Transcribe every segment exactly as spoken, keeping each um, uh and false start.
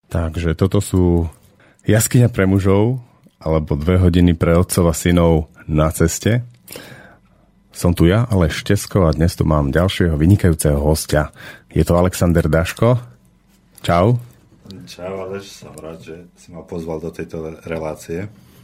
Takže toto sú Jaskyňa pre mužov, alebo dve hodiny pre otcov a synov na ceste. Som tu ja, Aleš Tesko, a dnes tu mám ďalšieho vynikajúceho hostia. Je to Alexander Daško. Čau. Čau, Aleš, som rád, že si ma pozval do tejto relácie.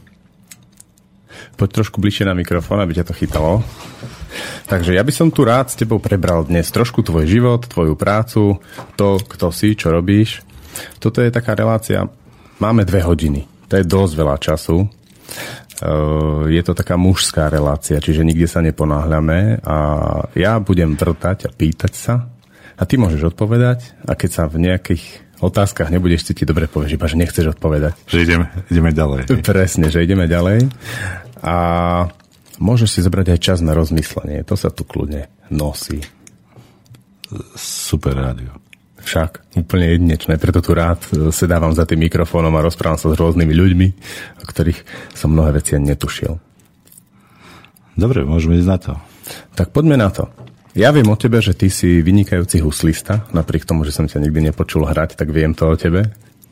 Poď trošku bližšie na mikrofón, aby ťa to chytalo. Takže ja by som tu rád s tebou prebral dnes trošku tvoj život, tvoju prácu, to, kto si, čo robíš. Toto je taká relácia, máme dve hodiny, to je dosť veľa času. Je to taká mužská relácia, čiže nikde sa neponáhľame a ja budem vrtať a pýtať sa a ty môžeš odpovedať a keď sa v nejakých otázkach nebudeš cítiť dobre, povieš iba, že nechceš odpovedať. Že ideme, ideme ďalej. Presne, že ideme ďalej a môžeš si zobrať aj čas na rozmyslenie, to sa tu kľudne nosí. Super rádio. Však, úplne jedinečné, preto tu rád sedávam za tým mikrofónom a rozprávam sa s rôznymi ľuďmi, o ktorých som mnohé veci ani netušil. Dobre, môžeme ísť na to. Tak poďme na to. Ja viem o tebe, že ty si vynikajúci huslista, napriek tomu, že som ťa nikdy nepočul hrať, tak viem to o tebe.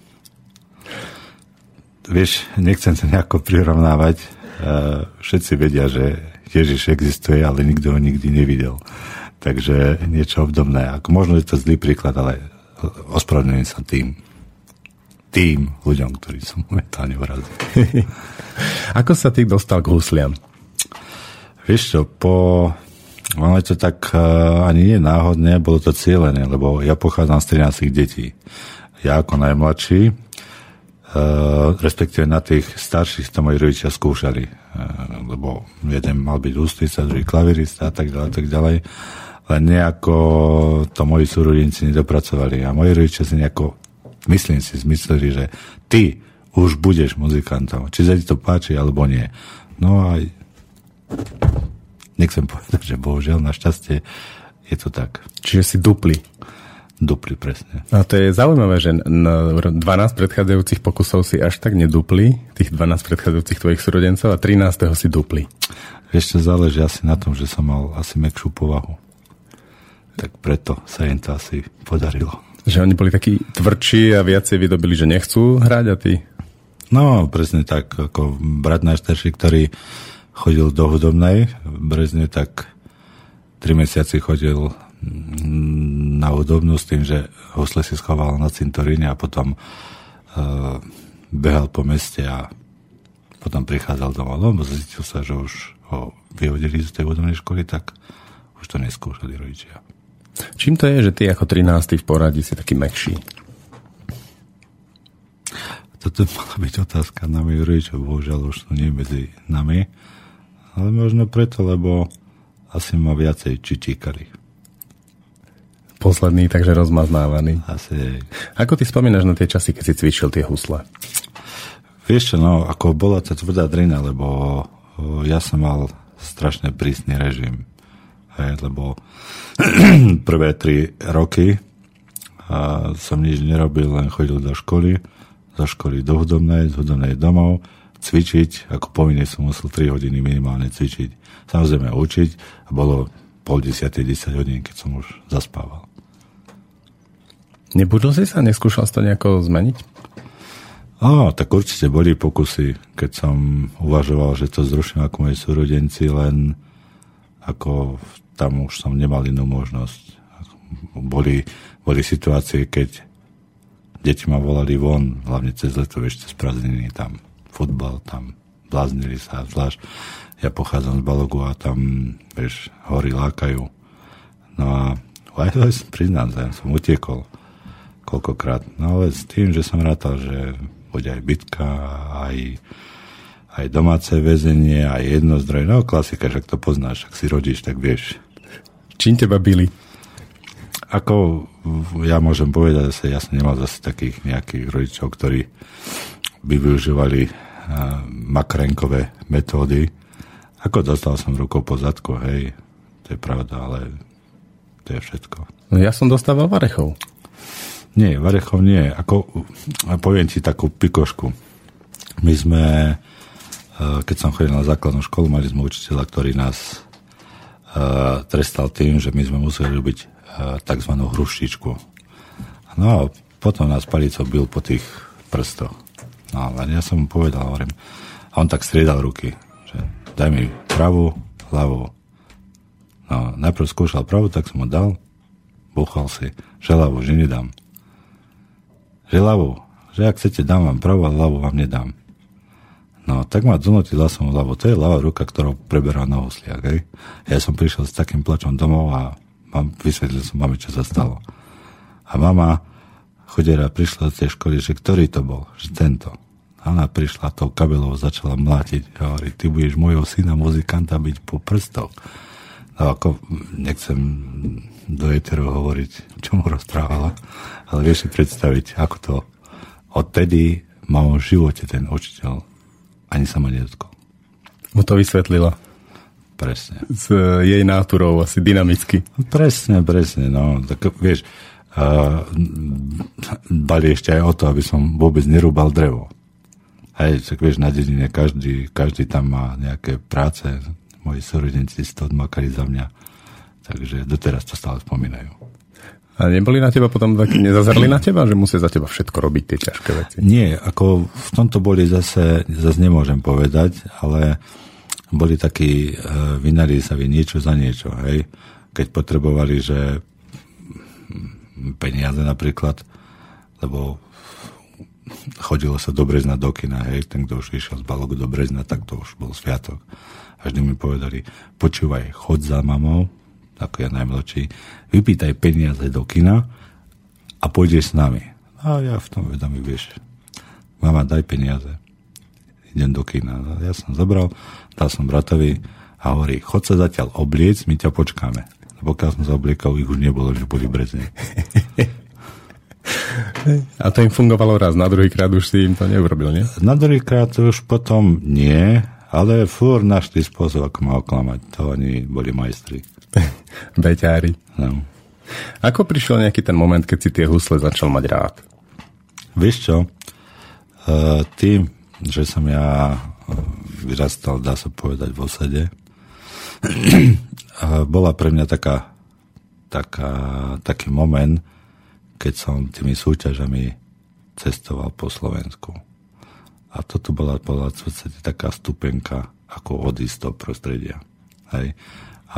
Vieš, nechcem sa nejako prirovnávať. Všetci vedia, že Ježiš existuje, ale nikto ho nikdy nevidel. Takže niečo obdobné. Ako možno je to zlý príklad, ale ospravedlňujem sa tým tým ľuďom, ktorí sú momentálne urazili. Ako sa ty dostal k husliam? Vieš čo, po... Ono je to tak uh, ani nie náhodne, bolo to cieľené, lebo ja pochádzam z trinásť detí. Ja ako najmladší, uh, respektíve na tých starších to moji rodičia skúšali. Uh, lebo jeden mal byť ústlica, druhý klavirista a tak ďalej, tak ďalej. Len nejako to moji súrodenci nedopracovali. A moji rodičia si nejako, myslím si, zmysleli, že ty už budeš muzikantom. Či sa ti to páči, alebo nie. No a nechcem povedať, že bohužiaľ, našťastie je to tak. Čiže si dupli. Dupli, presne. A to je zaujímavé, že dvanásť predchádzajúcich pokusov si až tak nedupli, tých dvanásť predchádzajúcich tvojich súrodencov a trinásteho si dupli. Vieš, čo záleží asi na tom, že som mal asi mäkšiu povahu. Tak preto sa im to asi podarilo. Že oni boli takí tvrdší a viacej vydobili, že nechcú hrať a ty? No, presne tak. Ako brat najstarší, ktorý chodil do hudobnej v Brezne, tak tri mesiaci chodil na hudobnú s tým, že husle si schoval na cintoríne a potom uh, behal po meste a potom prichádzal domov. Lebo zistil sa, že už ho vyhodili z tej hudobnej školy, tak už to neskúšali rodičia. Čím to je, že ty ako trinásty v poradí si taký mäkší? Toto mala byť otázka na mojich rodičov, bohužiaľ už to nie medzi nami, ale možno preto, lebo asi ma viacej čičíkali. Posledný, takže rozmaznávaný. Asi. Ako ty spomínaš na tie časy, keď si cvičil tie husle? Vieš čo, no, ako bola to tvrdá drina, lebo ja som mal strašne prísny režim. Hej, lebo prvé tri roky a som nič nerobil, len chodil do školy, zo školy do hudobnej, z hudobnej domov, cvičiť, ako povinne som musel tri hodiny minimálne cvičiť. Samozrejme učiť a bolo pol desiatej, desať hodín, keď som už zaspával. Nebudol si sa? Neskúšal si to nejako zmeniť? Á, tak určite boli pokusy, keď som uvažoval, že to zruším ako moji súrodenci, len ako tam už som nemal inú možnosť. Boli, boli situácie, keď deti ma volali von, hlavne cez leto, ešte z prázdniny, tam futbal, tam bláznili sa, zvlášť ja pochádzam z Balogu a tam, vieš, hory lákajú. No a aj priznám sa, som utiekol koľkokrát. No ale s tým, že som rátal, že bude aj bitka, aj, aj domáce väzenie, aj jednozdroj. No klasika, však to poznáš, ak si rodíš, tak vieš. Čím teba bili? Ako ja môžem povedať, že ja som nemal zase takých nejakých rodičov, ktorí by využívali uh, makrenkové metódy. Ako dostal som rukou po zadku, hej, to je pravda, ale to je všetko. No ja som dostával varechov. Nie, varechov nie. Ako, poviem ti takú pikošku. My sme, uh, keď som chodil na základnú školu, mali sme učiteľa, ktorý nás uh, trestal tým, že my sme museli robiť uh, takzvanú hruštičku. No a potom nás palicou bil po tých prstoch. No, ale ja som mu povedal, hovorím, a on tak striedal ruky, že daj mi pravú, ľavú. No, najprv skúšal pravú, tak som mu dal, búchal si, že ľavú, že nedám. Že ľavú, že ak chcete, dám vám pravú, ale ľavú vám nedám. No, tak ma donútil, dal som mu ľavú. To je ľavá ruka, ktorou preberá na husliak, hej. Ja som prišiel s takým plačom domov a mám, vysvetlil som mami, čo sa stalo. A mama chudera prišla z tej školy, že ktorý to bol, že tento. A ona prišla tou kabelou, začala mlátiť a hovorí, ty budeš môjho syna muzikanta byť po prstoch. No ako, nechcem do éteru hovoriť, čo mu rozprávala, ale vieš si predstaviť, ako to odtedy mal v živote ten učiteľ, ani sa ma nedotkol. Mu to vysvetlila. Presne. S jej náturou, asi dynamicky. Presne, presne, no, tak vieš, uh, bali ešte aj o to, aby som vôbec nerúbal drevo. Hej, tak vieš, na dedine každý, každý tam má nejaké práce, moji súrodenci si to odmakali za mňa, takže doteraz to stále spomínajú. A neboli na teba potom takí, nezazrli na teba, že musia za teba všetko robiť, tie ťažké veci? Nie, ako v tomto boli zase, zase nemôžem povedať, ale boli takí uh, vynali sa vy niečo za niečo, hej, keď potrebovali, že peniaze napríklad, lebo chodilo sa do Brezna do kina, hej, ten, kto už išiel z Balogu do Brezna, tak to už bol sviatok. A vždy mi povedali, počúvaj, chod za mamou, ako ja najmladší, vypýtaj peniaze do kina a pôjdeš s nami. A ja v tom vedomí, vieš, mama, daj peniaze. Idem do kina. Ja som zobral, dal som bratovi a hovorí, chod sa zatiaľ obliec, my ťa počkáme. Pokiaľ som sa obliekal, ich už nebolo, že boli v Brezne. A to im fungovalo raz, na druhý krát už si im to neurobil, nie? Na druhý krát už potom nie, ale fúr našli spôsob, ako ma oklamať. To oni boli majstri. Beťári. No. Ako prišiel nejaký ten moment, keď si tie husle začal mať rád? Vieš čo? Uh, tým, že som ja vyrastal, dá sa povedať, v osade, bola pre mňa taká, taká, taký moment, keď som tými súťažami cestoval po Slovensku. A toto bola, bola v podstate taká stupenka, ako odísť z toho prostredia. Hej. A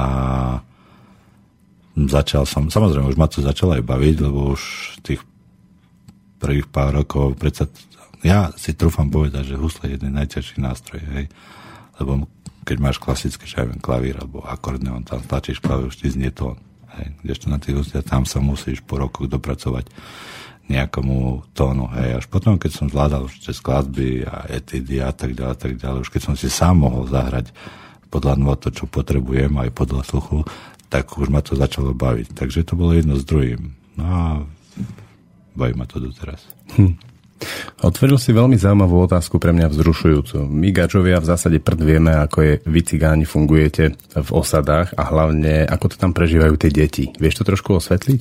začal som, samozrejme, už ma to začalo aj baviť, lebo už tých prvých pár rokov, predsa, ja si trúfam povedať, že husle je jeden najťažší nástroj, hej. Lebo keď máš klasický, že aj klavír, alebo akordeón, tam tlačíš klavír, už ti znie tón. Hej, kdežto na tých husliach, tam sa musíš po rokoch dopracovať nejakomu tónu. Hej. Až potom, keď som zvládal už cez skladby a etidy a tak ďalej, tak ďalej, už keď som si sám mohol zahrať podľa to, čo potrebujem, aj podľa sluchu, tak už ma to začalo baviť. Takže to bolo jedno s druhým. No a baví ma to doteraz. Hm. Otvoril si veľmi zaujímavú otázku, pre mňa vzrušujúcu. My gačovia v zásade prd vieme, ako je vy cigáni fungujete v osadách a hlavne, ako to tam prežívajú tie deti. Vieš to trošku osvetliť?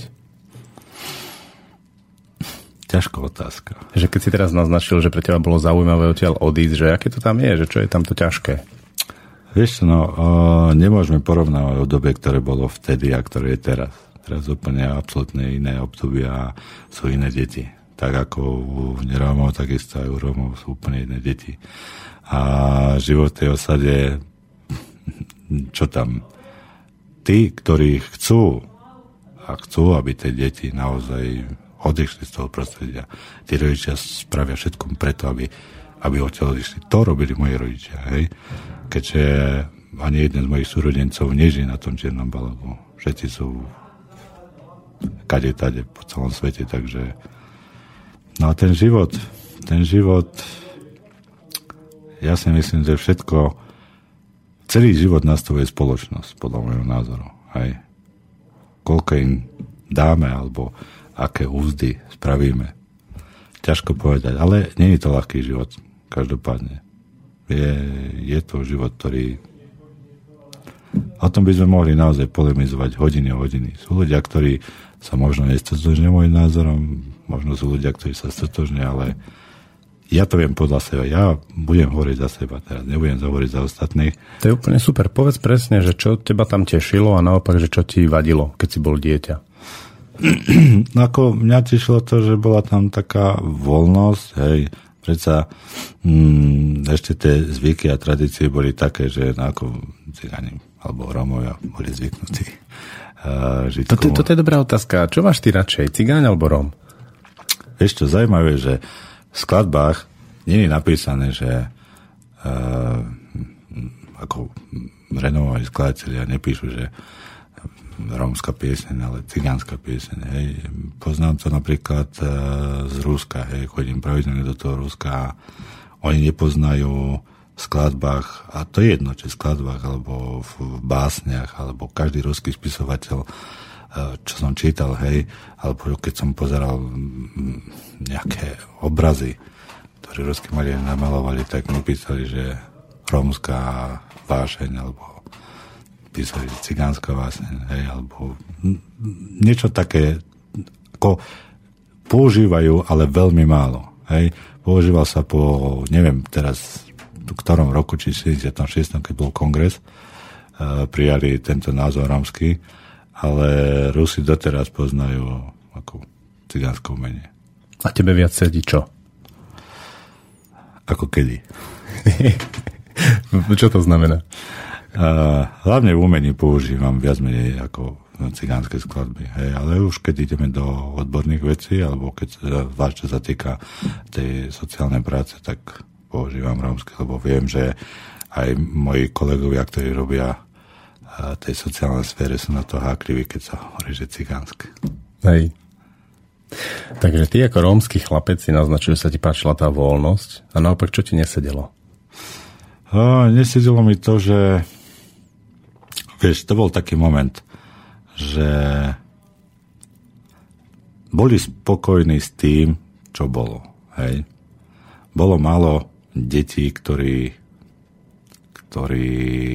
Ťažká otázka. Že keď si teraz naznačil, že pre teba bolo zaujímavé odtiaľ odísť, že aké to tam je, že čo je tam to ťažké? Vieš, no, o, nemôžeme porovnávať obdobie, ktoré bolo vtedy a ktoré je teraz. Teraz úplne absolútne iné obdobia, sú iné deti. Tak ako u Rómov, takisto aj u Rómov sú úplne iné deti. A život v tej osade, čo tam? Tí, ktorí chcú a chcú, aby tie deti naozaj odišli z toho prostredia, tí rodičia spravia všetko preto, aby, aby odtiaľ odišli. To robili moji rodičia, hej? Keďže ani jeden z mojich súrodencov nežije na tom Čiernom Balogu. Všetci sú kade tade po celom svete, takže no a ten život, ten život, ja si myslím, že všetko, celý život nastavuje spoločnosť, podľa môjho názoru. Hej. Koľko im dáme, alebo aké úzdy spravíme. Ťažko povedať, ale nie je to ľahký život, každopádne. Je, je to život, ktorý... O tom by sme mohli naozaj polemizovať hodiny a hodiny. Sú ľudia, ktorí sa možno nestotožnia môjim názorom, možno sú ľudia, ktorí sa stotožnia, ale ja to viem podľa seba. Ja budem hovoriť za seba teraz, nebudem hovoriť za ostatných. To je úplne super. Povedz presne, že čo teba tam tešilo a naopak, že čo ti vadilo, keď si bol dieťa. No ako mňa tešilo to, že bola tam taká voľnosť, hej, predsa mm, ešte tie zvyky a tradície boli také, že no, ako cigáni alebo Rómovia boli zvyknutí uh, žiť. Toto, toto je dobrá otázka. Čo máš ty radšej, cigáň alebo Róm? Vieš čo, zaujímavé, že v skladbách nie je napísané, že uh, ako renomovaní skladatelia nepíšu, že rómska pieseň, ale cigánska pieseň. Hej. Poznám to napríklad uh, z Ruska. Hej. Chodím pravidelne do toho Ruska a oni nepoznajú v skladbách, a to je jedno, či v skladbách, alebo v, v básniach, alebo každý ruský spisovateľ, uh, čo som čítal, hej, alebo keď som pozeral m, nejaké obrazy, ktoré ruskí maliari namalovali, tak mi písali, že rómska vášeň, alebo písali cigánska vášeň, hej, alebo niečo také, ako používajú, ale veľmi málo, hej. Používal sa po, neviem teraz, v ktorom roku, či sedemdesiatom šiestom, keď bol kongres, uh, prijali tento názov rómsky, ale Rusi doteraz poznajú ako cigánske umenie. A tebe viac sedí čo? Ako kedy. Čo to znamená? Uh, hlavne v umení používam viac menej ako cigánske skladby. Hej, ale už keď ideme do odborných vecí, alebo keď zvlášť sa týka tej sociálnej práce, tak používam rómske, lebo viem, že aj moji kolegovia, ktorí robia uh, tej sociálnej sfére, sú na to hákliví, keď sa hovorí, že cigánske. Hej. Takže ty ako rómsky chlapec si naznačil, že sa ti páčila tá voľnosť a naopak, čo ti nesedelo? Uh, nesedelo mi to, že vieš, to bol taký moment, že boli spokojní s tým, čo bolo. Hej. Bolo málo detí, ktorí, ktorí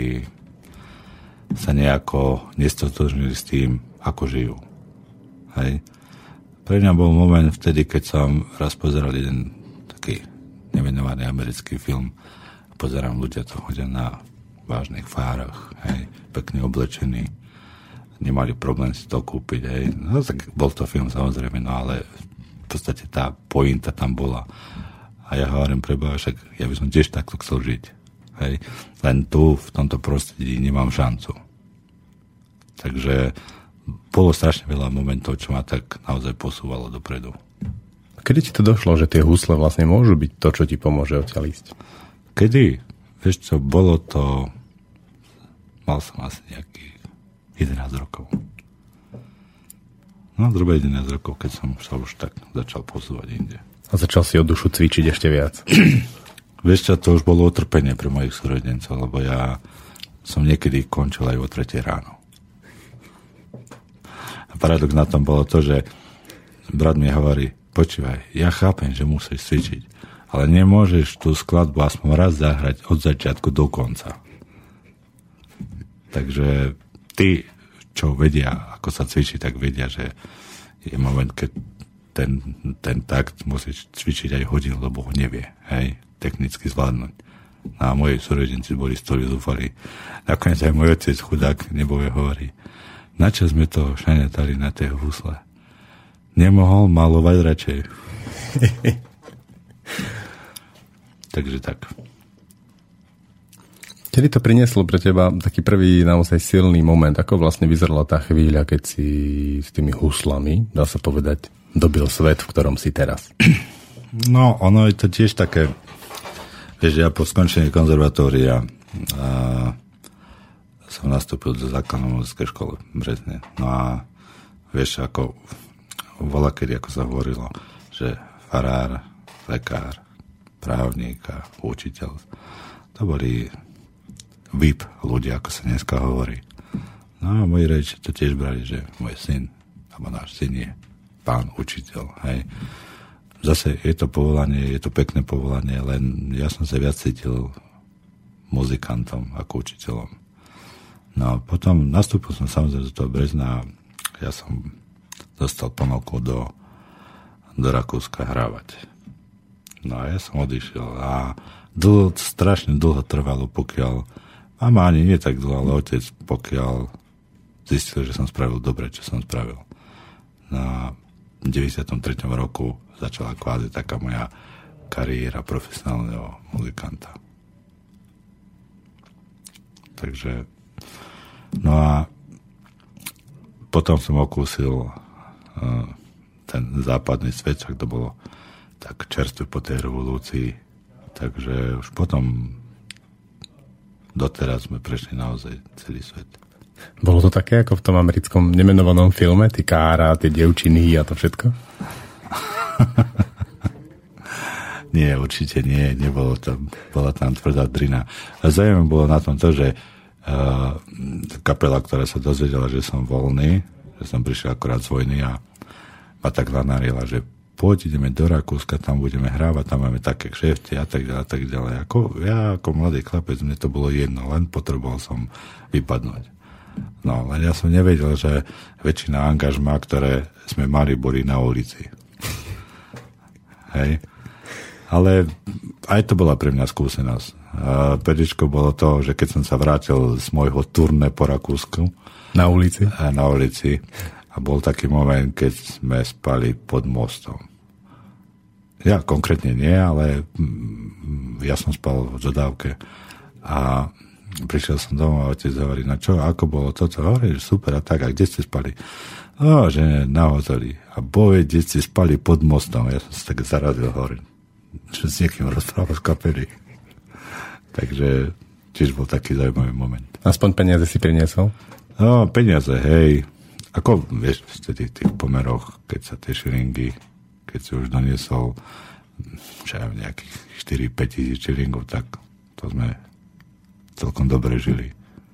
sa nejako nestotožnili s tým, ako žijú. Hej. Pre mňa bol moment vtedy, keď som raz pozeral jeden taký nemenovaný americký film. Pozerám, ľudia to chodia na vážnych fárach, hej, pekne oblečení, nemali problém si to kúpiť, hej. No tak bol to film samozrejme, no ale v podstate tá pointa tam bola. A ja hovorím pre Boha, však ja by som tiež takto chcel žiť, hej. Len tu, v tomto prostredí nemám šancu. Takže bolo strašne veľa momentov, čo ma tak naozaj posúvalo dopredu. Kedy ti to došlo, že tie husle vlastne môžu byť to, čo ti pomôže odtiaľ ísť? Kedy? Vieš čo, bolo to... Mal som asi nejakých jedenásť rokov. No, zhruba jedenásť rokov, keď som sa už tak začal posúvať inde. A začal si od dušu cvičiť ešte viac? Vieš čo, to už bolo utrpenie pre mojich súrodencov, lebo ja som niekedy končil aj o tretej ráno. A paradox na tom bolo to, že brat mi hovorí, počúvaj, ja chápem, že musíš cvičiť, ale nemôžeš tú skladbu aspoň raz zahrať od začiatku do konca. Takže tí, čo vedia, ako sa cvičí, tak vedia, že je moment, keď ten, ten takt musíš cvičiť aj hodinu, lebo ho nevie, hej, technicky zvládnuť. A moji súrodenci boli z toho zúfali. Nakoniec aj môj otec chudák nebove hovorí, na čo sme to šaňatali na tej husle? Nemohol malovať radšej. Takže tak. Kedy to prinieslo pre teba taký prvý naozaj silný moment? Ako vlastne vyzerala tá chvíľa, keď si s tými huslami, dá sa povedať, dobil svet, v ktorom si teraz? No, ono je to tiež také, vieš, ja po skončení konzervatória a som nastúpil do základnej muzickej školy v Brezne. No a vieš, ako volakedy, ako sa hovorilo, že farár, lekár, právnik a učiteľ, to boli vé í pé ľudia, ako sa dneska hovorí. No a moji rodičia to tiež brali, že môj syn, alebo náš syn je pán učiteľ, hej. Zase je to povolanie, je to pekné povolanie, len ja som sa viac cítil muzikantom ako učiteľom. No a potom nastúpil som samozrejme do toho Brezna a ja som dostal ponuku do, do Rakúska hrávať. No a ja som odišiel a dlho, strašne dlho trvalo, pokiaľ mama ani nie tak dlho, ale otec, pokiaľ zistil, že som spravil dobre, čo som spravil. na deväťdesiatom treťom roku začala kvázi taká moja kariéra profesionálneho muzikanta. Takže no a potom som okúsil uh, ten západný svet, však to bolo tak čerstvé po tej revolúcii, takže už potom doteraz sme prešli naozaj celý svet. Bolo to také, ako v tom americkom nemenovanom filme? Tí Kára, tie dievčiny a to všetko? Nie, určite nie. Nebolo tam, bola tam tvrdá drina. A zaujímavé bolo na tom to, že uh, kapela, ktorá sa dozvedela, že som voľný, že som prišiel akorát z vojny a ma tak zanárila, že poď, ideme do Rakúska, tam budeme hrávať, tam máme také kšefty a tak ďalej, a tak ďalej. Ako, ja ako mladý chlapec, mne to bolo jedno, len potreboval som vypadnúť. No, len ja som nevedel, že väčšina angažmá, ktoré sme mali, boli na ulici. Hej. Ale aj to bola pre mňa skúsenosť. A perličko bolo to, že keď som sa vrátil z môjho turné po Rakúsku. Na ulici? A na ulici. A bol taký moment, keď sme spali pod mostom. Ja konkrétne nie, ale ja som spal v dodávke. A prišiel som domov a otec hovorí, no čo, ako bolo toto? Hovorí, že super, a tak, a kde ste spali? No, že na hoteli. A boje, kde ste spali pod mostom. Ja som sa tak zarazil, hovorím, čo s niekým rozprával z kapely. Takže tiež bol taký zaujímavý moment. Aspoň peniaze si priniesol? No, peniaze, hej. Ako, vieš, v tých, tých pomeroch, keď sa tie šilingy, keď si už doniesol čo aj nejakých štyri päť tisíc šilingov, tak to sme celkom dobre žili.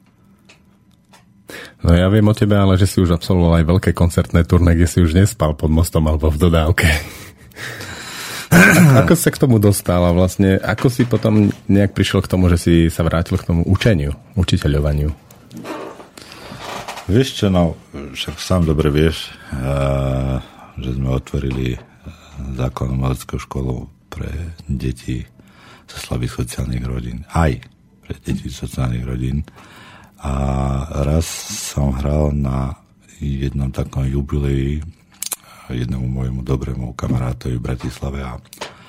No ja viem o tebe, ale že si už absolvoval aj veľké koncertné turné, kde si už nespal pod mostom alebo v dodávke. Ako sa k tomu dostal a vlastne ako si potom nejak prišiel k tomu, že si sa vrátil k tomu učeniu, učiteľovaniu? Vieš čo, no, však sám dobre vieš, uh, že sme otvorili základnú umeleckú školu pre deti zo slabých sociálnych rodín. Aj pre deti sociálnych rodín. A raz som hral na jednom takom jubileji jednému môjmu dobrému kamarátovi v Bratislave a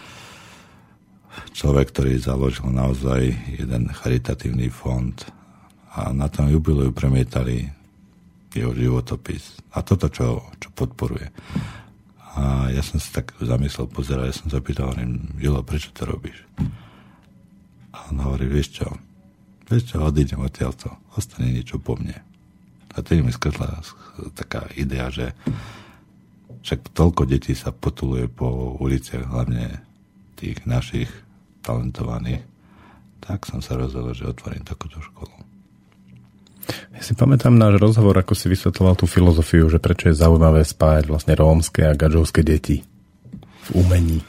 človek, ktorý založil naozaj jeden charitatívny fond a na tom jubileu premietali jeho životopis a toto, čo, čo podporuje. A ja som si tak zamyslel, pozeral, ja som sa pýtal, hovorím, Jilo, prečo to robíš? A on hovorí, vieš čo, vieš čo, odídem odtiaľto, ostane niečo po mne. A tedy mi skrzla taká idea, že však toľko detí sa potuluje po uliciach, hlavne tých našich talentovaných, tak som sa rozhodol, že otvorím takúto školu. Ja si pamätám náš rozhovor, ako si vysvetľoval tú filozofiu, že prečo je zaujímavé spájať vlastne rómske a gadžovské deti v umení.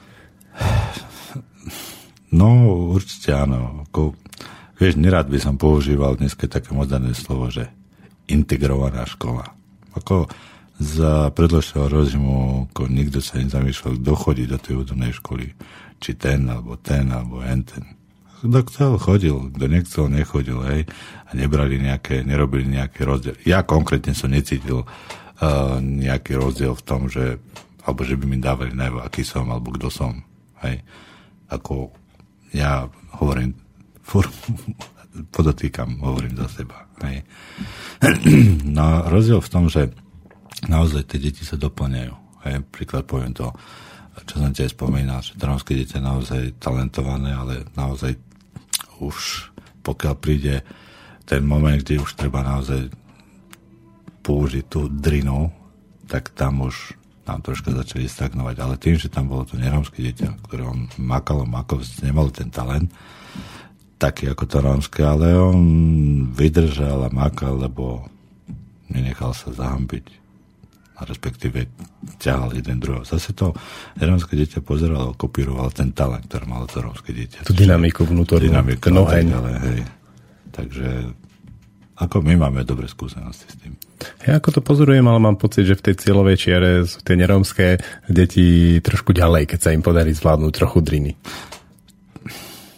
No, určite áno. Ako, vieš, nerád by som používal dneska také moderné slovo, že integrovaná škola. Ako za predložšieho režimu ako nikto sa nezamýšľal, kto chodí do tej údobnej školy. Či ten, alebo ten, alebo enten. Kto chcel, chodil. Kto nechcel, nechodil. Hej. A nebrali nejaké, nerobili nejaký rozdiel. Ja konkrétne som necítil uh, nejaký rozdiel v tom, že alebo že by mi dávali najavo, aký som, alebo kto som. Hej. Ako ja hovorím, fur, podotýkam, hovorím za seba. Hej. No rozdiel v tom, že naozaj tie deti sa doplňajú. Hej. Príklad poviem to, čo som tiež spomínal, že rómske deti je naozaj talentované, ale naozaj už pokiaľ príde ten moment, kde už treba naozaj použiť tú drinu, tak tam už nám troška začali stagnovať. Ale tým, že tam bolo to nerómske dieťa, ktoré on makalo, makalo, nemal ten talent, taký ako to rómske, ale on vydržal a makal, lebo nenechal sa zahambiť. A respektíve ťahal jeden druhého. Zase to rómske dieťa pozeralo, kopíroval ten talent, ktorý malo to rómske dieťa. Tú dynamiku vnútornú. Dynamiku, no, ale hej. Takže ako my máme dobré skúsenosti s tým. Ja ako to pozorujem, ale mám pocit, že v tej cieľovej čiare sú tie nerómske deti trošku ďalej, keď sa im podarí zvládnuť trochu driny.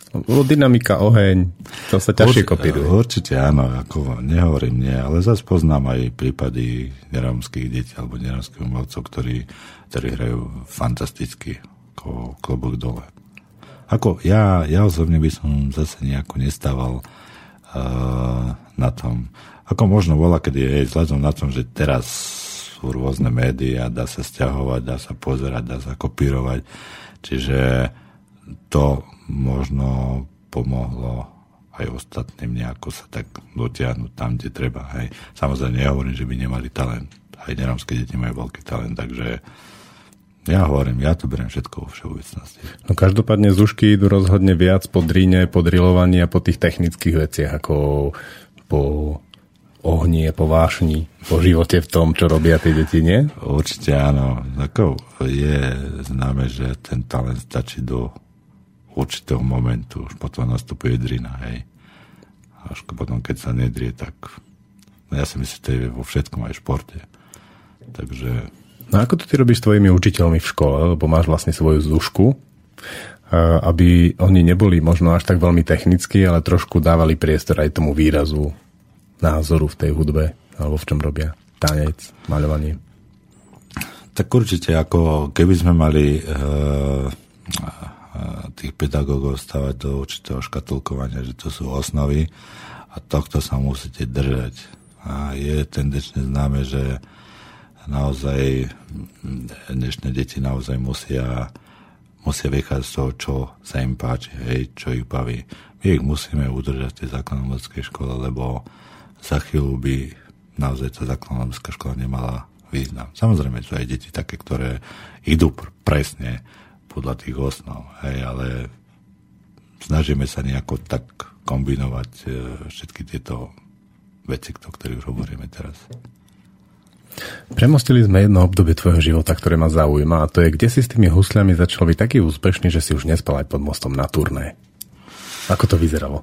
Dynamika, oheň, to sa ťažšie kopíruje. Určite áno, ako nehovorím nie, ale zase poznám aj prípady nerómskych detí alebo nerómskych umelcov, ktorí, ktorí hrajú fantasticky, ako klobúk dole. Ako ja, ja osobne by som zase nejako nestával uh, na tom. Ako možno bola, kedy je vzhľadom na tom, že teraz sú rôzne médiá, dá sa sťahovať, dá sa pozerať, dá sa kopírovať. Čiže to možno pomohlo aj ostatným nejako sa tak dotiahnuť tam, kde treba. Hej. Samozrejme, nehovorím, že by nemali talent. Aj nerómske deti majú veľký talent, takže ja hovorím, ja to beriem všetko vo všeobecnosti. No každopádne Zušky idú rozhodne viac po dríne, po drilovaní a po tých technických veciach, ako po ohnie, po vášni, po živote v tom, čo robia tie deti, nie? Určite áno. Tako je známe, že ten talent stačí do určitého momentu, už potom nastupuje drina, hej. Až potom, keď sa nedrie, tak no ja si myslím, že to je vo všetkom aj v športe. Takže no ako to ty robíš s tvojimi učiteľmi v škole, lebo máš vlastne svoju Zušku, aby oni neboli možno až tak veľmi technickí, ale trošku dávali priestor aj tomu výrazu, názoru v tej hudbe, alebo v čom robia tanec, maľovanie? Tak určite, ako keby sme mali e, tých pedagógov stavať do určitého škatulkovania, že to sú osnovy a tohto sa musíte držať. A je tendenčne známe, že naozaj dnešné deti naozaj musia, musia vychádzať z toho, čo sa im páči, hej, čo ich baví. My ich musíme udržať v tej základnoumeleckej škole, lebo za chvíľu by naozaj tá základnoumelská škola nemala význam. Samozrejme sú aj deti také, ktoré idú pr- presne podľa tých osnov, hej, ale snažíme sa nejako tak kombinovať e, všetky tieto veci, o ktorých hovoríme teraz. Premostili sme jedno obdobie tvojho života, ktoré ma zaujíma, a to je, kde si s tými husľami začal byť taký úspešný, že si už nespal aj pod mostom na turné. Ako to vyzeralo?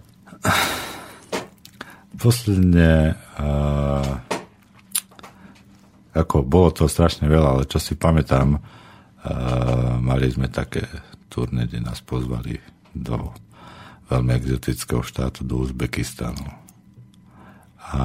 Posledne uh, ako bolo to strašne veľa, ale čo si pamätám, uh, mali sme také turné, kde nás pozvali do veľmi exotického štátu, do Uzbekistanu. A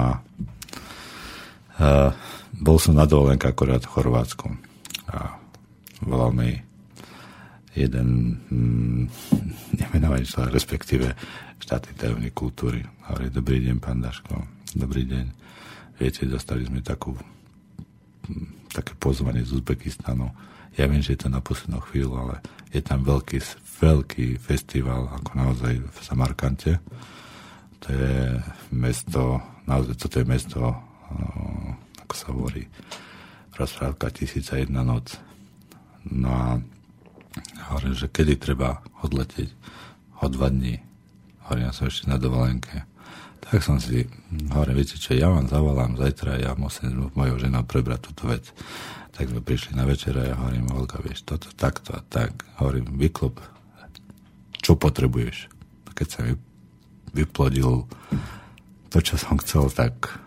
uh, bol som na dovolenke akorát v Chorvátsku a volal mi jeden hm, nemenovaný člen, respektíve štátny tajomník kultúry. Hovorí, dobrý deň, pán Daško, dobrý deň. Viete, dostali sme takú hm, také pozvanie z Uzbekistanu. Ja viem, že je to na poslednú chvíľu, ale je tam veľký, veľký festival, ako naozaj v Samarkante. To je mesto, naozaj toto je mesto, ako sa hovorí, rozprávka Tisíca jedna noc. No a hovorím, že kedy treba odletieť o dva dní. Hovorím, ja som ešte na dovolenke. Tak som si, hovorím, viete čo, ja vám zavolám zajtra, ja musím s mojou ženou prebrať túto vec. Tak sme prišli na večer a ja hovorím, Olga, vieš, toto, takto a tak. Hovorím, vyklop, čo potrebuješ. Keď sa mi vyplodil to, čo som chcel, tak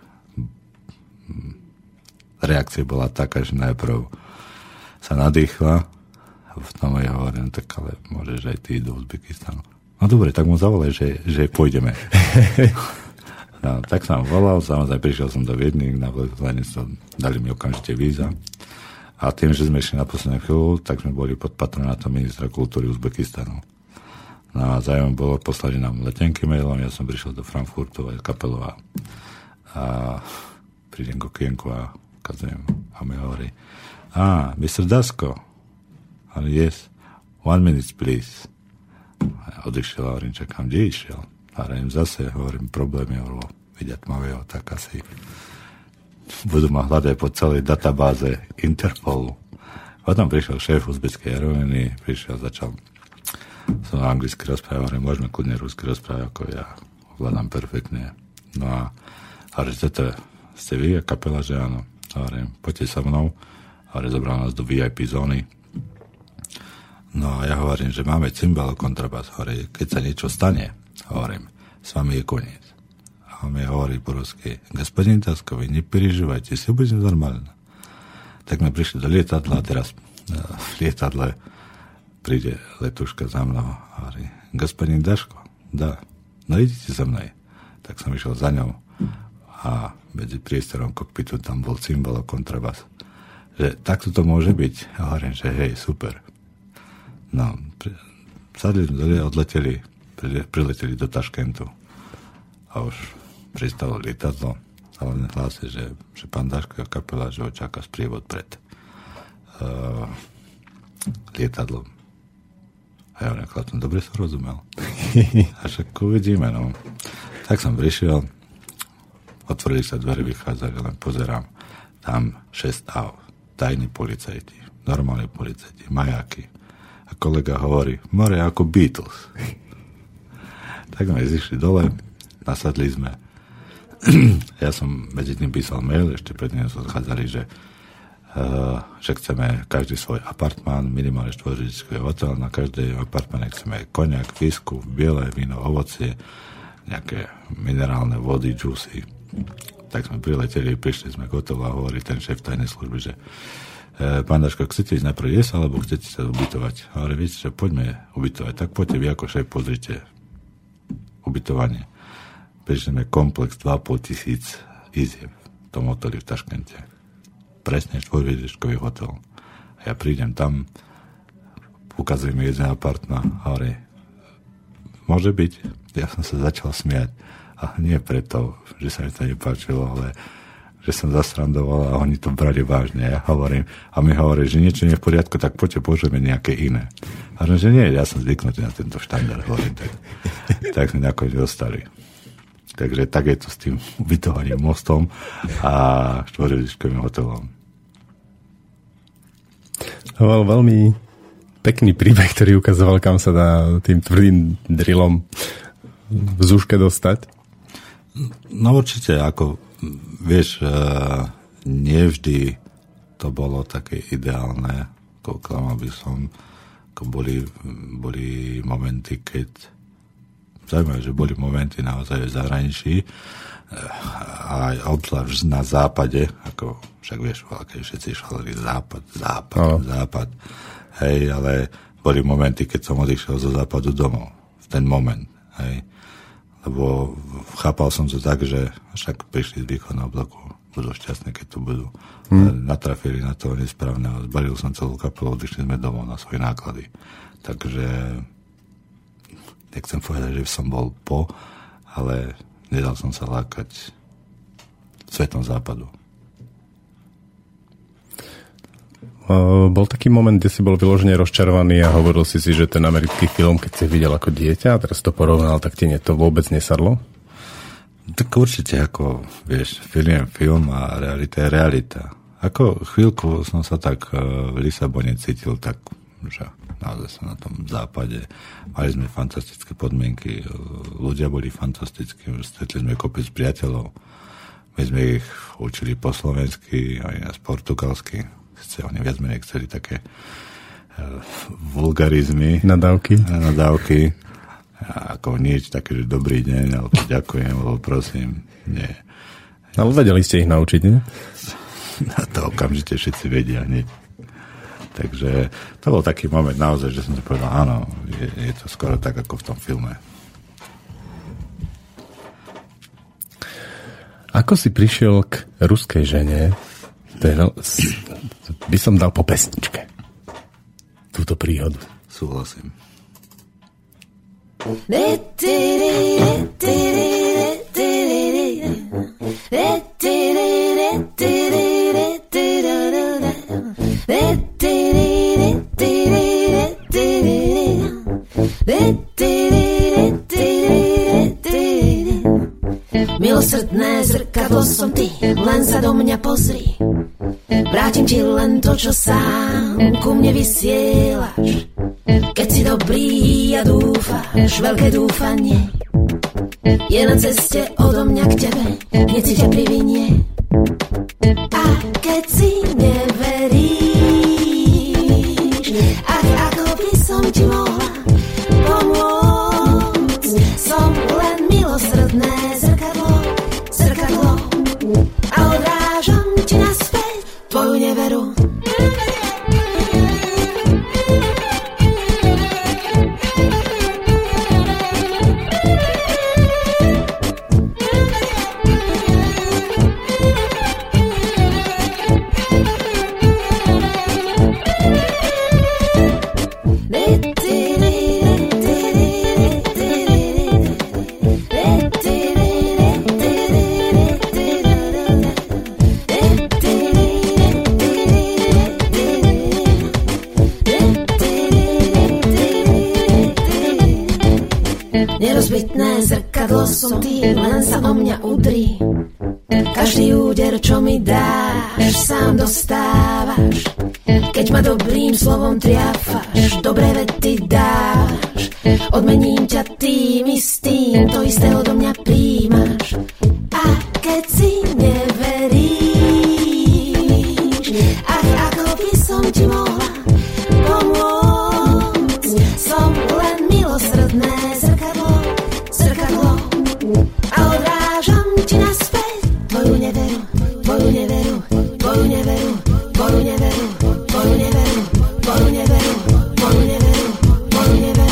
reakcia bola taká, že najprv sa nadýchla a potom ja hovorím, tak ale môžeš aj ty do Uzbekistanu. No dobre, tak mu zavolaj, že, že pôjdeme. No, tak som volal, samozrejme prišiel som do Viedny, na veľvyslanectvo, dali mi okamžite víza. A tým, že sme išli na poslednú chvíľu, tak sme boli pod patronátom ministra kultúry Uzbekistanu. No a zájom bolo, poslali nám letenky mailom, ja som prišiel do Frankfurtu aj Kapelová. A prídem k okienku a ukazujem a mi hovorí, ah, mister Dasko. A yes, one minute please. A odišiel a hovorím, čakám, kde išiel? A hovorím zase, hovorím, problémy, hovorím, vidia tmavého, tak asi budú ma hľadať po celej databáze Interpolu. Potom prišiel šéf uzbeckej aerolínie, prišiel, začal som anglicky rozprávať, hovorím, môžeme kľudne rusky rozprávať, ako ja ovládam perfektne. No a hovorím, toto ste vy a kapela, že áno. Hovorím, poďte sa mnou. Hovorím, zobral nás do vé í pé zóny. No a ja hovorím, že máme cymbal, kontrabas. Hovorím, keď sa niečo stane, hovorím, s vami je koniec. A on mi hovorí po rusky, господин Daskovi, neperеживайте, все bude normálne. Tak sme prišli do lietadla, teraz v lietadle príde letuška za mnou a hovorí, gospodin Daško, dá, no idite za mnou. Tak som išiel za ňou a medzi priestorom kokpitu tam bol cymbal a kontrabas. Že takto to môže byť. A hovorím, že hej, super. No, sadli sme, odleteli, prileteli do Taškentu a už pristalo lietadlo a len hlási, že, že pán Daško a kapela, že ho čaká sprievod pred uh, lietadlom. A ja hovorím, chlapom, dobre som rozumel. A však uvidíme, no. Tak som prišiel, otvorili sa dvere, vychádzali, len pozerám, tam šesť aut, tajní policajti, normálni policajti, majáky. A kolega hovorí, more ako Beatles. Tak sme zišli dole, nasadli sme. Ja som medzi tým písal mail, ešte predtým sme odchádzali, že, uh, že chceme každý svoj apartmán, minimálne štvorhviezdičkový hotel, na každej apartmáne chceme koniak, fisku, biele víno, ovocie, nejaké minerálne vody, džusy. Tak sme prileteli, prišli sme k hotelu a hovorí ten šéf tajnej služby, že e, pán Daško, chcete ísť najprv jesť, alebo chcete sa ubytovať? A hovorí, viete, že poďme ubytovať. Tak poďte vy ako šéf, pozrite ubytovanie. Prišli sme komplex dva a pol tisíc izieb v tom hoteli v Taškente. Presne štvorhviezdičkový hotel. A ja prídem tam, ukazujem mi jeden apartmán a hovorí, môže byť? Ja som sa začal smiať. A nie preto, že sa mi to nepáčilo, ale že som zasrandoval a oni to brali vážne. Ja hovorím, a mi hovorí, že niečo nie je v poriadku, tak poďte požujeme nejaké iné. A hovorím, že nie, ja som zvyknutý na tento štandard. Hovorím, tak, tak sme nakoniec dostali. Takže tak je to s tým ubytovaním mostom a štvorhviezdičkovým hotelom. Veľ, veľmi pekný príbeh, ktorý ukazoval, kam sa dá tým tvrdým drillom v zúške dostať. No určite, ako vieš, nie vždy to bolo také ideálne, koľko by som, ako boli, boli momenty, keď zaujímavé, že boli momenty naozaj v zahraničí a obzvlášť na západe, ako však vieš, keď všetci šli západ, západ, no. západ, hej, ale boli momenty, keď som odišiel zo západu domov, v ten moment, hej. Lebo chápal som to tak, že však prišli z východného bloku, budú šťastné, keď tu budú. Hmm. Natrafili na toho nesprávneho, zbalil som celú kapelu, odišli sme domov na svoje náklady. Takže nechcem povedať, že som bol po, ale nedal som sa lákať svetom západu. Bol taký moment, kde si bol vyložene rozčarovaný a hovoril si si, že ten americký film, keď si videl ako dieťa a teraz to porovnal, tak ti to vôbec nesadlo? Tak určite, ako vieš, film je film a realita je realita. Ako chvíľku som sa tak v Lisabone cítil tak, že naozaj som na tom západe. Mali sme fantastické podmienky, ľudia boli fantastickí, stretli sme kopec priateľov. My sme ich učili po slovensky, aj po portugalsky. Sice oni viac menej chceli také uh, vulgarizmy. Nadávky. Nadávky. A ako nič také, že dobrý deň, alebo ďakujem, alebo prosím. Nie. Ale vedeli ste ich naučiť, nie? Na to okamžite všetci vedia hneď. Takže to bol taký moment naozaj, že som si povedal, áno, je, je to skoro tak, ako v tom filme. Ako si prišiel k ruskej žene? To je veľ... by som dal po pesničke túto príhodu. Súhlasím. Milosrdné zrkadlo som ty, len sa do mňa pozri. Vrátim ti len to, čo sám ku mne vysielaš. Keď si dobrý a dúfáš, veľké dúfanie je na ceste odo mňa k tebe, hneď si ťa privinie. A keď si neveríš, ach, ako by som ti mohla pomôcť, som len milosrdné zrkadlo, zrkadlo a odrážam ti naspäť tvoju neveru. Nerozbitné zrkadlo som ty, len sa o mňa udri. Každý úder, čo mi dáš, sám dostávaš. Keď ma dobrým slovom triafaš, dobré vety dáš. Odmením ťa tým istým, to isté odo mňa príjmaš. A keď si neveríš, ach, ako by som ti mohla pomôcť. Som len milosrdné zrkadlo, zrkadlo. A odrážam ti naspäť tvoju neveru, tvoju neveru, tvoju neveru, tvoju neveru, tvoju neveru, tvoju neveru, tvoju neveru, tvoju neveru.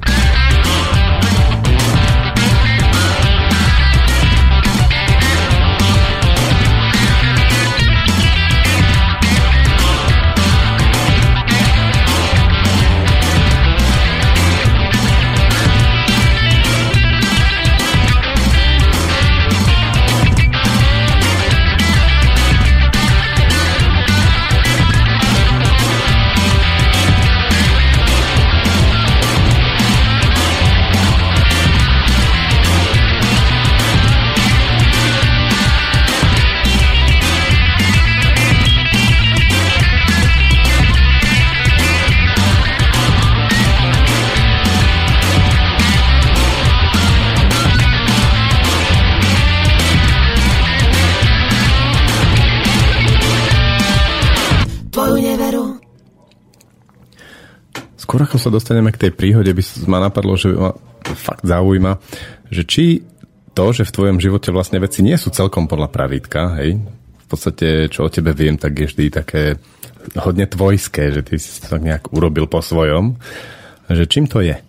Skôr ako sa dostaneme k tej príhode, by ma napadlo, že ma fakt zaujíma, že či to, že v tvojom živote vlastne veci nie sú celkom podľa pravítka, hej, v podstate, čo o tebe viem, tak je vždy také hodne tvojské, že ty si to tak nejak urobil po svojom, že čím to je?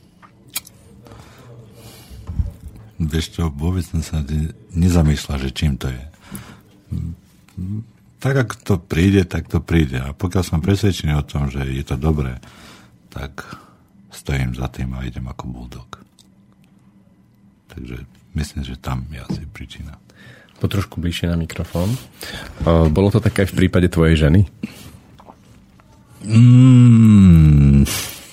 Vieš čo, vôbec som sa nezamýšľal, že čím to je. Tak, ako to príde, tak to príde. A pokiaľ som presvedčený o tom, že je to dobré, tak stojím za tým a idem ako bulldog. Takže myslím, že tam je asi príčina. Po trošku bližšie na mikrofón. Bolo to také aj v prípade tvojej ženy? Mm.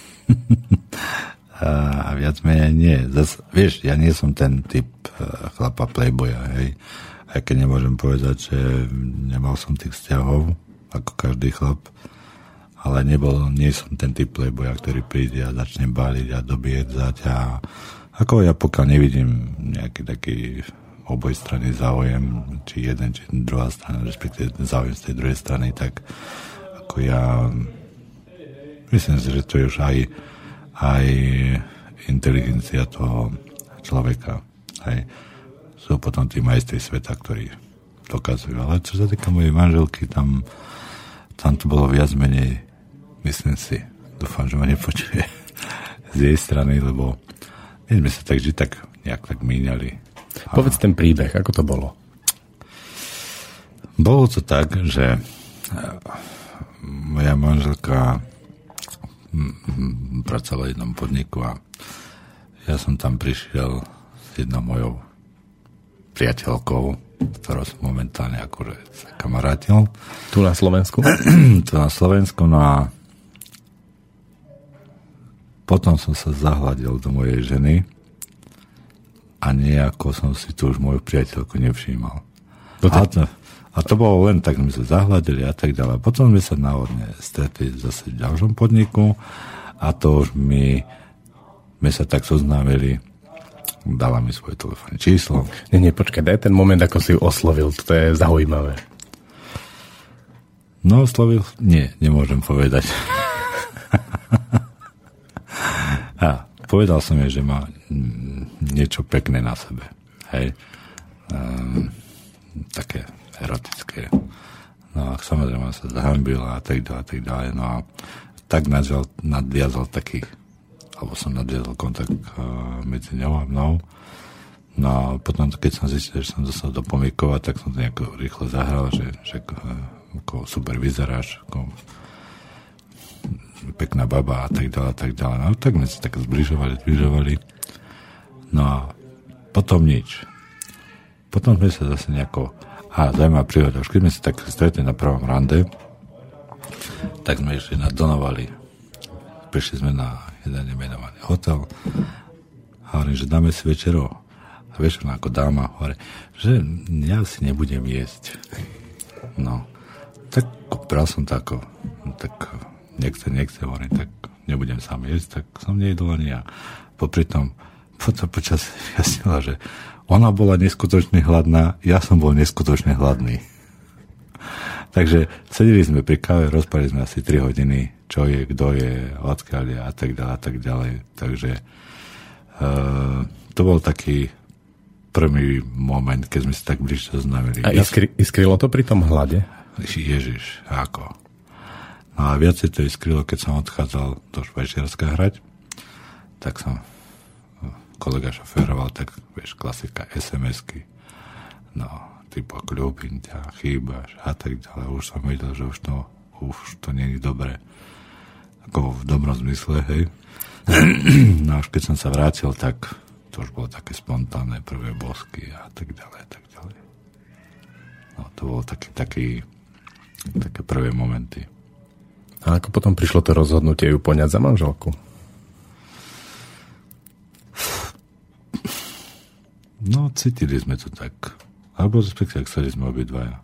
A viac menej nie. Zas, vieš, ja nie som ten typ chlapa playboya, hej. Aj keď nemôžem povedať, že nemal som tých vzťahov, ako každý chlap, ale nebol, nie som ten typ playboya, ktorý príde a začne báliť a dobiedzať a ako ja pokiaľ nevidím nejaký taký obojstranný záujem, či jeden, či druhá strana, respektíve záujem z tej druhej strany, tak ako ja myslím si, že to je už aj aj inteligencia toho človeka. Hej. Sú potom tí majstri sveta, ktorí dokazujú. Ale čo sa týka mojej manželky, tam, tam to bolo viac menej, myslím si, dúfam, že ma nepočuje z jej strany, lebo my sme sa tak vždy tak nejak tak míňali. A povedz ten príbeh, ako to bolo? Bolo to tak, že moja manželka pracovala v jednom podniku a ja som tam prišiel s jednou mojou priateľkou, ktorou som momentálne akože sa kamarátil. Tu na Slovensku? Tu na Slovensku, no a potom som sa zahľadil do mojej ženy a nejako som si tu už moju priateľku nevšímal. A to, a to bolo len tak, sme sa zahľadili a tak ďalej. Potom sme sa náhodne stretli zase v ďalšom podniku a to už my sme sa tak zoznámili, dala mi svoje telefónne číslo. Nie, nie, počkaj, daj ten moment, ako si ju oslovil, to je zaujímavé. No, oslovil? Nie, nemôžem povedať. A povedal som jej, že má niečo pekné na sebe. Hej. Um, také erotické. No a samozrejme sa zahambila a tak ďalej, a tak ďalej. No a tak nadviazal, nadviazal taký, alebo som nadviazal kontakt uh, medzi ňou a mnou. No a potom, keď som zistil, že som dostal do Pomíkova, tak som to nejako rýchlo zahral, že, že uh, ako super vyzeráš, ako pekná baba a tak ďalej, a tak ďalej. No tak sme sa tak zbližovali, zbližovali. No a potom nič. Potom sme sa zase nejako a zaujímavá príhoda. Už keď sme sa tak stretli na prvom rande, tak sme ešte nadonovali. Prišli sme na jeden nemenovaný hotel A hovorím, že dáme si večero. A vieš, ona ako dáma, hovorí, že ja si nebudem jesť. No, tak bral som tako, no, tak nechce, nechce, hovorím, tak nebudem sám jesť, tak som nejedol ani ja. Popri tom, potom počas jasnila, že ona bola neskutočne hladná, ja som bol neskutočne hladný. Takže sedeli sme pri káve, rozprávali sme asi tri hodiny, čo je, kto je, odkiaľ je a tak ďalej a tak ďalej. Takže uh, to bol taký prvý moment, keď sme si tak bližšie zoznámili. A iskry, iskrylo to pri tom hlade? Ježiš, ako? No a viacej to iskrylo, keď som odchádzal do Švajčiarska hrať, tak som kolega šoféroval, tak vieš, klasika es em esky. No, typu ako ľúbim ťa, chýbaš a tak ďalej. Už som vedel, že už to, už to nie je dobré. Ako v dobrom zmysle, hej. No až keď som sa vrátil, tak to už bolo také spontánne prvé bosky a tak ďalej, tak ďalej. No to bolo taký, taký, také prvé momenty. A ako potom prišlo to rozhodnutie ju poňať za manželku? No, cítili sme to tak. Alebo respektíve, chceli sme obidvaja.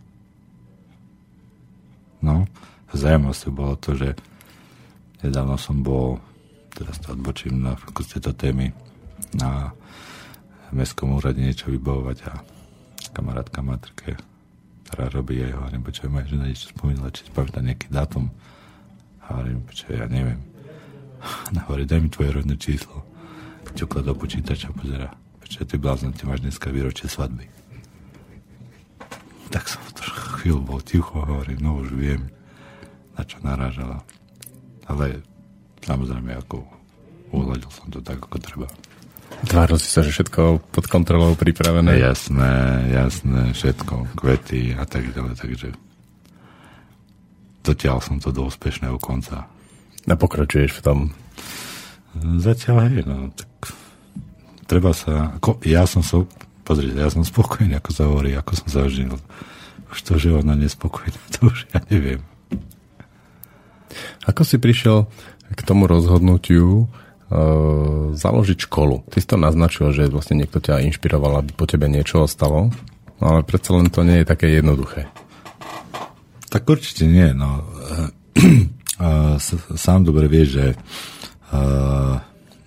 No, zaujímavé bolo to, že nedávno som bol, teraz to odbočím na kus tejto témy, na mestskom úrade niečo vybavovať a kamarátka matrke, ktorá robí jej, hovorím, počujem, moja žena niečo spomínala, či spomínala nejaký dátum. A hovorím, počujem, ja neviem. Ona hovorí, daj mi tvoje rodné číslo. Ťukla do počítača, pozera. Počujem, ty blázon, ty máš dneska výročie svadby. Tak som trošku chvíľu bol ticho a hovorím, no už viem, na čo narážala. Ale samozrejme, ako uhľadil som to tak, ako treba. Tváril si sa, že všetko pod kontrolou pripravené? Jasné, jasné, všetko, kvety a tak ďalej, takže dotiaľ som to do úspešného konca. A pokračuješ v tom? Zatiaľ, hej, no, tak treba sa, ako, ja som so, pozrite, ja som spokojný, ako sa hovorí, ako som sa oženil. Už to, že ona nespokojná, to už ja neviem. Ako si prišiel k tomu rozhodnutiu Uh, založiť školu? Ty si to naznačil, že vlastne niekto ťa inšpiroval, aby po tebe niečo ostalo, ale predsa len to nie je také jednoduché. Tak určite nie, no. Uh, sám dobre vieš, že uh,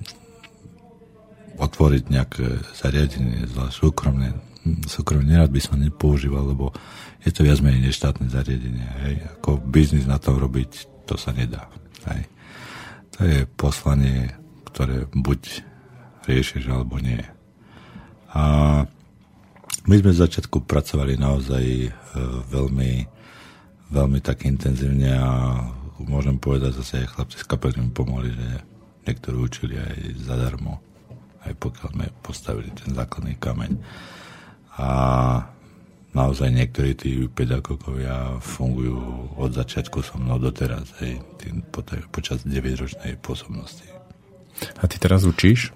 otvoriť nejaké zariadenie zvlášť súkromné, súkromne nerad by som nepoužíval, lebo je to viac menej neštátne zariadenie. Hej. Ako biznis na tom robiť, to sa nedá. Hej. To je poslanie, ktoré buď riešiš, alebo nie. A my sme v začiatku pracovali naozaj e, veľmi, veľmi tak intenzívne a môžem povedať, zase aj chlapci z kapely mi pomohli, že niektorí učili aj zadarmo, aj pokiaľ sme postavili ten základný kameň. A naozaj niektorí tí pedagógovia fungujú od začiatku so mnou doteraz, aj tým, po, počas deväťročnej pôsobnosti. A ty teraz učíš?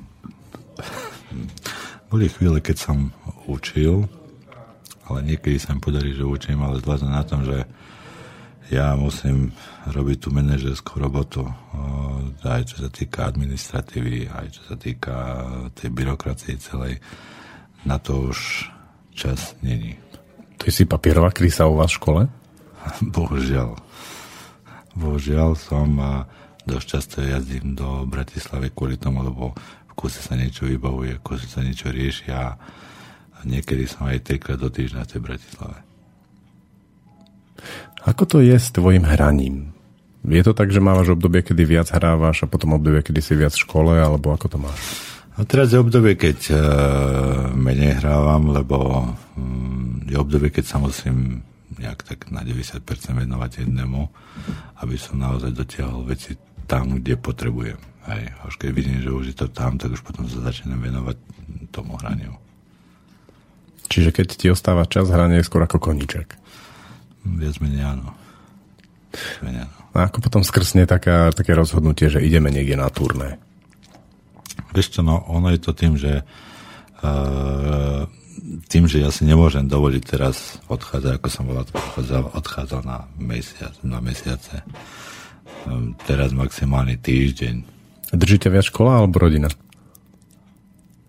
Boli chvíle, keď som učil, ale niekedy sa mi podarí, že učím, ale zvlášť na tom, že ja musím robiť tú manažerskú robotu, aj čo sa týka administratívy, aj čo sa týka tej byrokracie celej. Na to už čas není. Ty si papierová krysa u vás v škole? Bohužiaľ. Bohužiaľ som a dosť často jazdím do Bratislavy kvôli tomu, lebo v kuse sa niečo vybavuje, v kuse sa niečo rieši a niekedy som aj trikrát do týždňa v tej Bratislave. Ako to je s tvojim hraním? Je to tak, že máš obdobie, kedy viac hrávaš a potom obdobie, kedy si viac v škole, alebo ako to máš? A teraz je obdobie, keď uh, menej hrávam, lebo um, je obdobie, keď sa musím nejak tak na deväťdesiat percent venovať jednému, aby som naozaj dotiahol veci tam, kde potrebujem. Hej. Až keď vidím, že už je to tam, tak už potom sa začínam venovať tomu hraniu. Čiže keď ti ostáva čas, hranie je skôr ako koníček? Viac menej áno. Menej áno. A ako potom skrsne taká, také rozhodnutie, že ideme niekde na turné? Vieš čo, no, ono je to tým, že uh, tým, že ja si nemôžem dovoliť teraz odchádzať, ako som bol odchádzal, odchádzal na mesiac, na mesiace. Um, teraz maximálny týždeň. Držíte viac škola alebo rodina?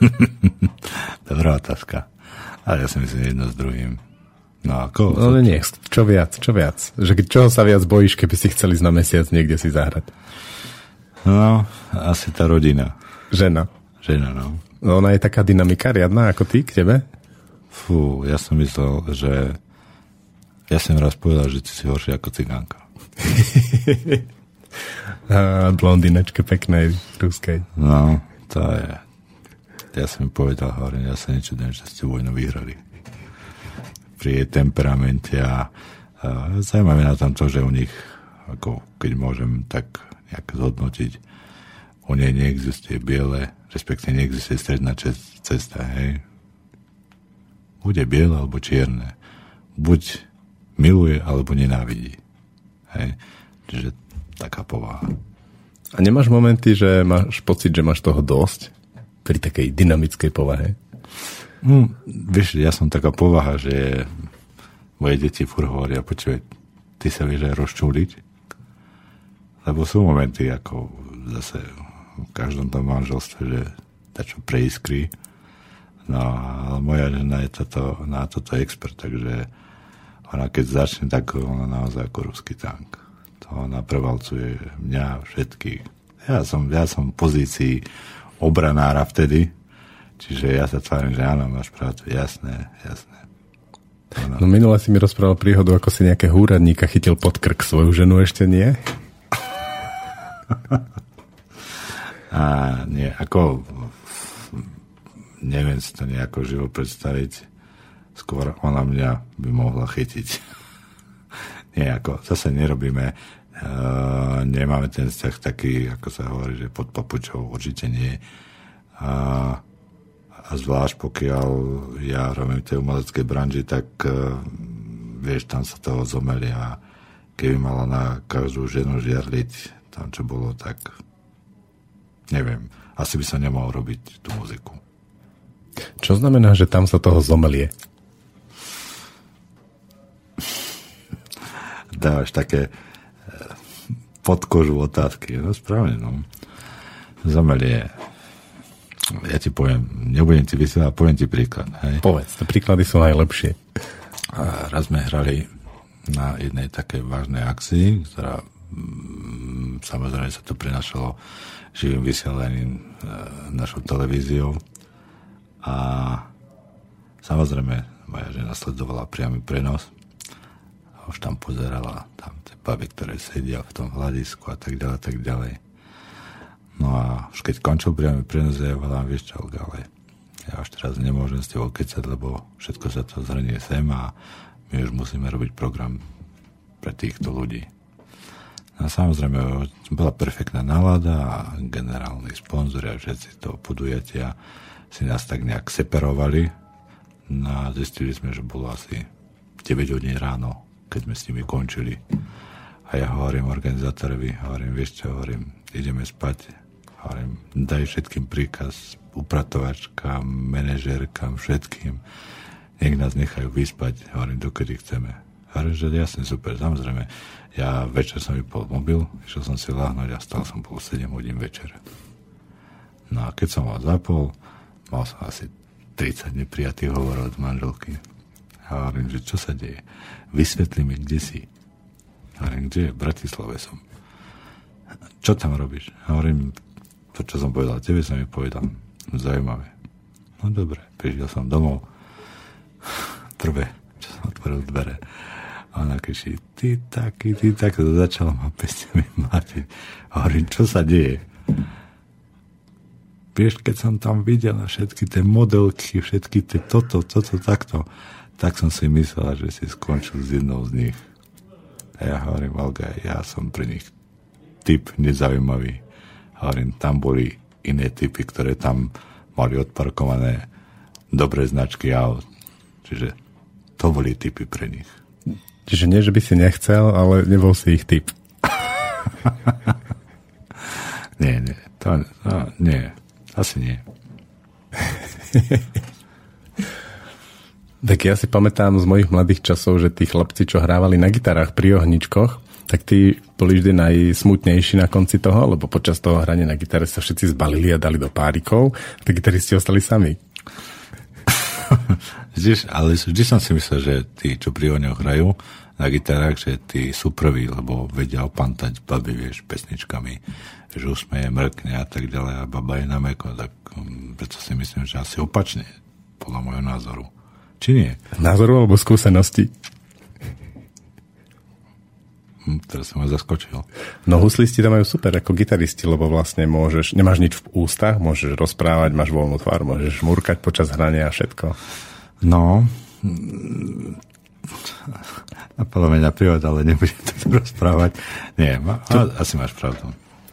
Dobrá otázka. Ale ja si myslím jedno s druhým. No ako? No nie, čo viac, čo viac? Že čoho sa viac bojíš, keby si chceli ísť na mesiac niekde si zahrať? No, asi tá rodina. Žena. Žena, no. No ona je taká dynamika riadna ako ty k tebe? Fú, ja som myslel, že ja som raz povedal, že ty si horšia ako cigánka. A blondinečke peknej, ruskej. No, to je... Ja som mi povedal, hovorím, ja sa nečudujem, že ste vojnu vyhrali. Pri jej temperamente a, a zaujímavé na tom to, že u nich, ako keď môžem tak nejak zhodnotiť, u nej neexistuje biele, respektíve neexistuje stredná cesta, hej. Bude biele alebo čierne. Buď miluje, alebo nenávidí. Hej. Čiže taká povaha. A nemáš momenty, že máš pocit, že máš toho dosť pri takej dynamickej povahe? No, vieš, ja som taká povaha, že moje deti furt hovoria, počuj, ty sa vieš aj rozčúliť? Lebo sú momenty, ako zase v každom tom manželstve, že dačo preiskry. No, ale moja žena je toto, na toto expert, takže ona keď začne, tak ona naozaj ako ruský tank. To ona prevalcuje mňa, všetkých. Ja som, ja som v pozícii obranára vtedy, čiže ja sa tvárim, že áno, máš pravdu, jasné, jasné. Ono. No minule si mi rozprával príhodu, ako si nejaké húradníka chytil pod krk, svoju ženu ešte nie? A nie, ako neviem si to nejako živo predstaviť, skôr ona mňa by mohla chytiť. Nie, ako zase nerobíme, uh, nemáme ten vzťah taký, ako sa hovorí, že pod papučou určite nie. A, a zvlášť pokiaľ ja robím v tej umeleckej branži, tak uh, vieš, tam sa toho zomeli a keby mala na každú ženu žiarliť tam, čo bolo, tak neviem, asi by som nemohol robiť tú muziku. Čo znamená, že tam sa toho zomelie? Dávaš také pod kožu otázky. No správne, no. Zomelie. Ja ti poviem, nebudem ti vysielať, poviem ti príklad. Hej. Povedz, to príklady sú najlepšie. A raz sme hrali na jednej takej vážnej akcii, ktorá mm, samozrejme sa to prinašalo živým vysielaním e, našou televíziou. A samozrejme moja žena sledovala priamy prenos a už tam pozerala tam tie baby, ktoré sedia v tom hľadisku a tak ďalej, tak ďalej. No a už keď končil priamy prenos, ja volám, vieš čo, ale ja už teraz nemôžem s tebou kecať, lebo všetko sa to zhrnie sem a my už musíme robiť program pre týchto ľudí. No a samozrejme bola perfektná nálada a generálni sponzori a všetci toho podujatia si nás tak nejak separovali. No a zistili sme, že bolo asi deväť hodín ráno, keď sme s nimi končili. A ja hovorím organizátorovi, hovorím, vieš čo, hovorím, ideme spať. Hovorím, daj všetkým príkaz, upratovačkám, manažérkam, všetkým. Nech nás nechajú vyspať. Hovorím, dokedy chceme. Hovorím, že jasne, super, samozrejme. Ja večer som vypol mobil, išiel som si láhnuť a stal som pol sedem hodín večer. No a keď som ho zapol, mal som asi tridsať neprijatých hovorov od manželky. A hovorím, že čo sa deje? Vysvetli mi, kde si. Hovorím, kde? V Bratislave som. Čo tam robíš? Hovorím, to, čo som povedal tebe, som mi povedal. Zaujímavé. No dobre, prišiel som domov. Prvé, čo som otvoril dvere. A ona kričí, ty taký, ty taký. Začala ma pestiami mlátiť. Hovorím, čo sa deje? Vieš, keď som tam videl všetky tie modelky, všetky tie toto, toto, takto, tak som si myslela, že si skončil s jednou z nich. A ja hovorím, Olga, ja som pre nich typ nezaujímavý. Hovorím, tam boli iné typy, ktoré tam mali odparkované dobré značky aut. Čiže to boli typy pre nich. Čiže nie, že by si nechcel, ale nebol si ich typ. nie, nie. To, no, nie. Asi nie. Tak ja si pamätám z mojich mladých časov, že tí chlapci, čo hrávali na gitarách pri ohničkoch, Tak ty boli vždy najsmutnejší na konci toho, lebo počas toho hrania na gitare sa všetci zbalili a dali do párikov, a tí gitaristi ostali sami. Vždy, ale vždy som si myslel, že tí, čo pri oňoch hrajú na gitarách, že tí sú prví, lebo vedia opantať baby, vieš, pesničkami, že usmeje, mrkne a tak ďalej a baba je na meko, tak um, preto si myslím, že asi opačne, podľa môjho názoru. Či nie? Názoru alebo skúsenosti? Hm, teraz som ma zaskočil. No huslisti to majú super ako gitaristi, lebo vlastne môžeš, nemáš nič v ústach, môžeš rozprávať, máš voľnú tvár, môžeš murkať počas hrania a všetko. No, napadlo mňa prívod, ale nebudem to rozprávať. Nie, ma, asi máš pravdu.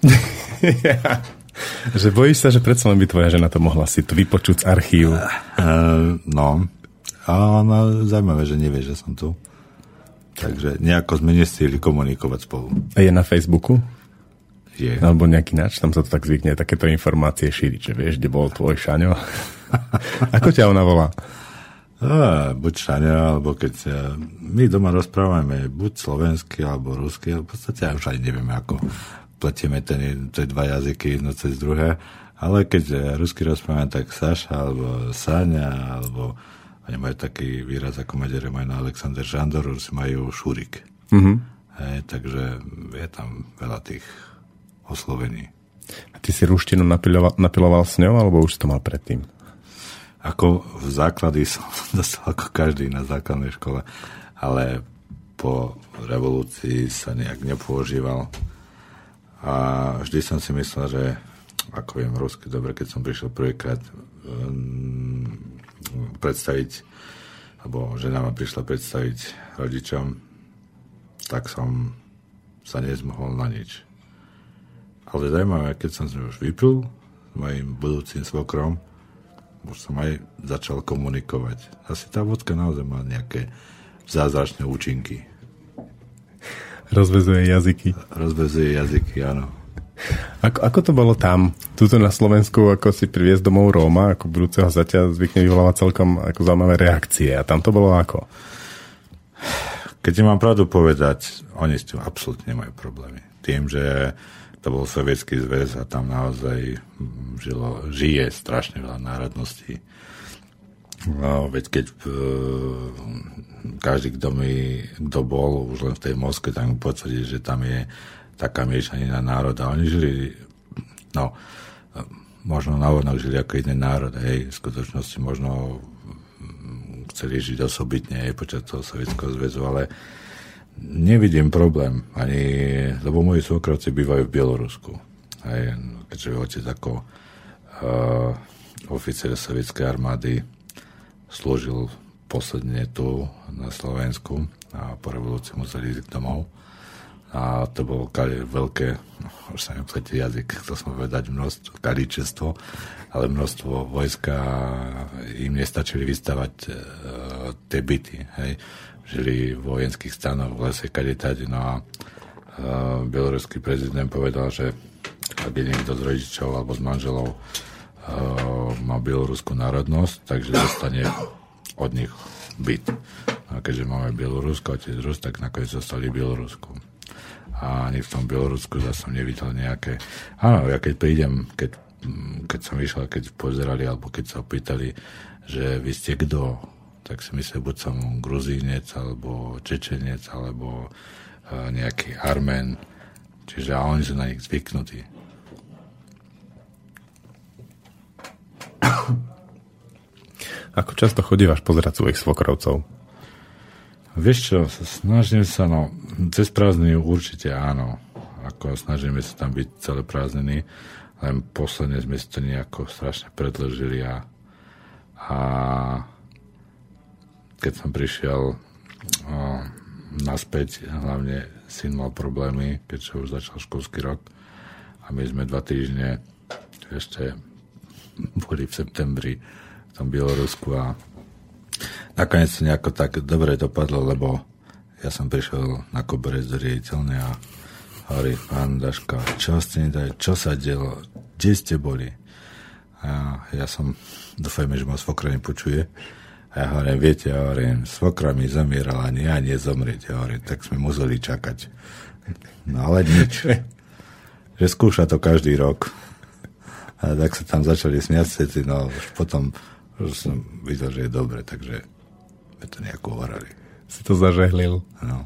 Ja. Že bojíš sa, že predsa len by tvoja žena to mohla si to vypočuť z archívu. Uh, no, a ona zaujímavé, že nevie, že som tu. Takže nejako sme nestihli komunikovať spolu. A je na Facebooku? Je. Alebo nejaký nač, tam sa to tak zvykne takéto informácie šíriť, že vieš, kde bol tvoj Šaňo. Ako ťa ona volá? A, buď Šaňo, alebo keď my doma rozprávame buď slovensky, alebo rusky, ale v podstate ja už ani nevieme, ako pletieme ten, tie dva jazyky jedno cez druhé, ale keď rusky rozprávame, tak Saša, alebo Sáňa, alebo oni majú taký výraz, ako Maďari majú na Alexander Žandor, Rusi majú Šurik. Mm-hmm. Hej, takže je tam veľa tých oslovení. A ty si ruštinu napiloval, napiloval s ňou, alebo už si to mal predtým? Ako v základy som dostal ako každý na základnej škole, ale po revolúcii sa nejak nepoužíval. A vždy som si myslel, že ako viem rusky dobre, keď som prišiel prvýkrát um, predstaviť, alebo žena ma prišla predstaviť rodičom, tak som sa nezmohol na nič. Ale zaujímavé, keď som už vypil s mojim budúcim svokrom, už som aj začal komunikovať. Asi tá vodka naozaj má nejaké zázračné účinky. Rozvezuje jazyky. Rozvezuje jazyky, áno. Ako, ako to bolo tam, tuto na Slovensku, ako si priviesť domov Róma, ako budúceho zaťa zvykne vyvolávať celkom ako zaujímavé reakcie. A tam to bolo ako? Keď ti mám pravdu povedať, oni s tým absolútne nemajú problémy. Tým, že to bol Sovietský zväz a tam naozaj žilo, žije strašne veľa národností. No, veď keď uh, každý, kto mi, kto bol už len v tej Moskve, tak mu potvrdí, že tam je taká miešanina národa. Oni žili, no, možno navodnok žili ako jeden národ, hej, v skutočnosti možno chceli žiť osobitne, hej, počas toho Sovietského zväzu, ale nevidím problém, ani, lebo moji svokrovci bývajú v Bielorusku. Hej, keďže otec ako uh, oficier sovietskej armády slúžil posledne tu na Slovensku a po revolúcii museli ísť domov. A to bolo kali, veľké, no, už sa mi pletí jazyk, to som povedať množstvo, kaličestvo, ale množstvo vojska, im nestačili vystavať uh, tie byty, hej. Žili v vojenských stanoch v lese kadetade, no a uh, bieloruský prezident povedal, že ak je niekto z rodičov alebo z manželov uh, má bieloruskú národnosť, takže dostane od nich byt. A keďže máme Bielorusko, otec Rus, tak nakoniec zostali v Bielorusku. A ani v tom Bielorusku zase som nevidel nejaké... Áno, ja keď prídem, keď, keď som išiel, keď pozerali, alebo keď sa opýtali, že vy ste kto, tak si myslím, buď som Gruzínec, alebo Čečenec, alebo uh, nejaký Armén. Čiže a oni sú na nich zvyknutí. Ako často chodívaš pozerať svojich svokrovcov? Vieš čo, snažím sa, no, cez prázdniny určite áno. Ako snažíme sa tam byť celé prázdniny, len posledne sme si to nejako strašne predĺžili a, a keď som prišiel o, naspäť, hlavne syn mal problémy, keďže už začal školský rok a my sme dva týždne ešte boli v septembri v tom Bielorusku a nakoniec to nejako tak dobre dopadlo, lebo ja som prišiel na koberec do riaditeľne a hovorí, pán Daško, čo ste nedali, čo sa dielo, kde ste boli? A ja som, dúfajme, že ma svokra nepočuje. A ja hovorím, viete, ja hovorím, svokra mi zomierala, nie, ja nezomrieť. Ja hovorím, tak sme museli čakať. No ale nič. Že skúša to každý rok. A tak sa tam začali smiať všetci, no už potom už som videl, že je dobre, takže sme to nejako uvarali. Si to zažehlil. No.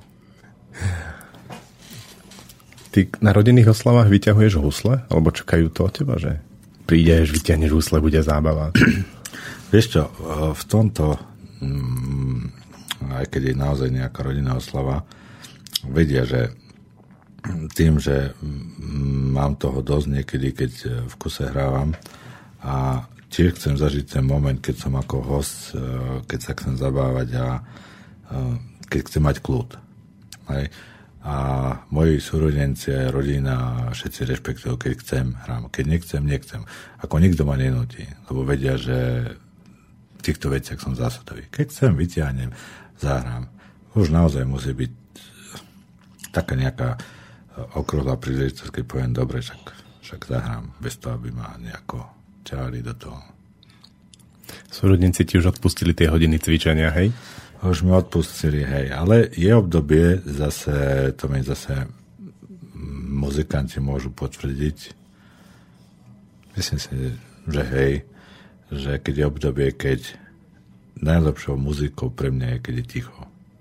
Ty na rodinných oslavách vyťahuješ husle? Alebo čakajú to od teba, že prídeš, vyťahneš husle, bude zábava? Vieš čo, v tomto, aj keď je naozaj nejaká rodinná oslava, vedia, že tým, že mám toho dosť niekedy, keď v kuse hrávam a tiež chcem zažiť ten moment, keď som ako host, keď sa chcem zabávať a keď chcem mať kľud. Hej. A moji súrodenci, rodina, všetci rešpektujú, keď chcem, hrám. Keď nechcem, nechcem. Ako nikto ma nenúti, lebo vedia, že v týchto veciach som zásadový. Keď chcem, vyťahnem, zahrám. Už naozaj musí byť taká nejaká okrúhla príležitosť, keď poviem, dobre, však, však zahrám, bez toho, aby ma nejako ťahali do toho. Súrodenci ti už odpustili tie hodiny cvičenia, hej? Už mi odpustili, hej, ale je obdobie, zase, to mi zase muzikanti môžu potvrdiť. Myslím si, že hej, že keď je obdobie, keď najlepšou muzikou pre mňa je, keď je ticho.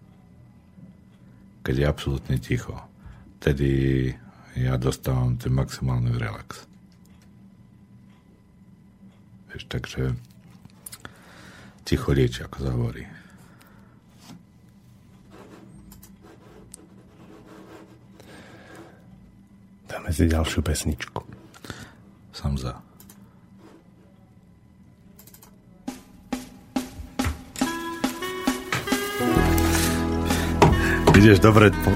Keď je absolútne ticho. Vtedy ja dostávam ten maximálny relax. Vieš, takže ticho lieči, ako sa hovorí. Dáme si ďalšiu pesničku. Som za. Ideš dobre po...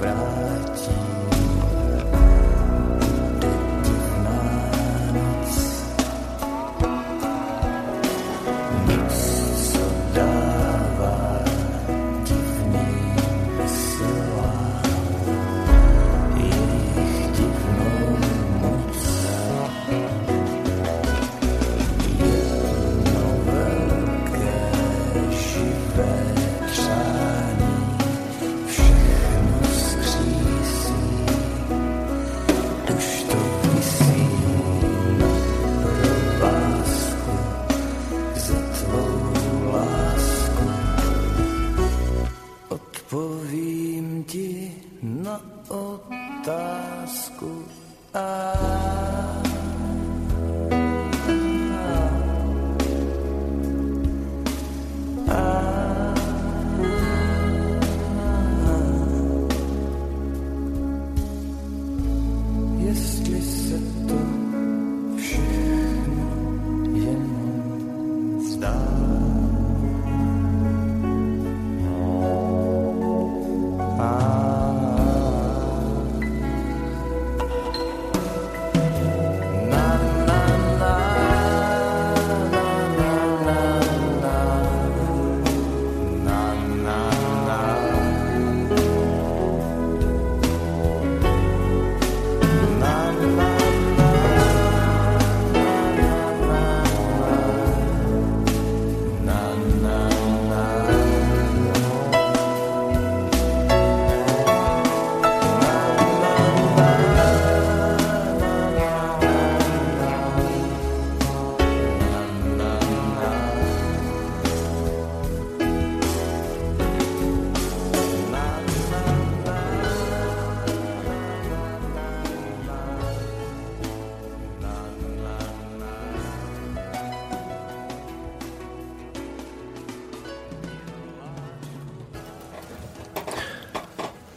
vrátí.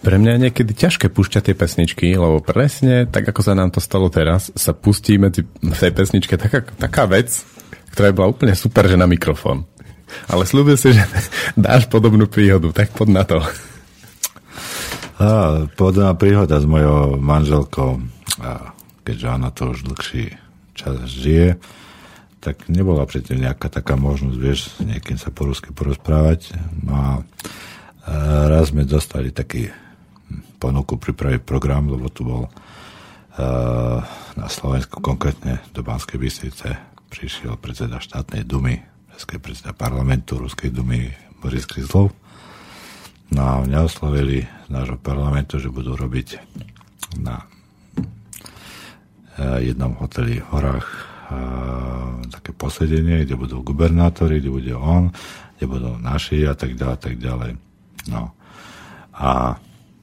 Pre mňa je niekedy ťažké púšťať tie pesničky, lebo presne, tak ako sa nám to stalo teraz, sa pustí medzi v tej pesničke taká, taká vec, ktorá bola úplne super, že na mikrofón. Ale slúbil si, že dáš podobnú príhodu, tak poď na to. Á, podobná príhoda s mojou manželkou, a keďže ona to už dlhší čas žije, tak nebola predtým nejaká taká možnosť, vieš, s niekým sa po rusky porozprávať. No a raz sme dostali taký ponuku pripraviť program, lebo tu bol uh, na Slovensku, konkrétne do Banskej Bystrice, prišiel predseda štátnej dumy, český predseda parlamentu Ruskej dumy Boris Gryzlov. No a mňa oslovili z nášho parlamentu, že budú robiť na uh, jednom hoteli v horách uh, také posedenie, kde budú gubernátori, kde bude on, kde budú naši a tak ďalej, tak ďalej. No. A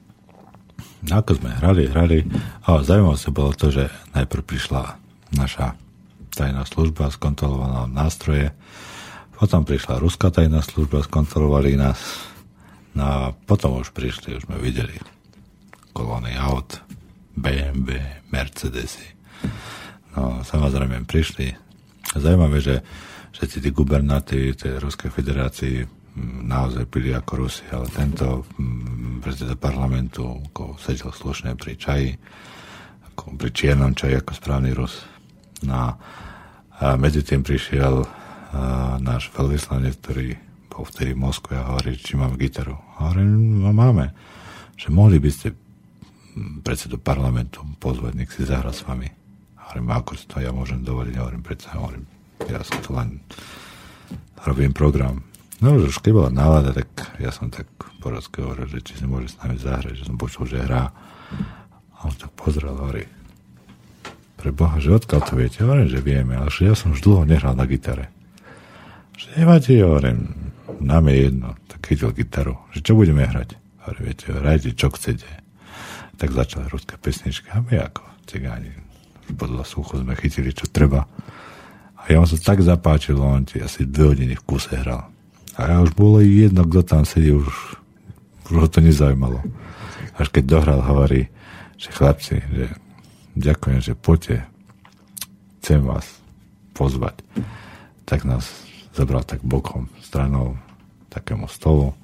ako sme hrali, hrali, a zaujímavé sa bolo to, že najprv prišla naša tajná služba, skontrolovala nástroje, potom prišla ruská tajná služba, skontrolovali nás, no a potom už prišli, už sme videli kolóny aut, bé em vé, Mercedesy. No, samozrejme prišli. Zaujímavé, že všetci tí gubernátori tej Ruskej federácii naozaj pili ako Rusi, ale tento predseda parlamentu ako sedel slušne pri čaji, ako pri čiernom čaji ako správny Rus. No a medzi tým prišiel a, náš veľvyslanec, ktorý bol vtedy v Moskve a hovorí, či mám gitaru. A hovorím, no máme. Že mohli by ste predsedu parlamentu pozvať, nech si zahra s vami. A hovorím, ako si to ja môžem dovoliť? Hovorím, predsa, hovorím, ja som to len robím program. No už keď bola nálada, tak ja som tak poradske hovoril, že či si môže s nami zahrať, že som počul, že hrá. A on tak pozrel, hovorí, pre Boha, že odkiaľ to viete? Hovorím, že vieme, ale že ja som už dlho nehral na gitare. Že nevadí, hovorím, nám je jedno, tak chytil gitaru, že čo budeme hrať? Hovorím, viete, hrajte, čo chcete. Tak začali ruské pesničky a my ako cigáni podľa sluchu sme chytili, čo treba. A ja mu sa tak zapáčilo, on ti asi dve hodiny v kuse hral. A ja už bolo jedno, kto tam sedí, už, už ho to nezaujímalo. Až keď dohral, hovorí, že chlapci, že ďakujem, že poďte, chcem vás pozvať. Tak nás zobral tak bokom, stranou, takému stolu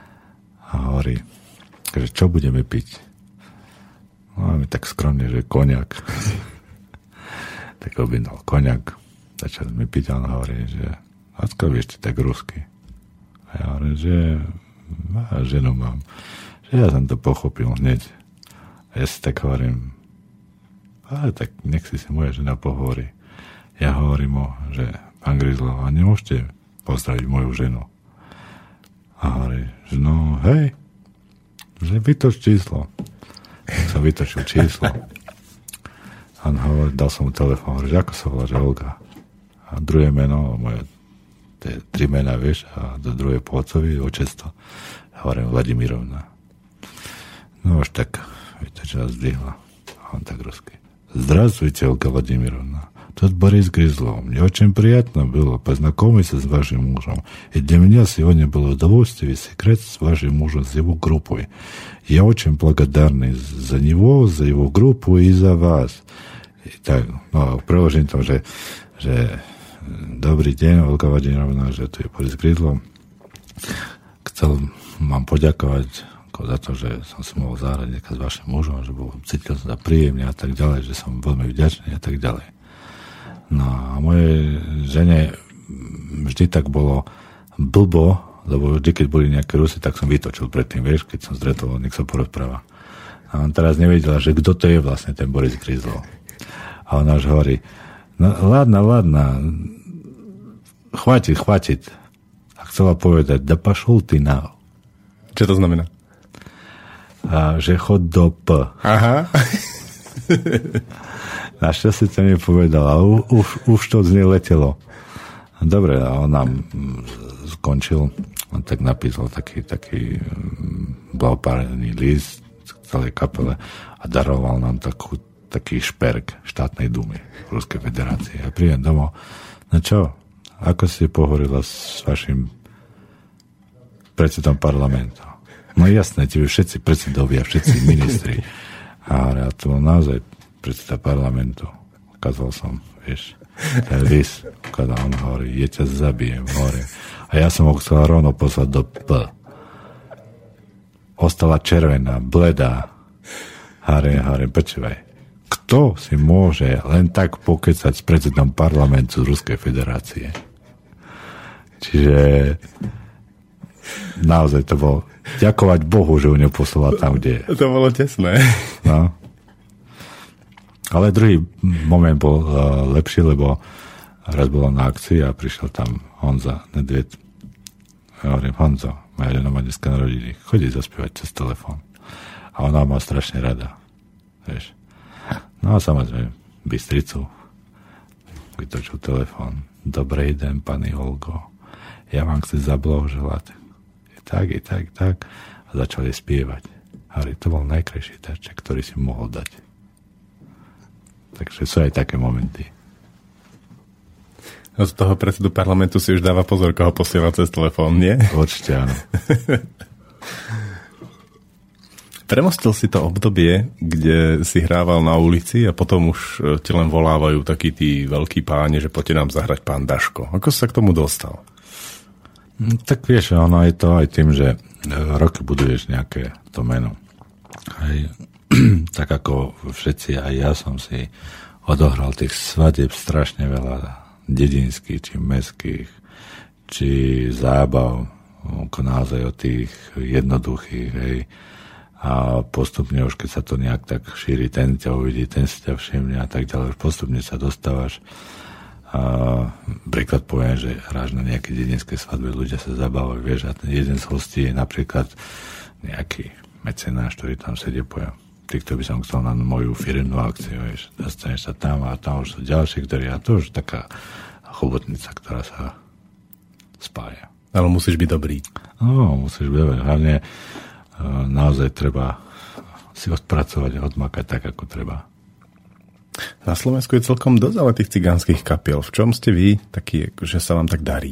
a hovorí, že čo budeme piť? No a my tak skromne, že koniak. Tak objednal koniak. Začali sme piť a on hovorí, že odkiaľ vieš tak rusky? A ja hovorím, že a ženu mám. Že ja som to pochopil hneď. A ja si tak hovorím, ale tak nech si si moja žena pohovorí. Ja hovorím mu, že pán Gryzlov, a nemôžete pozdraviť moju ženu. A hovorí, že no hej, že vytoč číslo. Som vytočil číslo. A on hovorí, dal som mu telefón, hovorí, že ako sa volá, že Olga. A druhé meno, moje tie tri mená, vieš, a do druhej pôcovi, očestvo. Hovorím, Vladimirovna. No už tak, viete, čo nás zdvihla. A on tak rusky. Здравствуйте, Olga Владимировна. Тут Борис Грызлов. Мне очень приятно было познакомиться с вашим мужем. И для меня сегодня было удовольствие сыграть с вашим мужем, с его группой. Я очень благодарный за него, за его группу и за вас. И так, ну, в приложении там же, že dobrý deň, Olga Vladimirovna, že tu je Boris Gryzlov. Chcel vám poďakovať za to, že som si mohol zahrať s vašim mužom, že bol, cítil som sa príjemne a tak ďalej, že som veľmi vďačný a tak ďalej. No a mojej žene vždy tak bolo blbo, lebo vždy, keď boli nejaké Rusy, tak som vytočil predtým, vieš, keď som zretol, nech sa porozpráva. A on teraz nevedela, že kto to je vlastne ten Boris Gryzlov. A ona už hovorí, no ladna, ladna, chvátiť, chvátiť. A chcela povedať, da pašol ty na... Čo to znamená? A že chod do P. Aha. Našťastie to mi povedala, už, už to z nej letelo. Dobre, a on nám skončil, on tak napísal taký, taký blahopárny list k celej kapele a daroval nám takú, taký šperk štátnej dumy v Ruskej federácii. A príjem domov, no čo, ako si pohovorila s vašim predsedom parlamentu? No jasné, tie všetci predsedovia, všetci ministri. A ja to bol naozaj predseda parlamentu. Ukázal som, vieš, ten list, ukázal, on hovorí, ja ťa zabijem, hovorí. A ja som ho chcel rovno poslať do P. Ostala červená, bledá. Hare, hare, počúvaj. Kto si môže len tak pokecať s predsedom parlamentu z Ruskej federácie? Čiže naozaj to bol ďakovať Bohu, že u ňu poslala tam, kde... To bolo tesné. No. Ale druhý moment bol uh, lepší, lebo raz bolo na akcii a prišiel tam Honza Nedvied. Ja hovorím, Honzo, moja žena má dneska narodiny, chodí zaspievať cez telefón. A ona má strašne rada. Vieš. No a samozrejme, Bystricu. Vytočil telefón. Dobrý den, pani Olgo. Ja vám chcem zablahoželať. Je tak, je tak, tak. A začali spievať. Ale to bol najkrajší darček, ktorý si mohol dať. Takže sú aj také momenty. No z toho predsedu parlamentu si už dáva pozor, koho posiela cez telefón, nie? Určite áno. Premostil si to obdobie, kde si hrával na ulici a potom už ti len volávajú takí tí veľkí páni, že poďte nám zahrať pán Daško. Ako si sa k tomu dostal? Tak vieš, ono je to aj tým, že roky buduješ nejaké to meno. Aj, tak ako všetci, aj ja som si odohral tých svadieb strašne veľa, dedinských, či mestských, či zábav, ako naozaj o tých jednoduchých, hej. A postupne už, keď sa to nejak tak šíri, ten ťa uvidí, ten si ťa všimne a tak ďalej, postupne sa dostávaš. A príklad poviem, že hráš na nejaké dedinské svadbe, ľudia sa zabávajú, vieš, a ten jeden z hostí je napríklad nejaký mecenáš, ktorý tam sedie, poviem, týchto by som chcel na moju firemnú akciu, vieš, dostaneš sa tam a tam už sú ďalší, ktorí, a to už taká chobotnica, ktorá sa spája. Ale musíš byť dobrý. No, musíš byť dobrý, hlavne naozaj treba si odpracovať a odmakať tak, ako treba. Na Slovensku je celkom dosť ale tých cigánskych kapiel. V čom ste vy takí, že sa vám tak darí?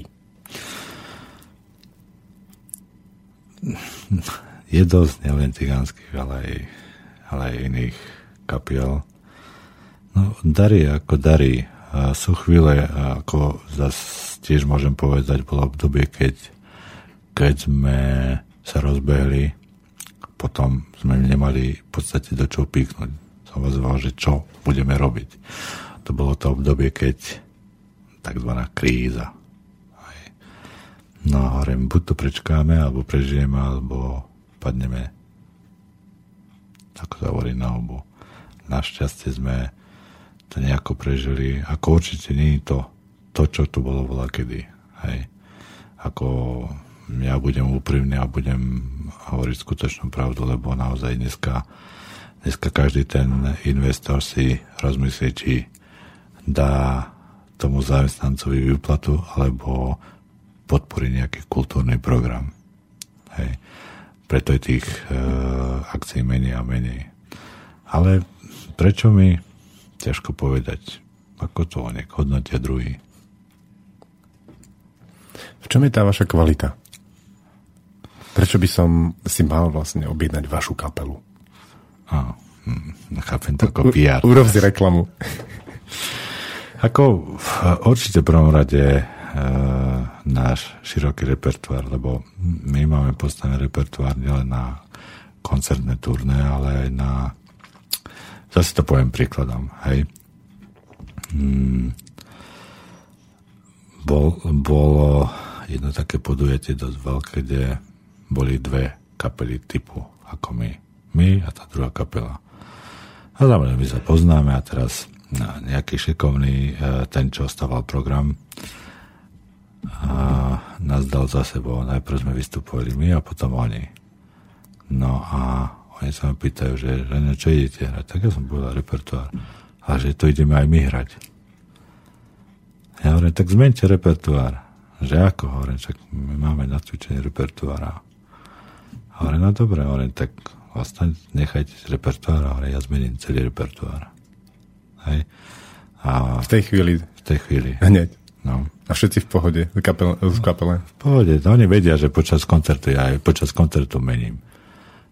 Je dosť nielen cigánskych, ale aj, ale aj iných kapiel. No, darí ako darí. A sú chvíle, ako zase tiež môžem povedať, bolo obdobie, keď, keď sme sa rozbehli, potom sme nemali v podstate do čoho píknuť. Som vás že čo budeme robiť. To bolo to obdobie, keď takzvaná kríza. No a hovorím, buď to prečkáme, alebo prežijeme, alebo padneme, ako sa hovorí, na obu. Našťastie sme to nejako prežili. Ako určite nie je to, to čo tu bolo voľakedy. Hej. Ako ja budem úprimný a budem hovoriť skutočnú pravdu, lebo naozaj dneska, dneska každý ten investor si rozmyslí, či dá tomu zamestnancovi výplatu, alebo podporí nejaký kultúrny program. Hej. Preto je tých e, akcií menej a menej. Ale prečo mi ťažko povedať, ako to nejak hodnotia druhý. V čom je tá vaša kvalita? Prečo by som si mal vlastne objednať vašu kapelu? Á, hm, chápem to ako pé er. Urob si reklamu. Ako určite v prvom rade e, náš široký repertoár, lebo my máme postavený repertoár nielen na koncertné turné, ale aj na, zase to poviem príkladom, hej. Hmm, bol, bolo jedno také podujatie dosť veľké, kde boli dve kapely typu ako my. My a tá druhá kapela. A znamená, my sa poznáme a teraz nejaký šikovný ten, čo stával program, a nás dal za sebou. Najprv sme vystupovali my a potom oni. No a oni sa ma pýtajú, že, že čo idete hrať? Tak ja som povedal repertoár. A že to ideme aj my hrať. Ja hovorím, tak zmeňte repertoár. Že ako? Hovorím, tak my máme nacvičený repertoár. A hovorím, no dobre, hovorím, tak vlastne nechajte si repertoár a hovorím, ja zmením celý repertoár. Hej. A v tej chvíli? V tej chvíli. Hneď. No. A všetci v pohode, v kapele? V kapele. V pohode, no oni vedia, že počas koncertu, ja aj počas koncertu mením.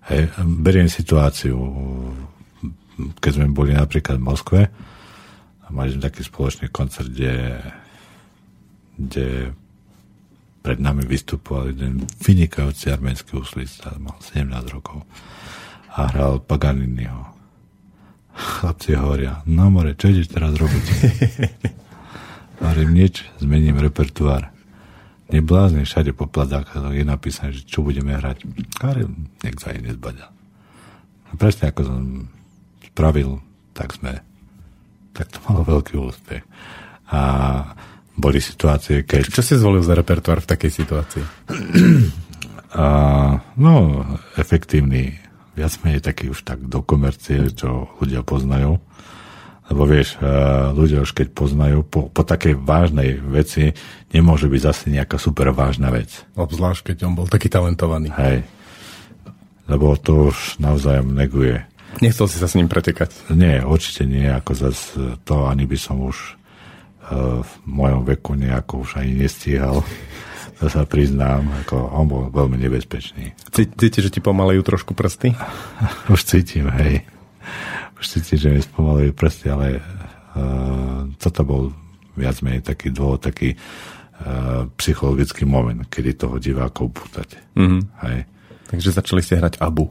Hej, beriem situáciu, keď sme boli napríklad v Moskve a mali sme taký spoločný koncert, kde, kde pred nami vystupoval jeden vynikajúci arménsky huslista, mal sedemnásť rokov a hral Paganiniho. Chlapci hovoria, no more, čo ideš teraz robiť? Hovorím, nič, zmením repertoár. Neblázni, všade po pladákach je napísané, že čo budeme hrať. Hovorím, nech sa aj nezbadia. A presne ako som spravil, tak sme, tak to malo veľký úspech. A boli situácie, keď... Čo si zvolil za repertoár v takej situácii? A, no, efektívny, viac menej taký už tak do komercie, čo ľudia poznajú. Lebo vieš, ľudia už keď poznajú, po, po takej vážnej veci nemôže byť zase nejaká super vážna vec. Obzvlášť, keď on bol taký talentovaný. Hej. Lebo to už navzájom neguje. Nechcel si sa s ním pretekať? Nie, určite nie. Ako zase to ani by som už uh, v mojom veku nejako už ani nestíhal. To sa priznám, ako on bol veľmi nebezpečný. Cítiš, že ti pomalejú trošku prsty? Už cítim, hej. Už cítim, že mi spomalejú prsty, ale uh, toto bol viac menej taký dôvod, taký uh, psychologický moment, kedy toho diváka upútať. Mm-hmm. Hej. Takže začali ste hrať Abu.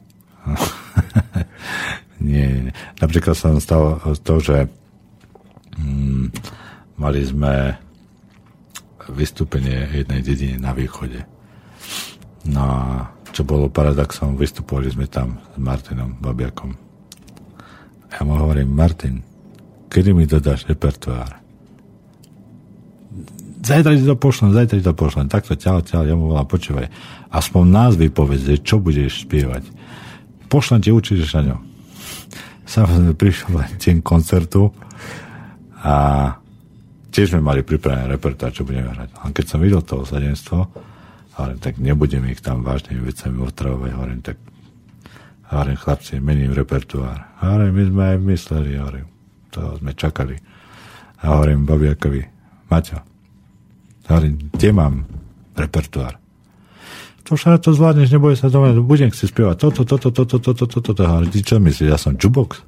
nie, nie. Napríklad sa stalo to, že mm, mali sme vystúpenie jednej dediny na východe. No a čo bolo paradoxom, vystupovali sme tam s Martinom Babiakom. Ja mu hovorím, Martin, kedy mi dodáš repertoár? Zajtra ti to pošlem, zajtra ti to pošlem. Takto ťaľ, ťaľ, ja mu volám, počúvaj. Aspoň názvy povedz, čo budeš spievať. Pošlem ti, učíš na ňo. Samozrejme, prišiel len deň koncertu a tiež sme mali pripravené repertoár, čo budeme hrať. A keď som videl to osadenstvo, hovorím, tak nebudem ich tam vážnymi vecami otravovať. Hovorím, tak hovorím, chlapci, mením repertoár. Hovorím, my sme aj mysleli, hovorím, to sme čakali. A hovorím Babiakovi, Maťo, hovorím, kde mám repertoár? To však to zvládneš, neboj sa doma, budem si spievať toto, toto, toto, toto, toto, toto. Hovorím, ty čo myslíš, ja som jukebox?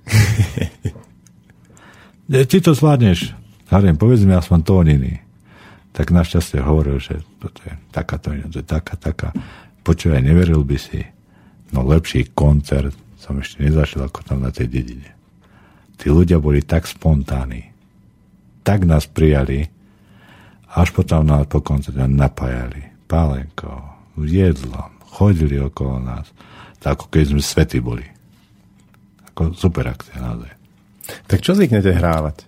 Ty to zvládneš. Hovorím, povedz mi aspoň tóniny. Tak našťastie hovoril, že toto je taká tónina, to je taká, taká. Počúvaj, neveril by si, no lepší koncert som ešte nezažil ako tam na tej dedine. Tí ľudia boli tak spontánni, tak nás prijali, až potom nás po koncerte napájali pálenkou, jedlom, chodili okolo nás, tak ako keď sme svety boli. Ako super akcia naozaj. Tak čo zvyknete hrávať?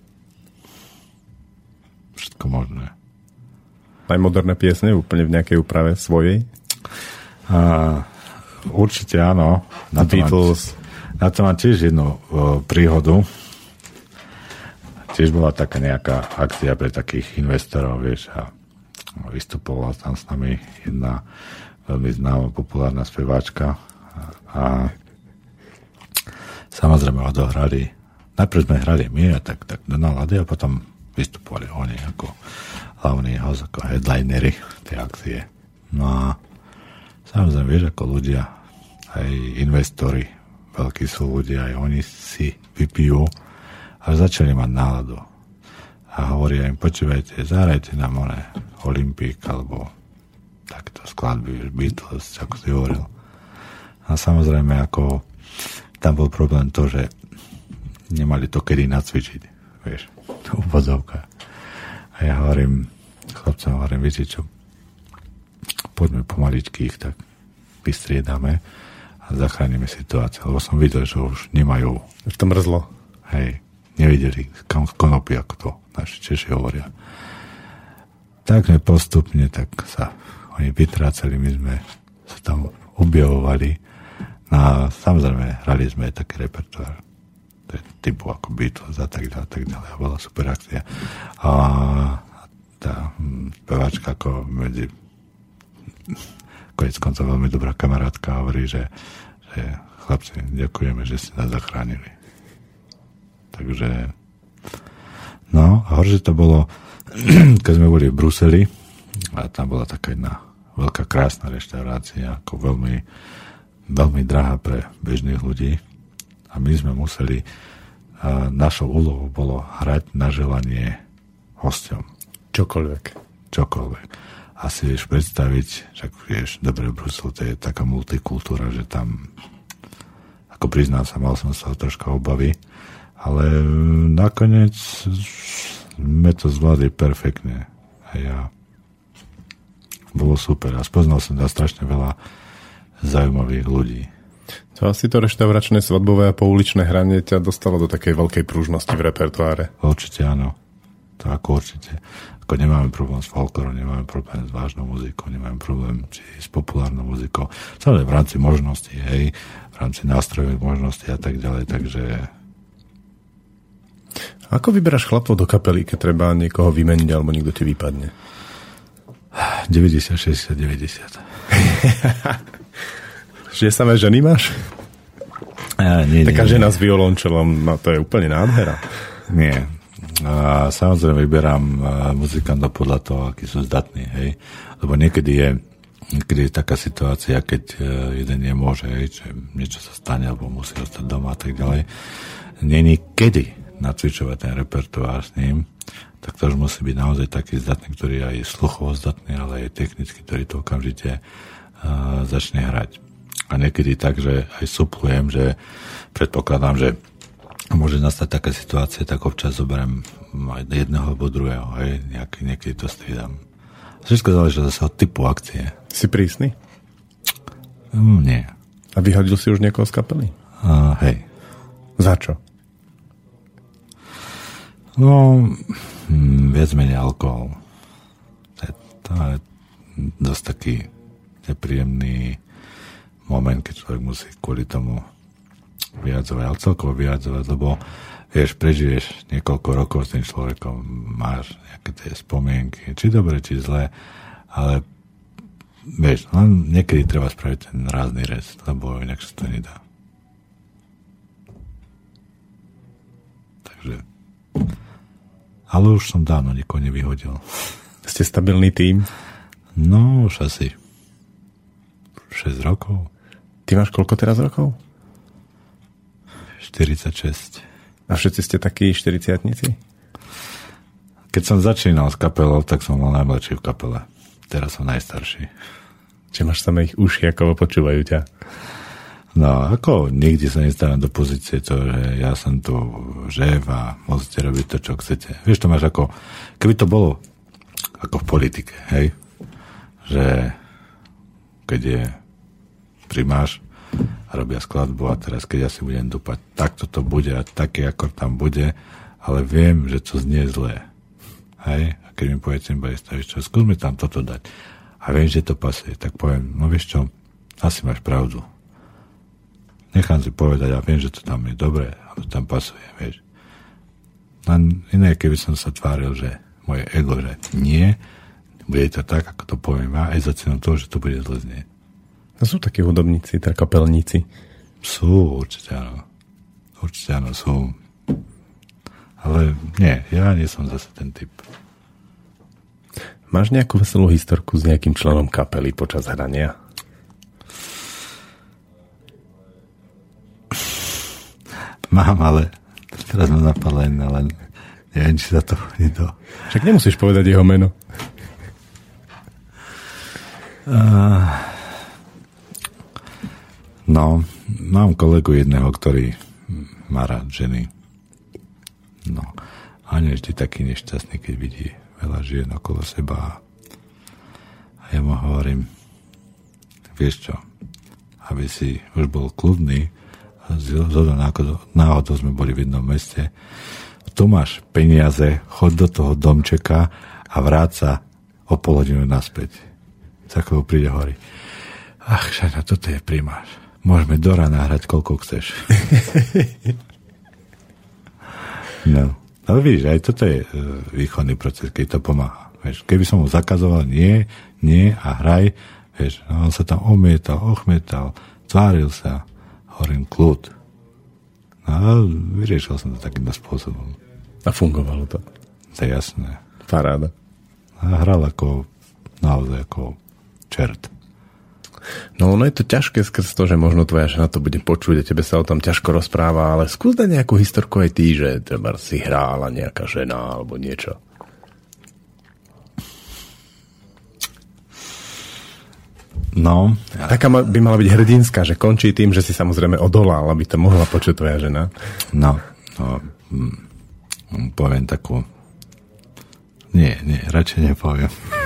Všetko možné. Aj moderné piesne úplne v nejakej úprave svojej? A, určite áno. Na to, mám, na to mám tiež jednu o, príhodu. Tiež bola taká nejaká akcia pre takých investorov, vieš, a vystupovala tam s nami jedna veľmi známa populárna speváčka a, a samozrejme odohrali. Najprv sme hrali my a tak, tak do nálady a potom vystupovali oni ako hlavný host, ako headlinery tej akcie. No a samozrejme, vieš, ako ľudia, aj investori, veľkí sú ľudia, aj oni si vypijú a začali mať náladu. A hovoria im, počúvajte, zahrajte nám one Olympik, alebo takto skladby, Beatles, ako si hovoril. A samozrejme, ako tam bol problém to, že nemali to kedy nacvičiť, vieš, to úvodzovka. A ja hovorím, chlapcom hovorím, viete čo, poďme pomaličky ich tak vystriedame a zachránime situáciu, lebo som videl, že už nemajú. Už to mrzlo. Hej, nevideli konopy, ako to naši Češi hovoria. Tak sme postupne, tak sa oni vytrácali, my sme sa tam objavovali. No a samozrejme, hrali sme taký repertoár typu ako Beatles a tak ďalej, tak ďalej. Bola super akcia. A tá speváčka ako medzi konec koncov veľmi dobrá kamarátka hovorí, že, že chlapci, ďakujeme, že ste nás zachránili. Takže no, a horšie to bolo keď sme boli v Bruseli a tam bola taká jedna veľká krásna reštaurácia, ako veľmi veľmi drahá pre bežných ľudí a my sme museli, a našou úlohou bolo hrať na želanie hosťom. Čokoľvek. Čokoľvek. A si vieš predstaviť, že vieš, dobre, Brusel, to je taká multikultúra, že tam, ako priznám sa, mal som sa troška obavy, ale nakoniec sme to zvládli perfektne. A ja bolo super. A spoznal som tam strašne veľa zaujímavých ľudí. To asi to reštauračné, svadbové a pouličné hranie ťa dostalo do takej veľkej pružnosti v repertoáre. Určite áno. To ako určite. Ako nemáme problém s folklorom, nemáme problém s vážnou muzikou, nemáme problém či s populárnou muzikou. Celé v rámci možností, hej, v rámci nástrojových možností a tak ďalej, takže... Ako vyberáš chlapov do kapely, keď treba niekoho vymeniť, alebo niekto ti vypadne? deväťdesiat, šesťdesiat, deväťdesiat. Že samé ženy máš? Ja, nie, Taká nie, žena nie. s violončelom, no to je úplne nádhera. Nie. A samozrejme vyberám muzikantov podľa toho, akí sú zdatní, hej. Lebo niekedy je, niekedy je taká situácia, keď jeden nemôže, hej, že niečo sa stane, alebo musí ostať doma a tak ďalej. Není kedy nacvičovať ten repertoár s ním, tak to už musí byť naozaj taký zdatný, ktorý aj sluchovo zdatný, ale aj technicky, ktorý to okamžite uh, začne hrať. A niekedy tak, že aj suplujem, že predpokladám, že môže nastať taká situácia, tak občas zoberiem aj jedného alebo druhého, hej, nejaký, niekedy to striedam. Všetko záleží zase od typu akcie. Si prísny? Mm, nie. A vyhodil si už niekoho z kapely? Uh, hej. Za čo? No, hm, viac menej alkohol. To je, to je dosť taký nepríjemný moment, keď človek musí kvôli tomu vyjadzovať, ale celkovo vyjadzovať, lebo vieš, prežiješ niekoľko rokov s tým človekom, máš nejaké tie spomienky, či dobre, či zlé, ale vieš, len niekedy treba spraviť ten rázny rez, lebo inak sa to nedá. Takže ale už som dávno nikoho nevyhodil. Ste stabilný tím? No, už asi šesť rokov. Ty máš koľko teraz rokov? štyridsaťšesť. A všetci ste takí štyridsiatnici? Keď som začínal s kapelou, tak som bol najmladší v kapele. Teraz som najstarší. Čiže máš samé ich uši, ako počúvajú ťa? No, ako nikdy sa nestávam do pozície to, že ja som tu žév a môžete robiť to, čo chcete. Vieš, to máš ako, keby to bolo ako v politike, hej? Že keď je primáš a robia skladbu a teraz keď ja si budem dúpať, takto to bude a taký akord tam bude, ale viem, že to znie zlé. Hej? A keď mi povie cymbalista, vieš čo, skúsme tam toto dať. A viem, že to pasuje, tak poviem, no vieš čo, asi máš pravdu. Nechám si povedať a viem, že to tam je dobré a to tam pasuje, vieš. Len iné, keby som sa tváril, že moje ego, že nie, bude to tak, ako to poviem ja, aj za cenu toho, že to bude zle znieť. To sú takí hudobníci, teda kapelníci. Sú, určite áno. Určite áno, sú. Ale nie, ja nie som zase ten typ. Máš nejakú veselú historku s nejakým členom kapely počas hrania? Mám, ale teraz ma napadla jedna, len neviem, či sa to nedá. Však nemusíš povedať jeho meno. Uh, no, mám kolegu jedného, ktorý má rád ženy. No, a nie vždy taký nešťastný, keď vidí veľa žien okolo seba. A ja mu hovorím, vieš čo, aby si už bol kľudný, zhodou náhodou sme boli v jednom meste. Tu máš peniaze, chod do toho domčeka a vráť sa o pol hodinu naspäť. Za chvíľu príde hovorí, ach, Šajna, toto je primáš. Môžeme do rána hrať, koľko chceš. No, ale vidíš, aj toto je výchovný proces, keď to pomáha. Vieš, keby som mu zakazoval, nie, nie a hraj, vieš, no, on sa tam omietal, ochmietal, tváril sa. Hovorím, kľud. No a vyriešil som to takýmto spôsobom. A fungovalo to. To je jasné. Paráda. A hral ako, naozaj ako čert. No, ono je to ťažké skrz to, že možno tvoja žena to bude počuť a tebe sa o tom ťažko rozpráva, ale skús dať nejakú historku aj ty, že treba si hrála nejaká žena alebo niečo. No. Taká by mala byť hrdinská, že končí tým, že si samozrejme odolal, aby to mohla počuť tvoja žena. No, no hm, poviem takú... Nie, nie, radšej nepoviem.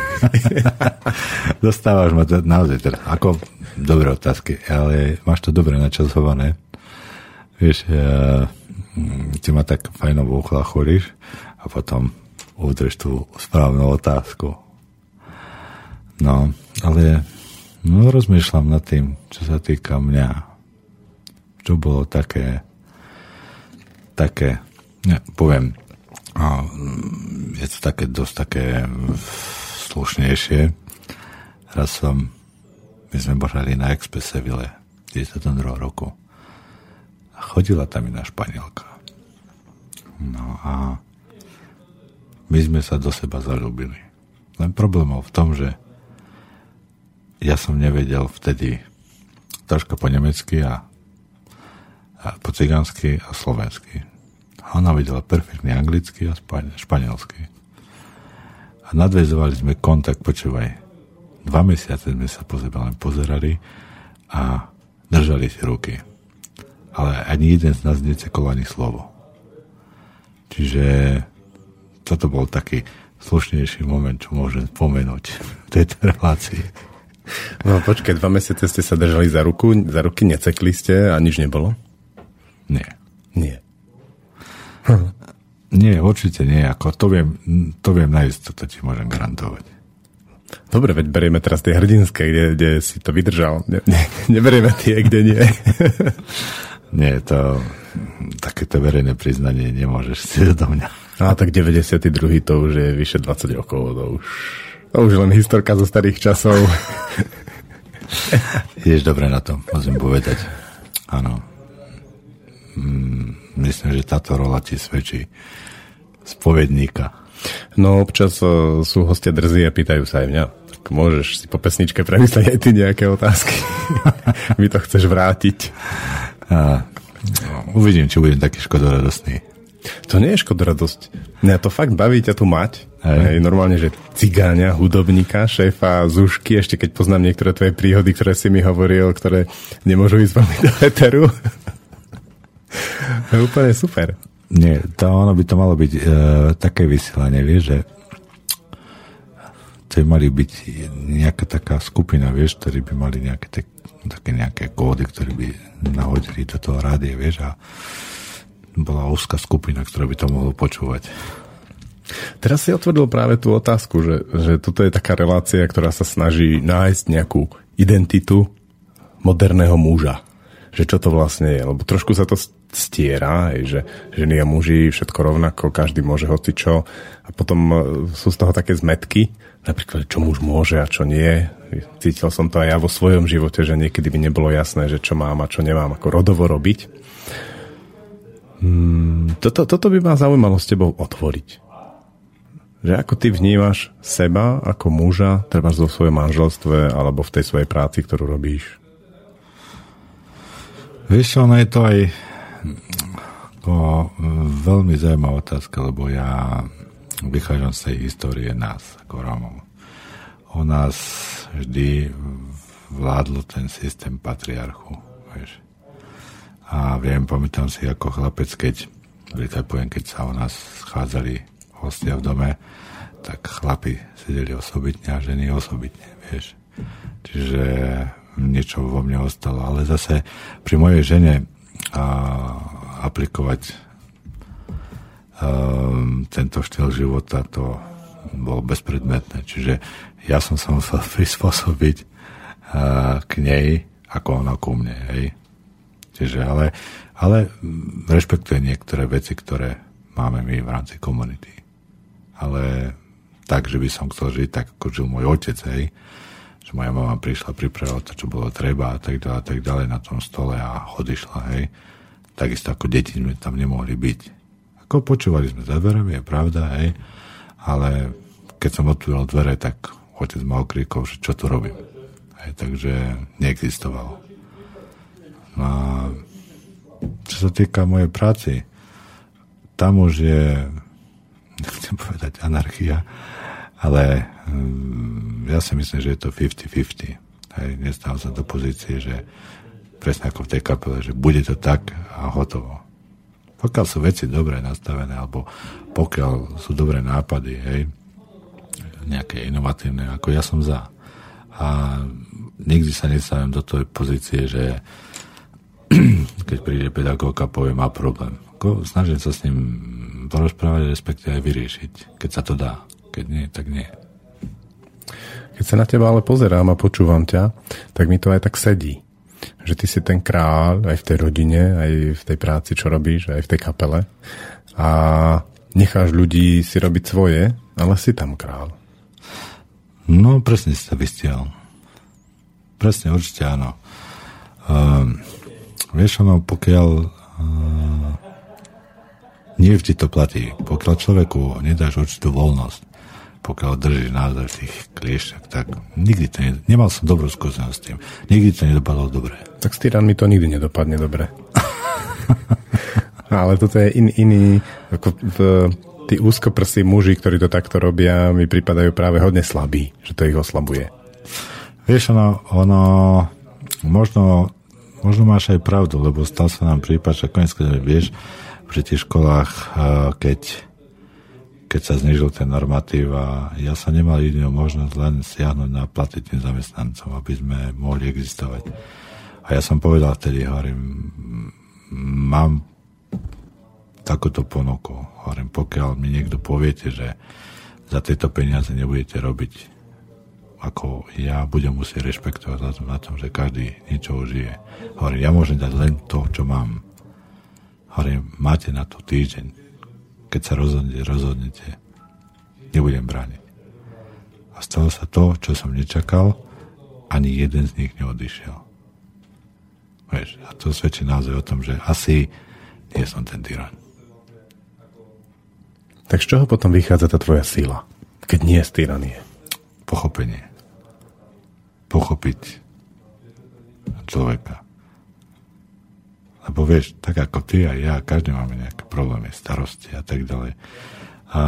Dostávaš ma to naozaj teda, ako dobré otázky, ale máš to dobre načasované. Vieš, ja, ty ma tak fajnovo uchlachoríš a potom udreš tú správnu otázku. No, ale no, rozmýšľam nad tým, čo sa týka mňa. Čo bolo také také, ne, poviem, a je to také dosť také slušnejšie. Raz som, my sme boli na Expe Seville v deväťdesiatom druhom roku a chodila tam iná Španielka. No a my sme sa do seba zaľúbili. Len problém v tom, že ja som nevedel vtedy troška po nemecky a, a po cigánsky a slovensky. A ona vedela perfektne anglicky a španielsky. A nadväzovali sme kontakt, počúvaj. Dva mesiace sme sa po sebe len pozerali a držali si ruky. Ale ani jeden z nás necekol ani slovo. Čiže toto bol taký slušnejší moment, čo môžem spomenúť v tejto relácii. No počkaj, dva mesiace ste sa držali za ruku, za ruky necekli ste a nič nebolo? Nie. Nie. Hm. Nie, určite nie. Ako to viem, to viem nájsť, to ti môžem garantovať. Dobre, veď berieme teraz tie hrdinské, kde, kde si to vydržal. Ne, ne, neberieme tie, kde nie. Nie, to takéto verejné priznanie nemôžeš si do mňa. A tak deväťdesiaty druhý to už je vyše dvadsať rokov. To už, to už len historka zo starých časov. Ideš dobre na to, musím povedať. Áno. Myslím, že táto rola ti svedčí spovedníka. No občas uh, sú hostia drzí a pýtajú sa aj mňa. Tak môžeš si po pesničke premyslieť aj ty nejaké otázky. Mi to chceš vrátiť. A, no, uvidím, či budem taký škodoradostný. To nie je škodoradosť. Mňa to fakt baví ťa tu mať. Hej. Hej, normálne, že cigáňa, hudobníka, šéfa Zušky, ešte keď poznám niektoré tvoje príhody, ktoré si mi hovoril, ktoré nemôžu ísť veľmi do éteru. To je úplne super. Nie, to ono by to malo byť e, také vysielanie, vieš, že to by mali byť nejaká taká skupina, vieš, ktorí by mali nejaké tak, také nejaké kódy, ktorí by nahodili do toho rádia, vieš, a bola úzka skupina, ktorá by to mohlo počúvať. Teraz si otvoril práve tú otázku, že, že toto je taká relácia, ktorá sa snaží nájsť nejakú identitu moderného muža. Že čo to vlastne je, lebo trošku sa to stiera, že ženy a muži všetko rovnako, každý môže hocičo a potom sú z toho také zmetky, napríklad čo muž môže a čo nie. Cítil som to aj ja vo svojom živote, že niekedy by nebolo jasné, že čo mám a čo nemám ako rodovo robiť. Hmm, toto, toto by ma zaujímalo s tebou otvoriť. Že ako ty vnímaš seba ako muža, treba vo svojom manželstve alebo v tej svojej práci, ktorú robíš? Vieš, ono je to aj o, veľmi zaujímavá otázka, lebo ja vychádzam z tej histórie nás, ako Rómov. U nás vždy vládlo ten systém patriarchu, vieš. A viem, pamätám si ako chlapec, keď, poviem, keď sa u nás schádzali hostia v dome, tak chlapi sedeli osobitne a ženy osobitne, vieš. Čiže niečo vo mne ostalo, ale zase pri mojej žene a, aplikovať a, tento štýl života, to bolo bezpredmetné. Čiže ja som sa musel prispôsobiť a, k nej, ako ona ku mne, hej. Čiže, ale, ale rešpektujem niektoré veci, ktoré máme my v rámci komunity. Ale tak, že by som chcel žiť tak, ako žil môj otec, hej, že moja mama prišla, pripravila to, čo bolo treba a tak ďalej, a tak ďalej na tom stole a odišla, hej. Takisto ako deti sme tam nemohli byť. Ako počúvali sme za dverami, je pravda, hej, ale keď som otvoril dvere, tak otec ma okríkol, že čo tu robím, Aj, takže neexistoval. No a čo sa týka mojej práci, tam už je, nechcem povedať anarchia, ale um, ja si myslím, že je to päťdesiat päťdesiat. Hej, nestávam sa do pozície, že presne ako v tej kapele, že bude to tak a hotovo. Pokiaľ sú veci dobre nastavené, alebo pokiaľ sú dobré nápady, hej, nejaké inovatívne, ako ja som za. A nikdy sa nestavím do tej pozície, že keď príde pedagóg a povie, má problém. Snažím sa s ním porozprávať, respektíve aj vyriešiť, keď sa to dá. Keď nie, tak nie. Keď sa na teba ale pozerám a počúvam ťa, tak mi to aj tak sedí. Že ty si ten kráľ aj v tej rodine, aj v tej práci, čo robíš, aj v tej kapele. A necháš ľudí si robiť svoje, ale si tam kráľ. No, presne si sa vystiel. Presne, určite áno. Um, Vieš, ono, pokiaľ uh, nie vždy to platí. Pokiaľ človeku nedáš určitú voľnosť, pokiaľ držíš naozaj v tých kliešťach, tak nikdy to ne, nemal som dobrú skúsenosť s tým. Nikdy to nedopadlo dobre. Tak s tyranmi to nikdy nedopadne dobre. Ale toto je in, iný, ako v, tí úzkoprsí muži, ktorí to takto robia, mi pripadajú práve hodne slabí, že to ich oslabuje. Vieš, ono, ono možno Možno máš aj pravdu, lebo stal sa nám prípad, že konec, vieš, pri tých školách, keď, keď sa znižil ten normatív a ja sa nemal jedinú možnosť len siahnuť na platy tým zamestnancom, aby sme mohli existovať. A ja som povedal vtedy, hovorím, mám takúto ponuku, hovorím, pokiaľ mi niekto poviete, že za tieto peniaze nebudete robiť, ako ja budem musieť rešpektovať na tom, že každý niečo užije. Hovorím, ja môžem dať len to, čo mám. Hovorím, máte na to týždeň. Keď sa rozhodnete, rozhodnete. Nebudem brániť. A stalo sa to, čo som nečakal, ani jeden z nich neodišiel. Vieš, a to svedčí naozaj o tom, že asi nie som ten tyran. Tak z čoho potom vychádza tá tvoja sila, keď nie z tyranie? Pochopenie. Pochopiť človeka. Lebo vieš, tak ako ty a ja, každý máme nejaké problémy, starosti a tak ďalej. A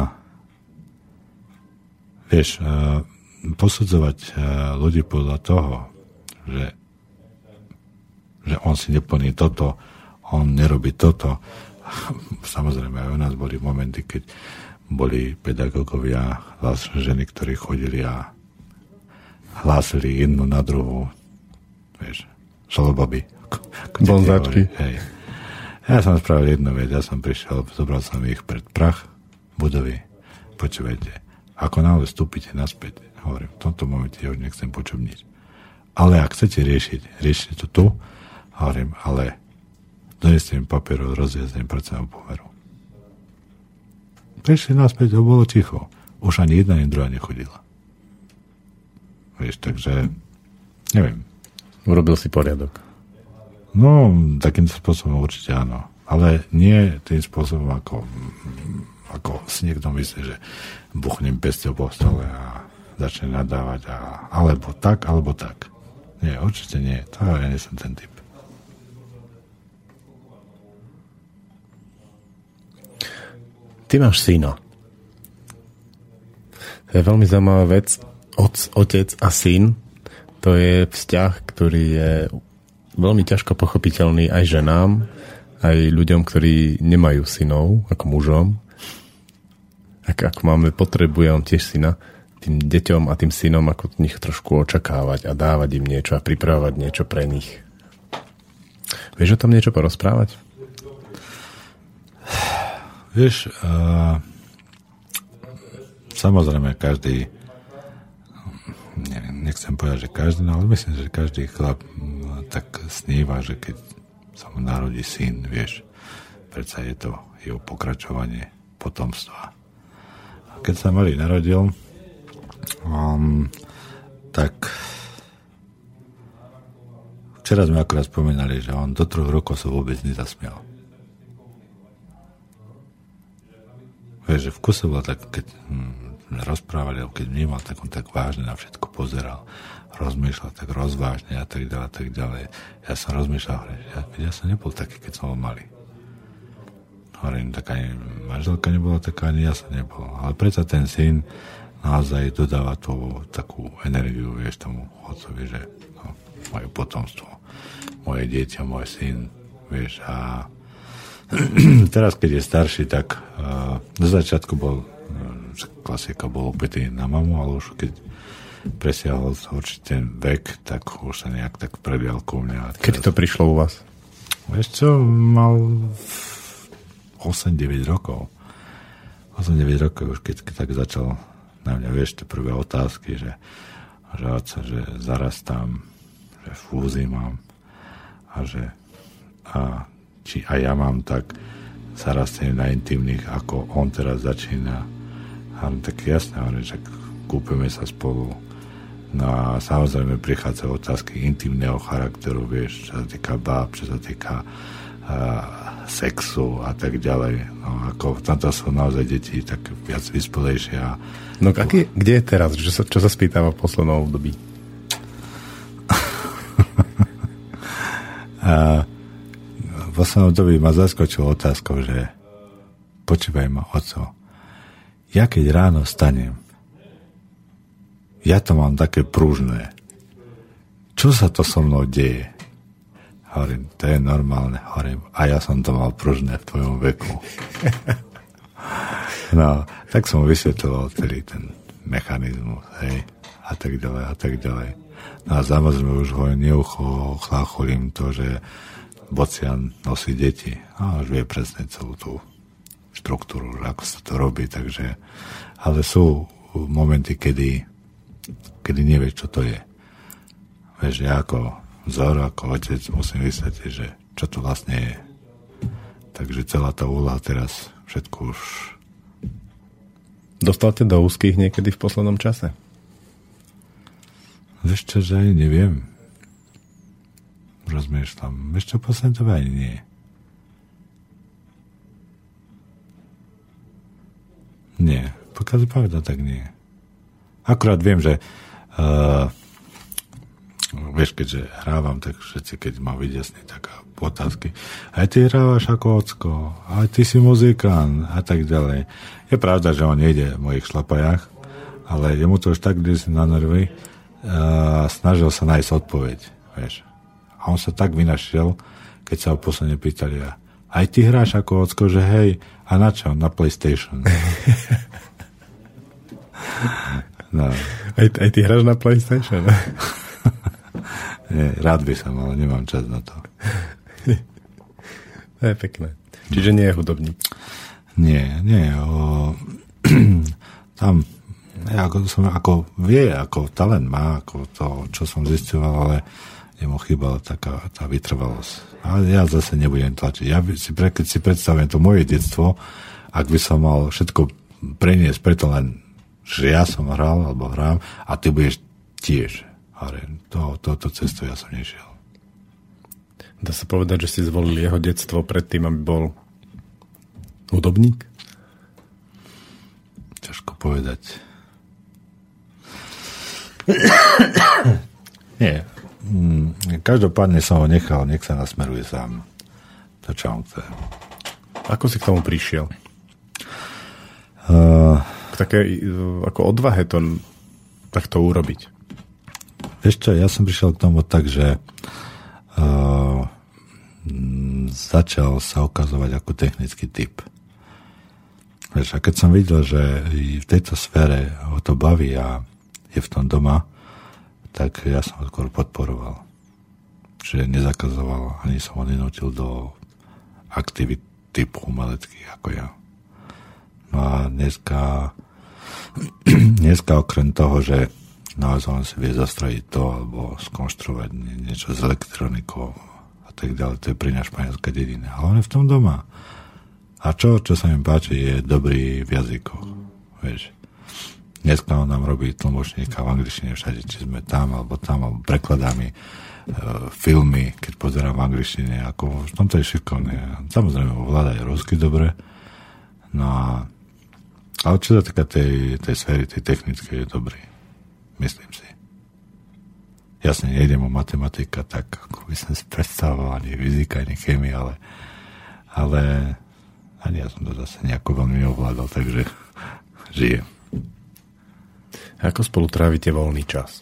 vieš, posudzovať ľudí podľa toho, že, že on si neplní toto, on nerobí toto. Samozrejme, aj u nás boli momenty, keď boli pedagógovia, ženy, ktorí chodili a hlásili jednu na druhú, vieš, šalobaby. Bonzáčky. Hej. Ja som spravil jednu vec, ja som prišiel, zobral som ich pred prach budovy. Počúvajte, ako náhle vstúpite naspäť, hovorím, v tomto momente ja už nechcem počuť nič. Ale ak chcete riešiť, riešite to tu, hovorím, ale doneste mi papieru, rozjazdem pracovnú pomeru. Prišli naspäť, to bolo ticho. Už ani jedna, ani druhá nechodila. Vieš, takže neviem. Urobil si poriadok. No, takým spôsobom určite áno. Ale nie tým spôsobom, ako, ako si niekto myslí, že buchnem pesťou po stole a začne nadávať. A, alebo tak, alebo tak. Nie, určite nie. To ja nie som ten typ. Ty máš syna. To je veľmi zaujímavá vec. Oc, otec a syn, to je vzťah, ktorý je veľmi ťažko pochopiteľný aj ženám, aj ľuďom, ktorí nemajú synov, ako mužom. Ak, ak máme, potrebujem tiež syna, tým deťom a tým synom, ako nich trošku očakávať a dávať im niečo a pripravovať niečo pre nich. Vieš o tom niečo porozprávať? Vieš, uh, samozrejme každý, ne, nechcem povedať, že každý, no, ale myslím, že každý chlap no, tak sníva, že keď sa mu narodí syn, vieš, predsa je to jeho pokračovanie potomstva. A keď sa malý narodil, um, tak včera sme akorát spomenali, že on do troch rokov sa vôbec nezasmial. Vieš, že v kuse bolo tak, keď hm, sme rozprávali, keď vnímal, tak on tak vážne na všetko pozeral, rozmýšľal tak rozvážne a tak ďalej, a tak ďalej. Ja som rozmýšľal, ja, ja som nebol taký, keď som bol malý. Hovorím, tak ani manželka nebola taká, ani ja som nebol. Ale predsa ten syn naozaj dodáva tú takú energiu, vieš, tomu otcovi, že no, moje potomstvo, moje dieťa, môj syn, vieš, a teraz, keď je starší, tak uh, na začiatku bol uh, klasika, bol opätý na mamu, ale už keď presiahol určite ten vek, tak už sa nejak tak prebial ku mňa. Kedy to prišlo u vás? Vieš čo, mal osem deväť rokov. osem deväť rokov už keď, keď tak začal na mňa, vieš, tie prvé otázky, že, že oca, že zarastám, že fúzy mám a že a či aj ja mám tak zarastenie na intimných, ako on teraz začína. A tak jasne, hovorím, že kúpime sa spolu. No a samozrejme prichádzajú otázky intimného charakteru, vieš, čo sa týka báb, čo sa týka uh, sexu a tak ďalej. No ako v tomto sú naozaj deti tak viac vyspelejšie. A... No aký, kde je teraz? Čo sa, čo sa spýtava v poslednom období? a v poslednom období ma zaskočilo otázkou, že počúvaj ma, oco, ja keď ráno stanem, ja to mám také pružné. Čo sa to so mnou deje? Hovorím, to je normálne. Hovorím, a ja som to mal pružné v tvojom veku. No, tak som vysvetloval celý ten mechanizmus, hej, a tak ďalej, a tak ďalej. No a samozrejme už ho neuchlácholím to, že Bocian nosí deti a už vie presne celú tú štruktúru, ako sa to robí, takže ale sú momenty, kedy kedy nevieš, čo to je. Vieš, ja ako vzor, ako otec musím vysvetliť, že čo to vlastne je. Takže celá tá úloha teraz všetko už... Dostal te do úzkých niekedy v poslednom čase? Vieš čo, že aj neviem. Rozmýšľam. Vieš čo, posledné to ani nie. Nie. Pokiaľ si povedal, tak nie. Akurát viem, že uh, vieš, keďže hrávam, tak všetci, keď ma vyjasní tak otázky. Aj ty hrávaš ako ocko, aj ty si muzikant a tak ďalej. Je pravda, že on nejde v mojich šlapajách, ale jemu to už tak ide na nervy a snažil sa nájsť odpoveď. Vieš. A on sa tak vynašiel, keď sa ho posledne pýtali, aj ty hráš ako ocko, že hej, a na čo? Na PlayStation. No. Aj, aj ty hráš na PlayStation? Nie, rád by som, ale nemám čas na to. To je pekné. Čiže nie je hudobník? Nie, nie. O, tam ja, ako, som, ako vie, ako talent má, ako to, čo som zistoval, ale jemu chýbala taká tá vytrvalosť. Ale ja zase nebudem tlačiť. Ja si, keď si predstavujem to moje detstvo, ak by som mal všetko preniesť preto len, že ja som hral, alebo hrám, a ty budeš tiež. Ale to, toto cesto ja som nešiel. Dá sa povedať, že si zvolil jeho detstvo predtým, aby bol hudobník? Ťažko povedať. Nie. Každopádne som ho nechal, nech sa nasmeruje sám. To, čo on chce. Ako si k tomu prišiel? Uh, k také ako odvahe to takto urobiť. Vieš čo, ja som prišiel k tomu tak, že uh, začal sa ukazovať ako technický typ. Vieš, a keď som videl, že v tejto sfére ho to baví a je v tom doma, tak ja som ho skôr podporoval. Čiže nezakazoval, ani som ho nenútil do aktivít typu umeleckých ako ja. No a dneska dneska okrem toho, že naozaj on si vie zastrojiť to alebo skonštruovať niečo s elektronikou a tak ďalej, to je pri nás španielská dedina. Ale on je v tom doma. A čo, čo sa mi páči, je dobrý v jazykoch. Vieš. Dneska on nám robí tlmočníka v angličtine všade, či sme tam, alebo tam, alebo prekladá mi e, filmy, keď pozerám v angličtine, ako v tomto je šikovné. Samozrejme, ovláda aj rusky dobre. No a Ale čo sa týka tej, tej sféry, tej technickej, je dobrý. Myslím si. Jasne, nejdem o matematika, tak ako by som si predstavoval, ani fyzika, ani chémia, ale, ale ani ja som to zase nejako veľmi neovládal, takže žijem. Ako spolu trávite voľný čas?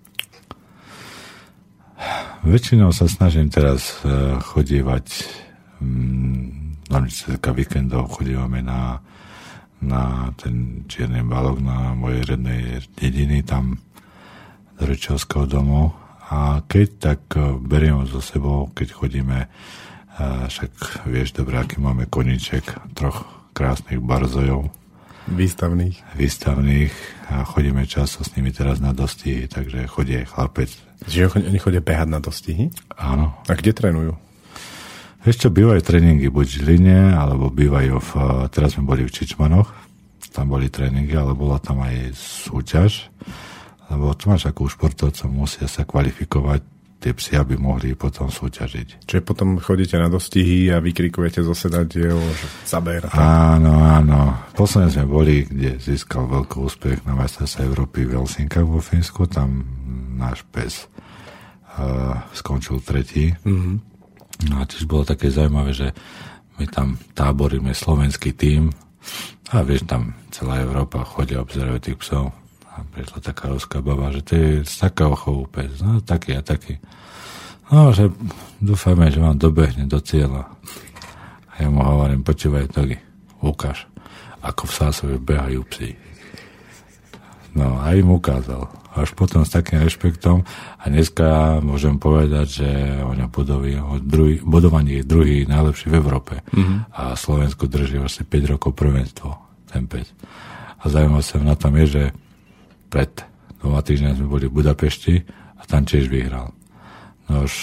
Väčšinou sa snažím teraz chodievať, no čo sa týka víkendov, chodívame na, na ten Čierny Balok, na mojej rednej dediny, tam do Rečovského domu. A keď tak beriem so sebou, keď chodíme, však vieš dobre, aký máme koníček, troch krásnych barzojov. Výstavných. Výstavných a chodíme často s nimi teraz na dostihy, takže chodí aj chlapec. Čiže oni chodia behať na dostihy? Áno. A kde trénujú? Ešte bývajú tréningy buď v Žiline, alebo bývajú v... Teraz sme boli v Čičmanoch, tam boli tréningy, ale bola tam aj súťaž, lebo tu máš ako športovcov, musia sa kvalifikovať tie psi, aby mohli potom súťažiť. Čiže potom chodíte na dostihy a vykrikujete zo sedadiel, že zaber. Áno, áno. Posledne sme boli, kde získal veľký úspech na majstrovstvách Európy v Helsinkách vo Fínsku. Tam náš pes uh, skončil tretí. Mm-hmm. No a tiež bolo také zaujímavé, že my tam táboríme slovenský tím a vieš, tam celá Európa chodia obzerajú tých psov. A prišla taká ruská baba, že to je z takého chovu pes. No, taký a taký. No, že dúfajme, že vám dobehne do cieľa. A ja mu hovorím, počúvaj, Togi, ukáž, ako v Sásovi behajú psi. No, a im ukázal. Až potom s takým rešpektom. A dneska môžem povedať, že on je bodovaní je druhý najlepší v Európe. Mm-hmm. A Slovensko drží asi päť rokov prvenstvo, ten pes. A zaujímavé sa na tom je, že pred dvoma týždňami sme boli v Budapešti a tam tiež vyhral. No už,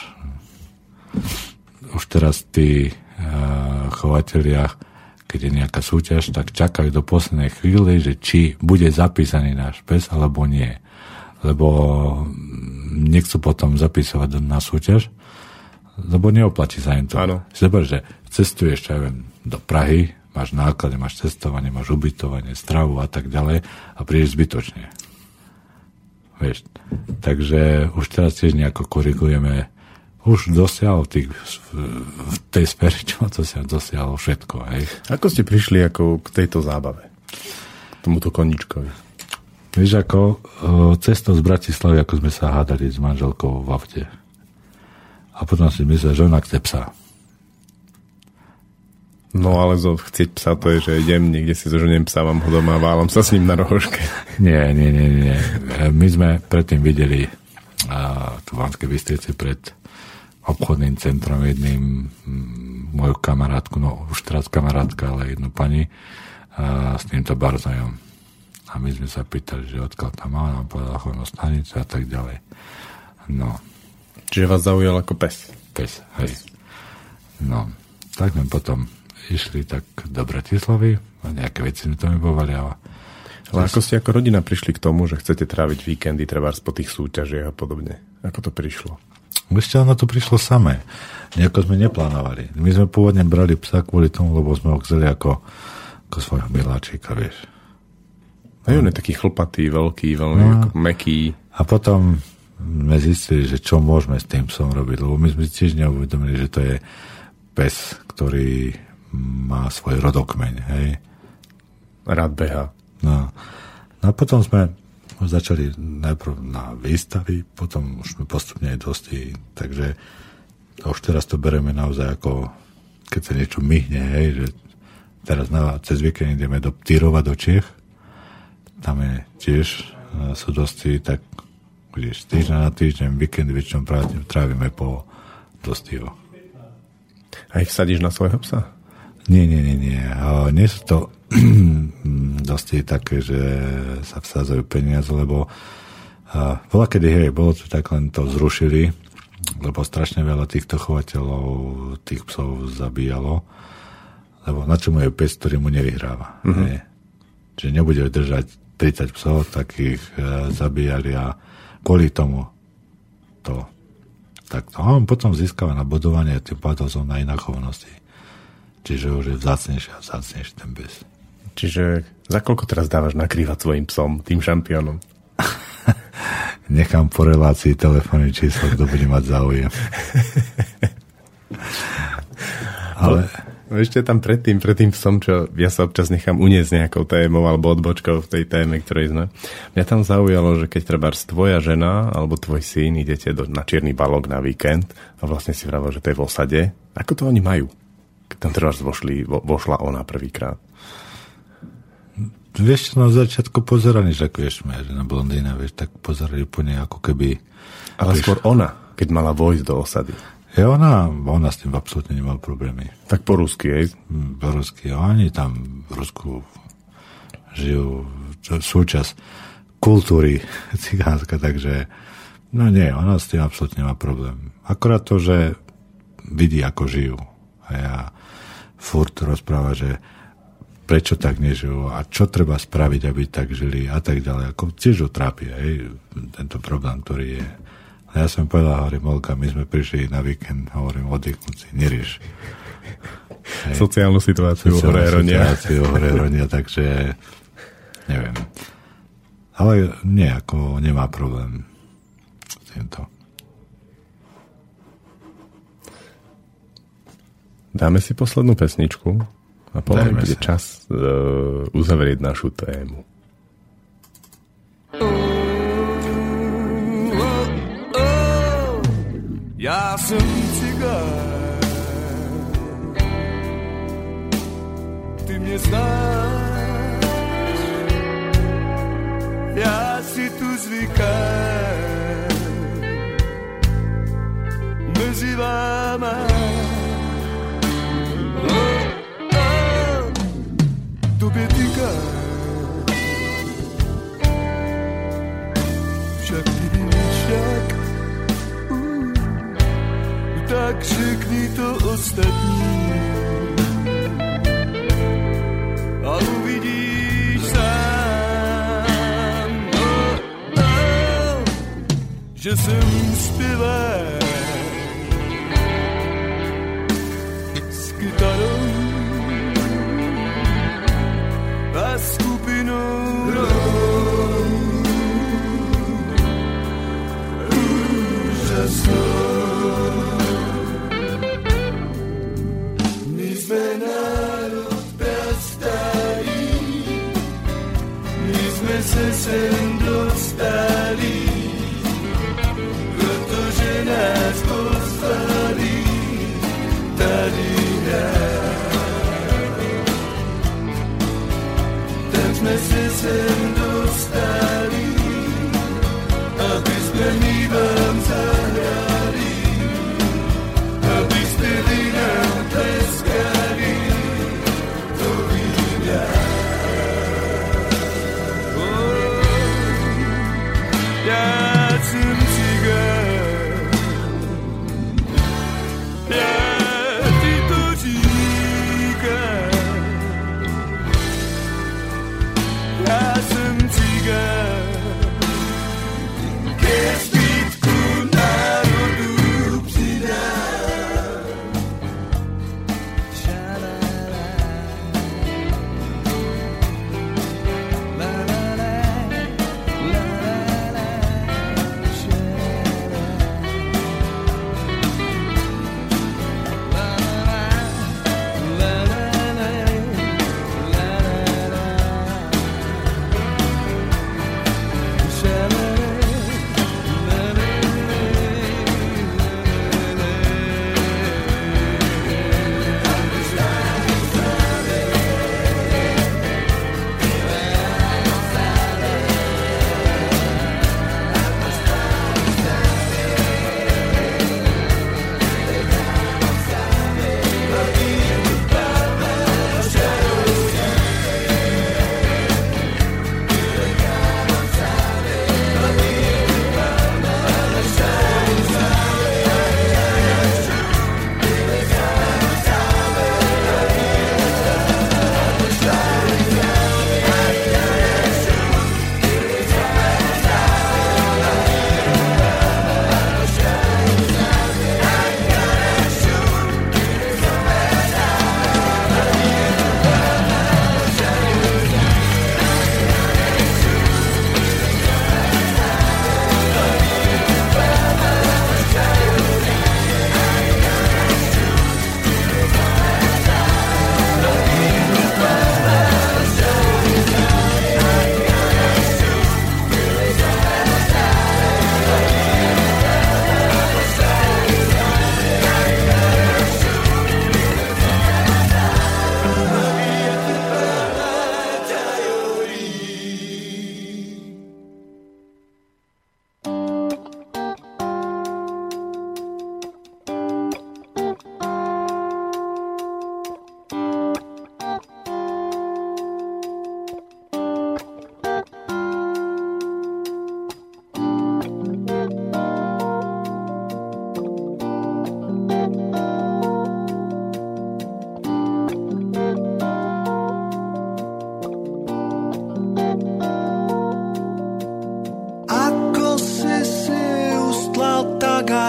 už teraz tí uh, chovatelia, keď je nejaká súťaž, tak čakajú do poslednej chvíle, že či bude zapísaný náš pes, alebo nie. Lebo nechcú potom zapisovať na súťaž, lebo neoplatí sa im to. Áno. Zober, že cestuješ, čo ja viem, do Prahy, máš náklady, máš cestovanie, máš ubytovanie, stravu a tak ďalej a prídeš zbytočne. Vieš, takže už teraz tiež nejako korigujeme. Už dosiahol tých, v tej sfére, čo to sa dosiahlo všetko. Hej. Ako ste prišli ako k tejto zábave? Tomuto koníčkovi? Vieš, ako cestou z Bratislavy, ako sme sa hádali s manželkou v aute. A potom si myslel, že ona chce psa. No ale zo, chcieť psa to je, že idem, niekde si zoženiem psa, mám ho doma a válam sa s ním na rohožke. Nie, nie, nie, nie. My sme predtým videli a, tu v Banskej Bystrici pred obchodným centrom jedným m, moju kamarátku, no už teraz kamarátka, ale jednu pani a, s týmto barzojom. A my sme sa pýtali, že odkiaľ tam má, nám povedala chodnú stanicu a tak ďalej. No. Čiže vás zaujal ako pes? Pes, hej. No, tak sme potom išli tak do Bratislavy a nejaké veci sme tam vybovali. Ale, ale ako ste ako rodina prišli k tomu, že chcete tráviť víkendy trebárs po tých súťažiach a podobne? Ako to prišlo? Ešte ono to prišlo samé. Nejako sme neplánovali. My sme pôvodne brali psa kvôli tomu, lebo sme ho chceli ako, ako svojho miláčika, vieš. A on je taký chlpatý, veľký, veľmi no, mäkký. A potom sme zistili, že čo môžeme s tým psom robiť, lebo my sme tiež neuvedomili, že to je pes, ktorý má svoj rodokmeň, hej. Rád beha. No. No a potom sme začali najprv na výstavy, potom už sme postupne aj dosti, takže už teraz to bereme naozaj ako, keď sa niečo myhne, hej, že teraz na, cez víkend ideme do Ptírova, do Čiech, tam je tiež sú dosti, tak vidíš, týždeň na týždeň, víkend väčšinou trávime po dostiho. A ich vsadíš na svojho psa? Nie, nie, nie, nie. Nie sú to dosti také, že sa vsádzajú peniaze, lebo bola kedy, hej, bolo to tak, len to zrušili, lebo strašne veľa týchto chovateľov tých psov zabíjalo, lebo na čomu je pes, ktorý mu nevyhráva. Mm-hmm. Hej. Čiže nebude držať tridsať psov, tak ich e, zabíjali a kvôli tomu to takto. A on potom získava na bodovanie tým pádom som na inachovnosti. Čiže už je vzácnejší a vzácnejší ten pes. Čiže za koľko teraz dávaš nakrývať svojim psom, tým šampiónom? Nechám po relácii telefónne číslo, kto bude mať záujem. Ale... No, ešte tam predtým, pred tým psom, čo ja sa občas nechám uniesť nejakou témou alebo odbočkou v tej téme, ktorej sme. Mňa tam zaujalo, že keď treba tvoja žena alebo tvoj syn idete do, na čierny balok na víkend a vlastne si vravel, že to je v osade, ako to oni majú? Keď tam treba vošli, vo, vošla ona prvýkrát. Vieš, na začiatku pozerali, že ako vieš, moja žena blondína, vieš, tak pozerali úplne ako keby... Ale vieš, skôr ona, keď mala vojsť do osady. Je ona, ona s tým absolútne nemal problémy. Tak po rusky, hej? Po rusky, oni tam v Rusku žijú súčasť kultúry cigánska, takže no nie, ona s tým absolútne nemá problém. Akorát to, že vidí, ako žijú. A ja furt rozpráva, že prečo tak nežijú a čo treba spraviť, aby tak žili a tak ďalej. Ako tiež ho trápi, hej, tento problém, ktorý je. A ja som povedal, hovorím, Olka, my sme prišli na víkend, hovorím, oddychnúť si, nerieš. Hej. Sociálnu situáciu Sociálnu Horeronia. situáciu Horeronia, takže neviem. Ale nie, ako nemá problém s týmto. Dáme si poslednú pesničku a potom bude sa. čas uh, uzavrieť našu tému. Já jsem cigán, ty mě znáš, já si tu zvykám, mezi váma. Oh, oh, tobě tykám, však ty víš jak. Tak řekni to ostatní a uvidíš sám, oh, oh, že jsem zpěvák s kytarou a skupinou úžasnou. Se sem dostali, protože nás poslali tady hrát. Tak jsme se sem dostali, aby jsme my vám zahrali, abyste vy nám tleskali, to vím já.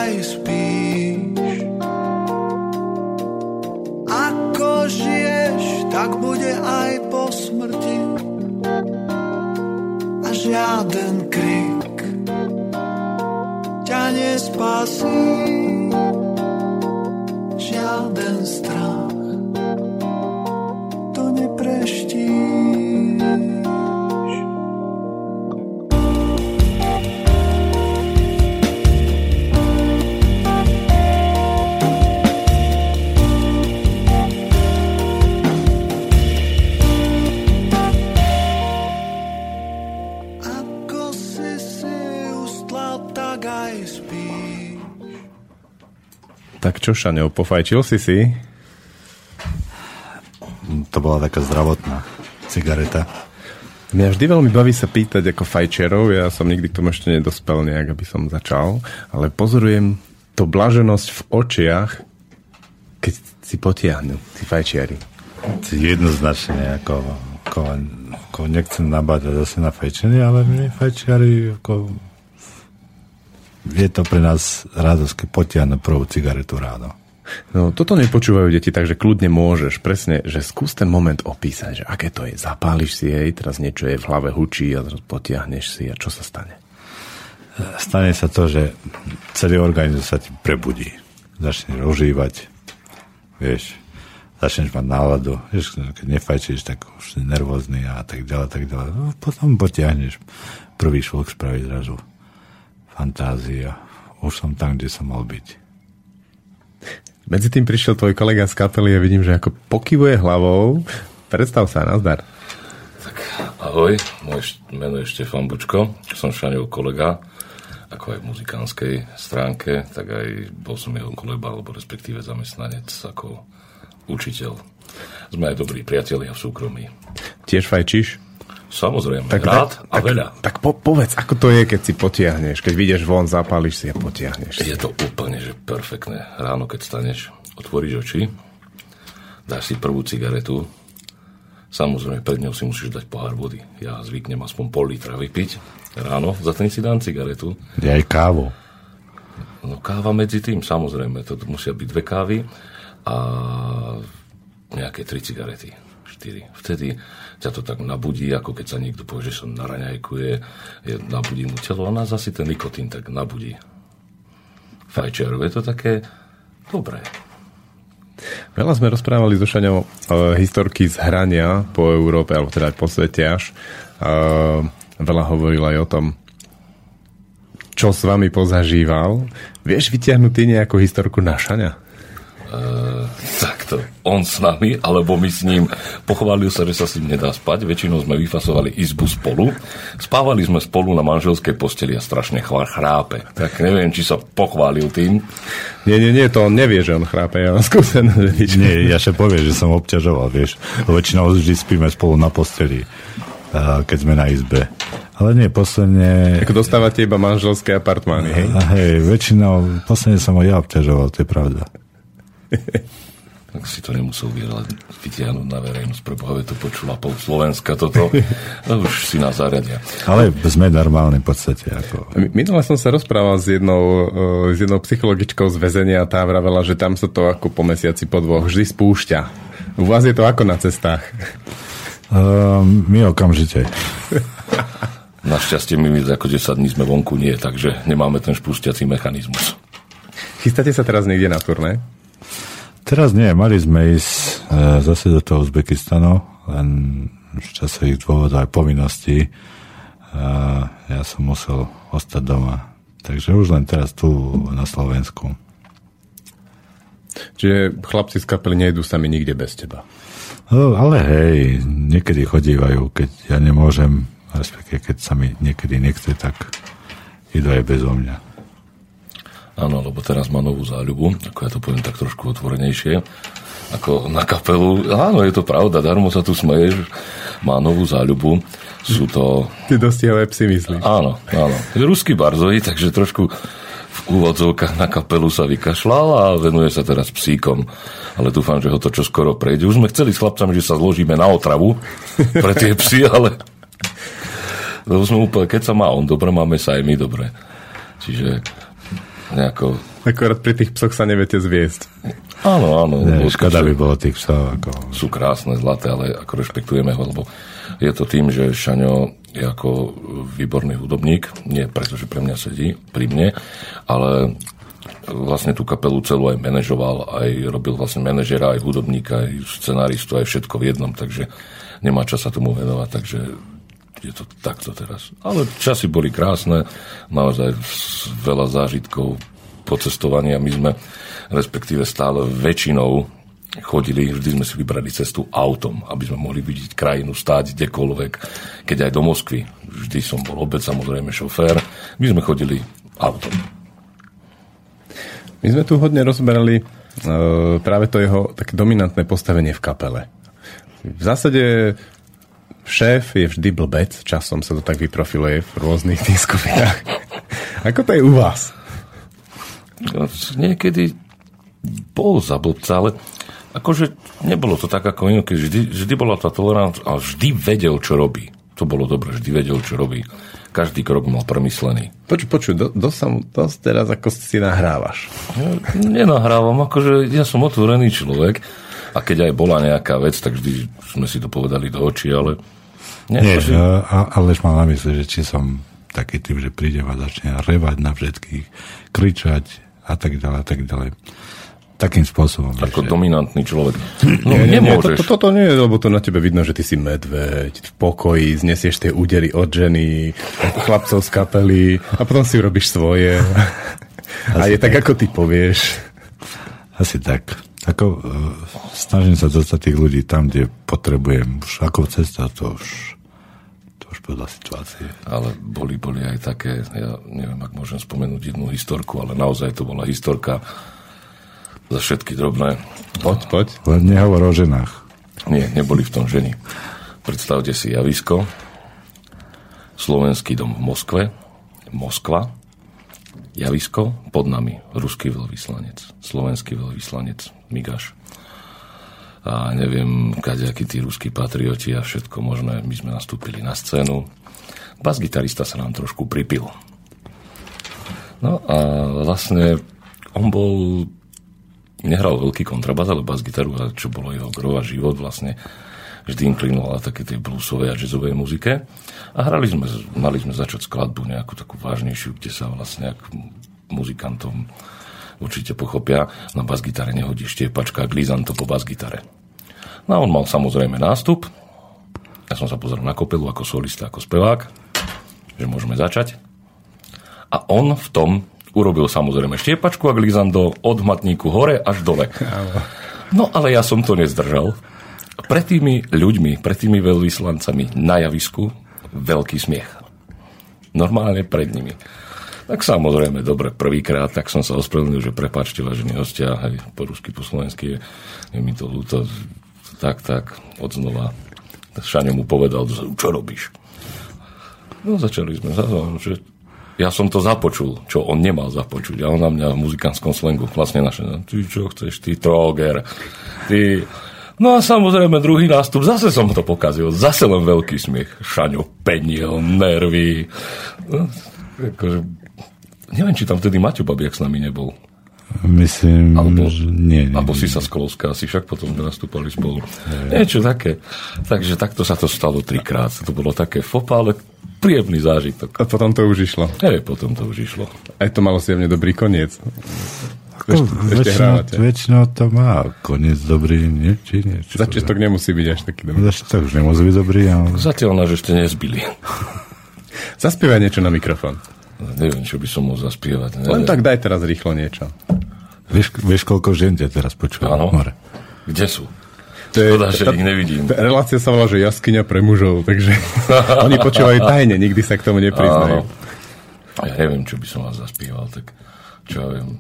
aj spíš. Ako žiješ, tak bude aj po smrti. A žiaden krik ťa nespasí. Žiaden strach to nepreštíš. Ako si si ustlal, tak aj spíš. Tak čo, Šaňo, pofajčil si si? To bola taká zdravotná cigareta. Mňa vždy veľmi baví sa pýtať ako fajčerov, ja som nikdy k tomu ešte nedospel nejak, aby som začal, ale pozorujem to blaženosť v očiach, keď si potiahnu, tí fajčiari. Jednoznačne, ako, ako, ako nechcem nabádať zase na fajčenie, ale my fajčiari, ako, je to pre nás radosť, keď potiahnu prvú cigaretu ráno. No, toto nepočúvajú deti, takže kľudne môžeš. Presne, že skús ten moment opísať, že aké to je. Zapáliš si jej, teraz niečo je v hlave hučí a potiahneš si a čo sa stane? Stane sa to, že celý organizmus sa ti prebudí. Začneš ožívať, vieš, začneš mať náladu. Vieš, keď nefajčíš, tak už si nervózny a tak ďalej, tak ďalej. No, potom potiahneš prvý švok, spraviť zrazu fantázia. Už som tam, kde som mal byť. Medzi tým prišiel tvoj kolega z kapely a vidím, že ako pokyvuje hlavou. Predstav sa, nazdar. Tak ahoj, moje meno je Štefan Bučko, som Šaňov kolega, ako aj v muzikánskej stránke, tak aj bol som jeho kolega, alebo respektíve zamestnanec ako učiteľ. Sme aj dobrí priatelia v súkromí. Tiež fajčíš? Samozrejme, tak, rád tak, a veľa. Tak, tak po, povedz, ako to je, keď si potiahneš, keď vyjdeš von, zapáliš si a potiahneš. Je to úplne, že perfektné. Ráno, keď staneš, otvoríš oči, dáš si prvú cigaretu, samozrejme, pred ňou si musíš dať pohár vody. Ja zvyknem aspoň pol litra vypiť ráno, za ten si dám cigaretu. Ja aj kávu. No káva medzi tým, samozrejme, to musia byť dve kávy a nejaké tri cigarety. štyri. Vtedy ťa to tak nabudí, ako keď sa niekto povie, že sa naraňajkuje, je, nabudí mu telo a nás asi ten nikotín tak nabudí. Fajčiarov je to také dobré. Veľa sme rozprávali so Šaňou e, historky z hrania po Európe, alebo teda aj po svete až. E, veľa hovoril aj o tom, čo s vami pozažíval. Vieš vytiahnuť ty nejakú historku na Šaňa? Uh, takto, on s nami, alebo my s ním. Pochválil sa, že sa s ním nedá spať. Väčšinou sme vyfasovali izbu spolu. Spávali sme spolu na manželskej posteli a strašne chrápe. Tak neviem, či sa pochválil tým. Nie, nie, nie, to on nevie, že on chrápe. Ja mám skúsenosť. Nie, ja še povie, že som obťažoval, vieš. Väčšinou vždy spíme spolu na posteli, keď sme na izbe. Ale nie, posledne... Ako dostávate iba manželské apartmány, hej? Hej, väčšinou, posledne som ho ja obťažoval, to je pravda. Tak si to nemusel vytiahnuť na verejnosť, preboha, to počula pol Slovenska toto, a už si nás zaradia. Ale sme normálni v podstate. Ako... Minule som sa rozprával s jednou, s jednou psychologičkou z väzenia a tá vravela, že tam sa to ako po mesiaci, po dvoch vždy spúšťa. U vás je to ako na cestách? Uh, my okamžite. Našťastie my ako desať dní sme vonku nie, takže nemáme ten spúšťací mechanizmus. Chystáte sa teraz niekde na turné? Teraz nie, mali sme ísť e, zase do toho Uzbekistanu, len z časových dôvodov aj povinností. E, ja som musel ostať doma. Takže už len teraz tu na Slovensku. Čiže chlapci z kapely nejdú sami nikde bez teba? No, ale hej, niekedy chodívajú, keď ja nemôžem, respektíve keď sa mi niekedy nechce, tak idú aj bezo mňa. Áno, lebo teraz má novú záľubu, ako ja to poviem tak trošku otvorenejšie, ako na kapelu. Áno, je to pravda, darmo sa tu smeješ, má novú záľubu. Sú to... Ty dostihavé psy myslíš? Áno, áno. Je ruský barzoji, takže trošku v úvodzovkách na kapelu sa vykašľal a venuje sa teraz psíkom. Ale dúfam, že ho to čoskoro prejde. Už sme chceli s chlapcami, že sa zložíme na otravu pre tie psy, ale... Lebo sme úplne, keď sa má on dobre, máme sa aj my dobre. Čiže... nejako... Akorát pri tých psoch sa neviete zviesť. Áno, áno. Ne, škoda by bolo tých psov. Ako... Sú krásne, zlaté, ale ako rešpektujeme ho, lebo je to tým, že Šaňo je ako výborný hudobník, nie preto, že pre mňa sedí pri mne, ale vlastne tú kapelu celú aj manažoval, aj robil vlastne manažera, aj hudobníka, aj scenáristu, aj všetko v jednom, takže nemá čas sa tomu venovať, takže je to takto teraz. Ale časy boli krásne, naozaj veľa zážitkov, pocestovania. My sme respektíve stále väčšinou chodili, vždy sme si vybrali cestu autom, aby sme mohli vidieť krajinu, stáť kdekoľvek, keď aj do Moskvy. Vždy som bol obec, samozrejme šofér. My sme chodili autom. My sme tu hodne rozberali e, práve to jeho také dominantné postavenie v kapele. V zásade šéf je vždy blbec, časom sa to tak vyprofiluje v rôznych tých skupinách. Ako to je u vás? No, niekedy bol za blbca, ale akože nebolo to tak ako inokedy. Vždy, vždy bola tá tolerancia a vždy vedel, čo robí. To bolo dobre, vždy vedel, čo robí. Každý krok mal premyslený. Počuj, počuj, do, dosť, sam, dosť teraz ako si nahrávaš. Ja, nenahrávam, akože ja som otvorený človek a keď aj bola nejaká vec, tak vždy sme si to povedali do očí, ale... Nie, Nie asi... a, Aleš mal na mysli, že či som taký tým, že prídem a začne revať na všetkých, kričať a tak ďalej, a tak ďalej. Takým spôsobom. Ako že... dominantný človek. No, nie, nie, nemôžeš. Nie, to, to, toto nie je, lebo to na tebe vidno, že ty si medveď, v pokoji, znesieš tie údery od ženy, chlapcov z kapely a potom si urobíš svoje. A je tak, ako ty povieš. Asi tak. Ako, uh, snažím sa dostať tých ľudí tam, kde potrebujem. Už ako cesta, to už to už podľa situácie. Ale boli, boli aj také, ja neviem, ak môžem spomenúť jednu historku, ale naozaj to bola historka za všetky drobné. Poď, poď. Len nehovor o ženách. Nie, neboli v tom ženy. Predstavte si javisko. Slovenský dom v Moskve. Moskva. Javisko. Pod nami ruský veľvyslanec. Slovenský veľvyslanec. Migaš. A neviem, kadejakí tí ruskí patrioti a všetko možné. My sme nastúpili na scénu. Bas-gitarista sa nám trošku pripil. No a vlastne on bol... Nehral veľký kontrabas, ale bas-gitaru, a čo bolo jeho gro a život vlastne vždy inklinovala také tej bluesovej a jazzovej muzike. A hrali sme, mali sme začať skladbu nejakú takú vážnejšiu, kde sa vlastne ak muzikantom určite pochopia, na bas-gitare nehodí štiepačka a glizanto po bas-gitare. No a on mal samozrejme nástup. Ja som sa pozeral na kopelu ako solista, ako spevák, že môžeme začať. A on v tom urobil samozrejme štiepačku a glizando od matníku hore až dole. No ale ja som to nezdržal. Pred tými ľuďmi, pred tými veľvyslancami na javisku veľký smiech. Normálne pred nimi. Tak samozrejme, dobre, prvýkrát, tak som sa ospravedlnil, že prepáčte, vážení hostia, aj po rusky, po slovensky, je mi to ľúto. Tak, tak, odznova. Šaňo mu povedal, čo robíš? No začali sme sa, že ja som to započul, čo on nemal započuť. A on na mňa v muzikánskom slengu vlastne naše, ty čo chceš, ty tróger, ty... No a samozrejme druhý nástup, zase som to pokazil, zase len veľký smiech. Šaňo peniel, nervy. No, akože, neviem, či tam vtedy Maťo Babiak s nami nebol. Myslím, alebo, že nie, nie. Alebo si sa Sklovská, asi však potom nastúpali spolu. Niečo také. Takže takto sa to stalo trikrát. To bolo také fopa, ale príjemný zážitok. A potom to už išlo. Hej, potom to už išlo. Aj to malo zjavne dobrý koniec. Ešte, ešte väčšinou, väčšinou to má koniec dobrý, nie? Či nie? Začiatok nemusí byť až taký dobrý. Začiatok už nemusí byť dobrý, ale... Zatiaľ nás ešte nezbili. Zaspievaj niečo na mikrofón. Neviem, čo by som mohol zaspievať. Neviem. Len tak daj teraz rýchlo niečo. Vieš, vieš koľko žien ťa teraz počúva? Áno. More. Kde sú? To je, Škoda, že tá, ich nevidím. Tá relácia sa volá, že jaskyňa pre mužov, takže oni počúvajú tajne, nikdy sa k tomu nepriznajú. Áno. Ja neviem, čo by som vás zaspieval, tak čo ja viem.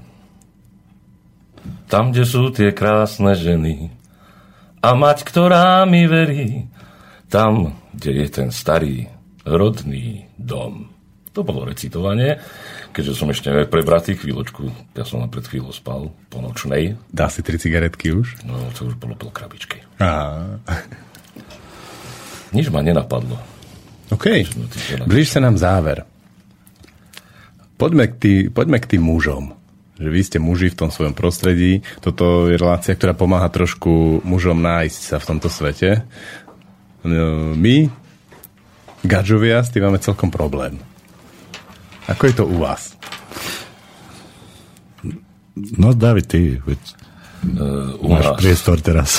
Tam, kde sú tie krásne ženy a mať, ktorá mi verí, tam, kde je ten starý rodný dom. To bolo recitovanie, keďže som ešte prebratý chvíľočku, ja som len pred chvíľou spal po nočnej. Dá si tri cigaretky už? No, to už bolo pol krabičky. Á. Nič ma nenapadlo. OK, blíž sa nám záver. Poďme k, tý, poďme k tým mužom. že vy ste muži v tom svojom prostredí. Toto je relácia, ktorá pomáha trošku mužom nájsť sa v tomto svete. My, gadžovia, s tým máme celkom problém. Ako je to u vás? No, David, ty, veď Uh, máš priestor teraz.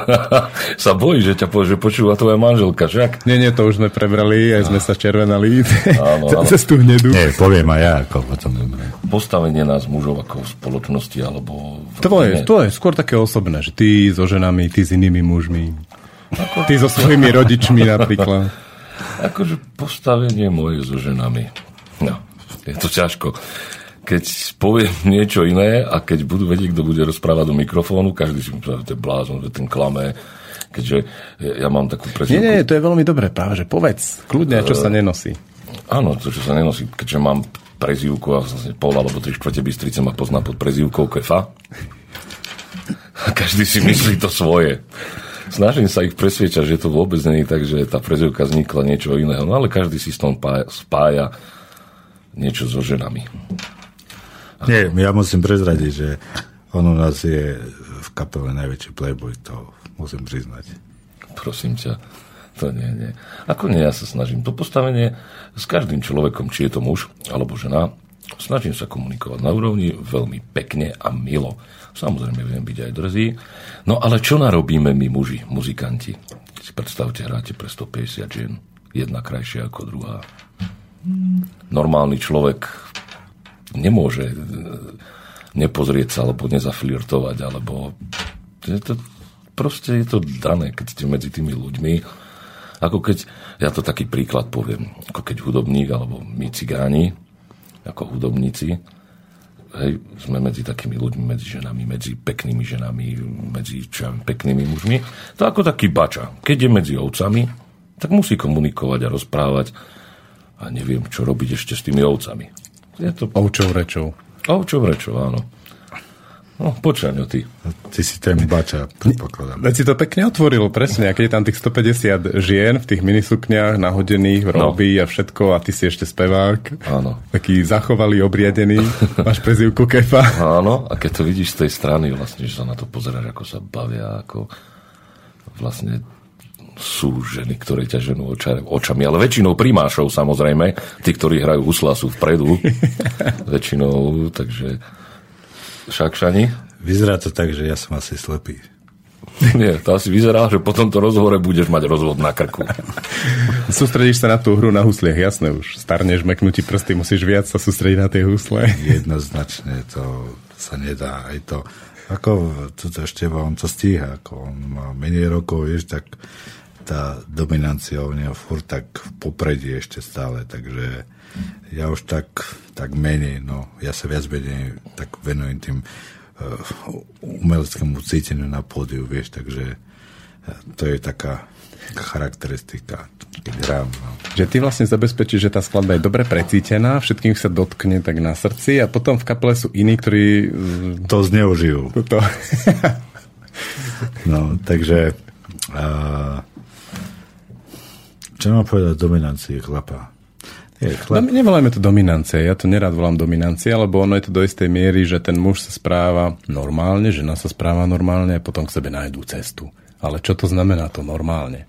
Sa bojí, že ťa povie, že počúva tvoja manželka, však? Nie, nie, to už sme prebrali, aj sme sa červenali. Áno, áno. Cez tú hnedu. Nie, poviem aj ja, ako potom. Postavenie nás mužov ako v spoločnosti, alebo... To je, to je skôr také osobné, že ty so ženami, ty s inými mužmi, ako... ty so svojimi rodičmi napríklad. Akože postavenie moje so ženami. No, je to ťažko. Keď poviem niečo iné a keď budú vedieť, kto bude rozprávať do mikrofónu, každý si myslí, že to je blázon, že ten klame, keďže ja mám takú prezivku. Nie, nie, to je veľmi dobré, práve, že povedz, kľudne, čo sa nenosí. Áno, to, čo sa nenosí, keďže mám prezivku a vlastne pol alebo tri štvrte Bystrice ma pozná pod prezivkou Kefa. A každý si myslí to svoje. Snažím sa ich presviečať, že to vôbec nie je tak, že tá prezivka vznikla niečo iného, no ale každý si s tom spája niečo so ženami. Nie, ja musím prezradiť, že on u nás je v kapele najväčší playboy, to musím priznať. Prosím ťa, to nie, nie. Ako nie, ja sa snažím to postavenie s každým človekom, či je to muž alebo žena, snažím sa komunikovať na úrovni veľmi pekne a milo. Samozrejme, viem byť aj drzý. No ale čo narobíme my muži, muzikanti? Keď si predstavte, hráte pre stopäťdesiat žien, jedna krajšia ako druhá. Normálny človek nemôže nepozrieť sa, alebo nezaflirtovať, alebo je to, proste je to dané, keď ste medzi tými ľuďmi. Ako keď, ja to taký príklad poviem, ako keď hudobník, alebo my cigáni, ako hudobníci, hej, sme medzi takými ľuďmi, medzi ženami, medzi peknými ženami, medzi čo ja viem, peknými mužmi. To ako taký bača. Keď je medzi ovcami, tak musí komunikovať a rozprávať a neviem, čo robiť ešte s tými ovcami. Je to... Ovčou rečou. Ovčou rečou, áno. No, počaňo ty. Ty si ten bača, predpokladám. Veď si to pekne otvoril, presne. A keď je tam tých stopäťdesiat žien v tých minisukniach, nahodených, v roby no. a všetko, a ty si ešte spevák. Áno. Taký zachovalý, obriedený. Máš prezývku Kefa. Áno, a keď to vidíš z tej strany, vlastne, že sa na to pozeráš, ako sa bavia, ako vlastne sú ženy, ktoré ťa ženú očami, ale väčšinou primášov, samozrejme. Tí, ktorí hrajú husla, sú vpredu. Väčšinou, takže... Šakšani? Vyzerá to tak, že ja som asi slepý. Nie, to asi vyzerá, že po tomto rozhovore budeš mať rozvod na krku. Sústredíš sa na tú hru na husliach, jasné už. Starneš, meknutí prsty, musíš viac sa sústrediť na tie husle. Jednoznačne to sa nedá. Aj to, ako toto ešte on to stíha, ako on má menej rokov, vieš, tak tá dominancia u neho furt tak v popredí ešte stále, takže ja už tak, tak menej, no ja sa viac menej tak venujem tým uh, umeleckému cíteniu na pódiu, vieš, takže to je taká charakteristika, keď hrám. No. Že ty vlastne zabezpečíš, že tá skladba je dobre precítená, všetkým sa dotkne tak na srdci a potom v kapele sú iní, ktorí to zneužijú. To. No, takže uh, čo mám povedať dominancii chlapa? Je, chlap... No, nevoláme to dominancia, ja to nerad volám dominancia, lebo ono je to do istej miery, že ten muž sa správa normálne, žena sa správa normálne a potom k sebe nájdú cestu. Ale čo to znamená to normálne?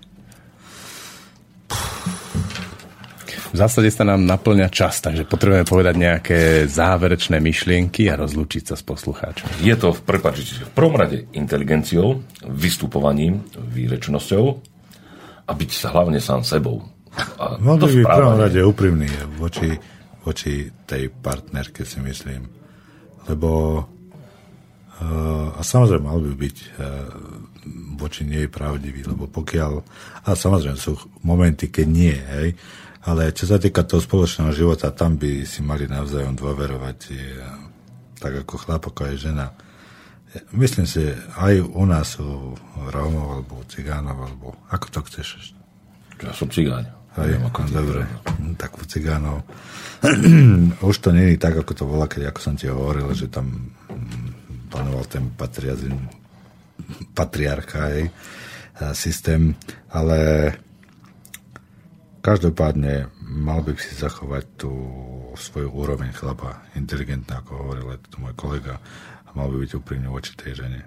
V zásade sa nám naplňa čas, takže potrebujeme povedať nejaké záverečné myšlienky a rozlúčiť sa s poslucháčom. Je to v, prepáčite, v prvom rade inteligenciou, vystupovaním, výrečnosťou a byť sa hlavne sám sebou. A no to by v prvom rade úprimný voči, voči tej partnerke, si myslím. Lebo uh, a samozrejme mal by byť uh, voči nej pravdivý, lebo pokiaľ a samozrejme sú momenty, keď nie, hej, ale čo sa týka toho spoločného života, tam by si mali navzájom dôverovať, tak ako chlap, ako aj žena. Myslím si, aj u nás sú Rómov, alebo Cigánov, alebo ako to chceš? Ja som Cigáň. Aj, dobre, tak u Cigánov. Už to nie je tak, ako to volá, keď ako som ti hovoril, že tam panoval ten patriazin, patriarcha, hej, systém, ale každopádne mal by si zachovať tú svoju úroveň chlapa, inteligentná, ako hovoril aj to môj kolega, a mal by byť úprimne voči tej žene.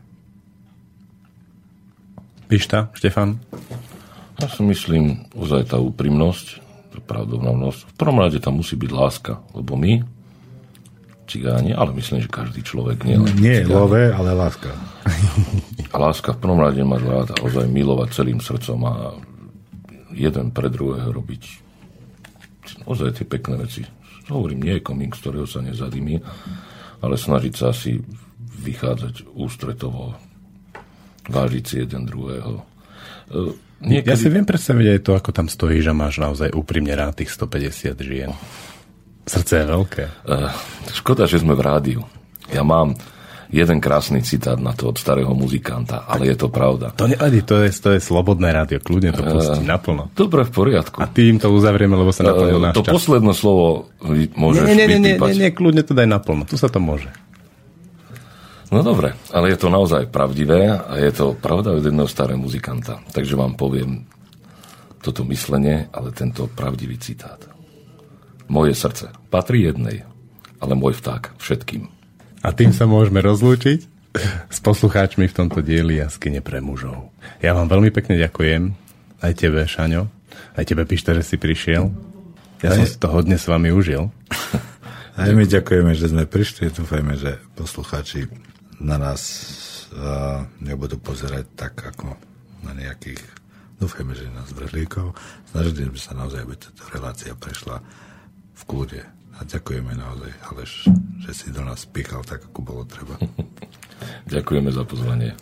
Pišta, Štefan? Ja si myslím, ozaj tá úprimnosť, pravdovnovnosť, v prvom rade tam musí byť láska, lebo my, cigáni, ale myslím, že každý človek nie len Nie cigáni. love, ale láska. A láska v prvom rade mať rád a ozaj milovať celým srdcom a jeden pre druhého robiť ozaj tie pekné veci. Hovorím, nie je komík, z ktorého sa nezadymí, ale snažiť sa si vychádzať ústretovo, vážiť si jeden druhého. Niekedy... Ja si viem predstaviť aj to, ako tam stojíš a máš naozaj úprimne rád tých stopäťdesiat žien. Srdce je veľké. Uh, škoda, že sme v rádiu. Ja mám jeden krásny citát na to od starého muzikanta, ale je to pravda. To nevadí, to je, to je slobodné rádio, kľudne to pustí uh, naplno. Dobre, v poriadku. A tým to uzavrieme, lebo sa naplnil uh, náš to čas. To posledné slovo môžeš nie, nie, nie, nie, vypípať. Nie, nie, kľudne to daj naplno, tu sa to môže. No dobre, ale je to naozaj pravdivé a je to pravda od jedného starého muzikanta. Takže vám poviem toto myslenie, ale tento pravdivý citát. Moje srdce patrí jednej, ale môj vták všetkým. A tým sa môžeme rozlúčiť s poslucháčmi v tomto dieli Jaskyne pre mužov. Ja vám veľmi pekne ďakujem, aj tebe, Šaňo, aj tebe, Pišta, že si prišiel. Ja aj som si to hodne s vami užil. Aj my ďakujeme, že sme prišli, dúfajme, že poslucháči na nás uh, nebudú pozerať tak, ako na nejakých, dúfajme, že nás vrhlíkov. Snažili sme sa naozaj, aby táto relácia prešla v kľude. A ďakujeme naozaj, Aleš, že si do nás pýchal tak, ako bolo treba. Ďakujeme za pozvanie.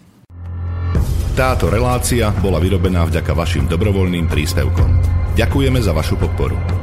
Táto relácia bola vyrobená vďaka vašim dobrovoľným príspevkom. Ďakujeme za vašu podporu.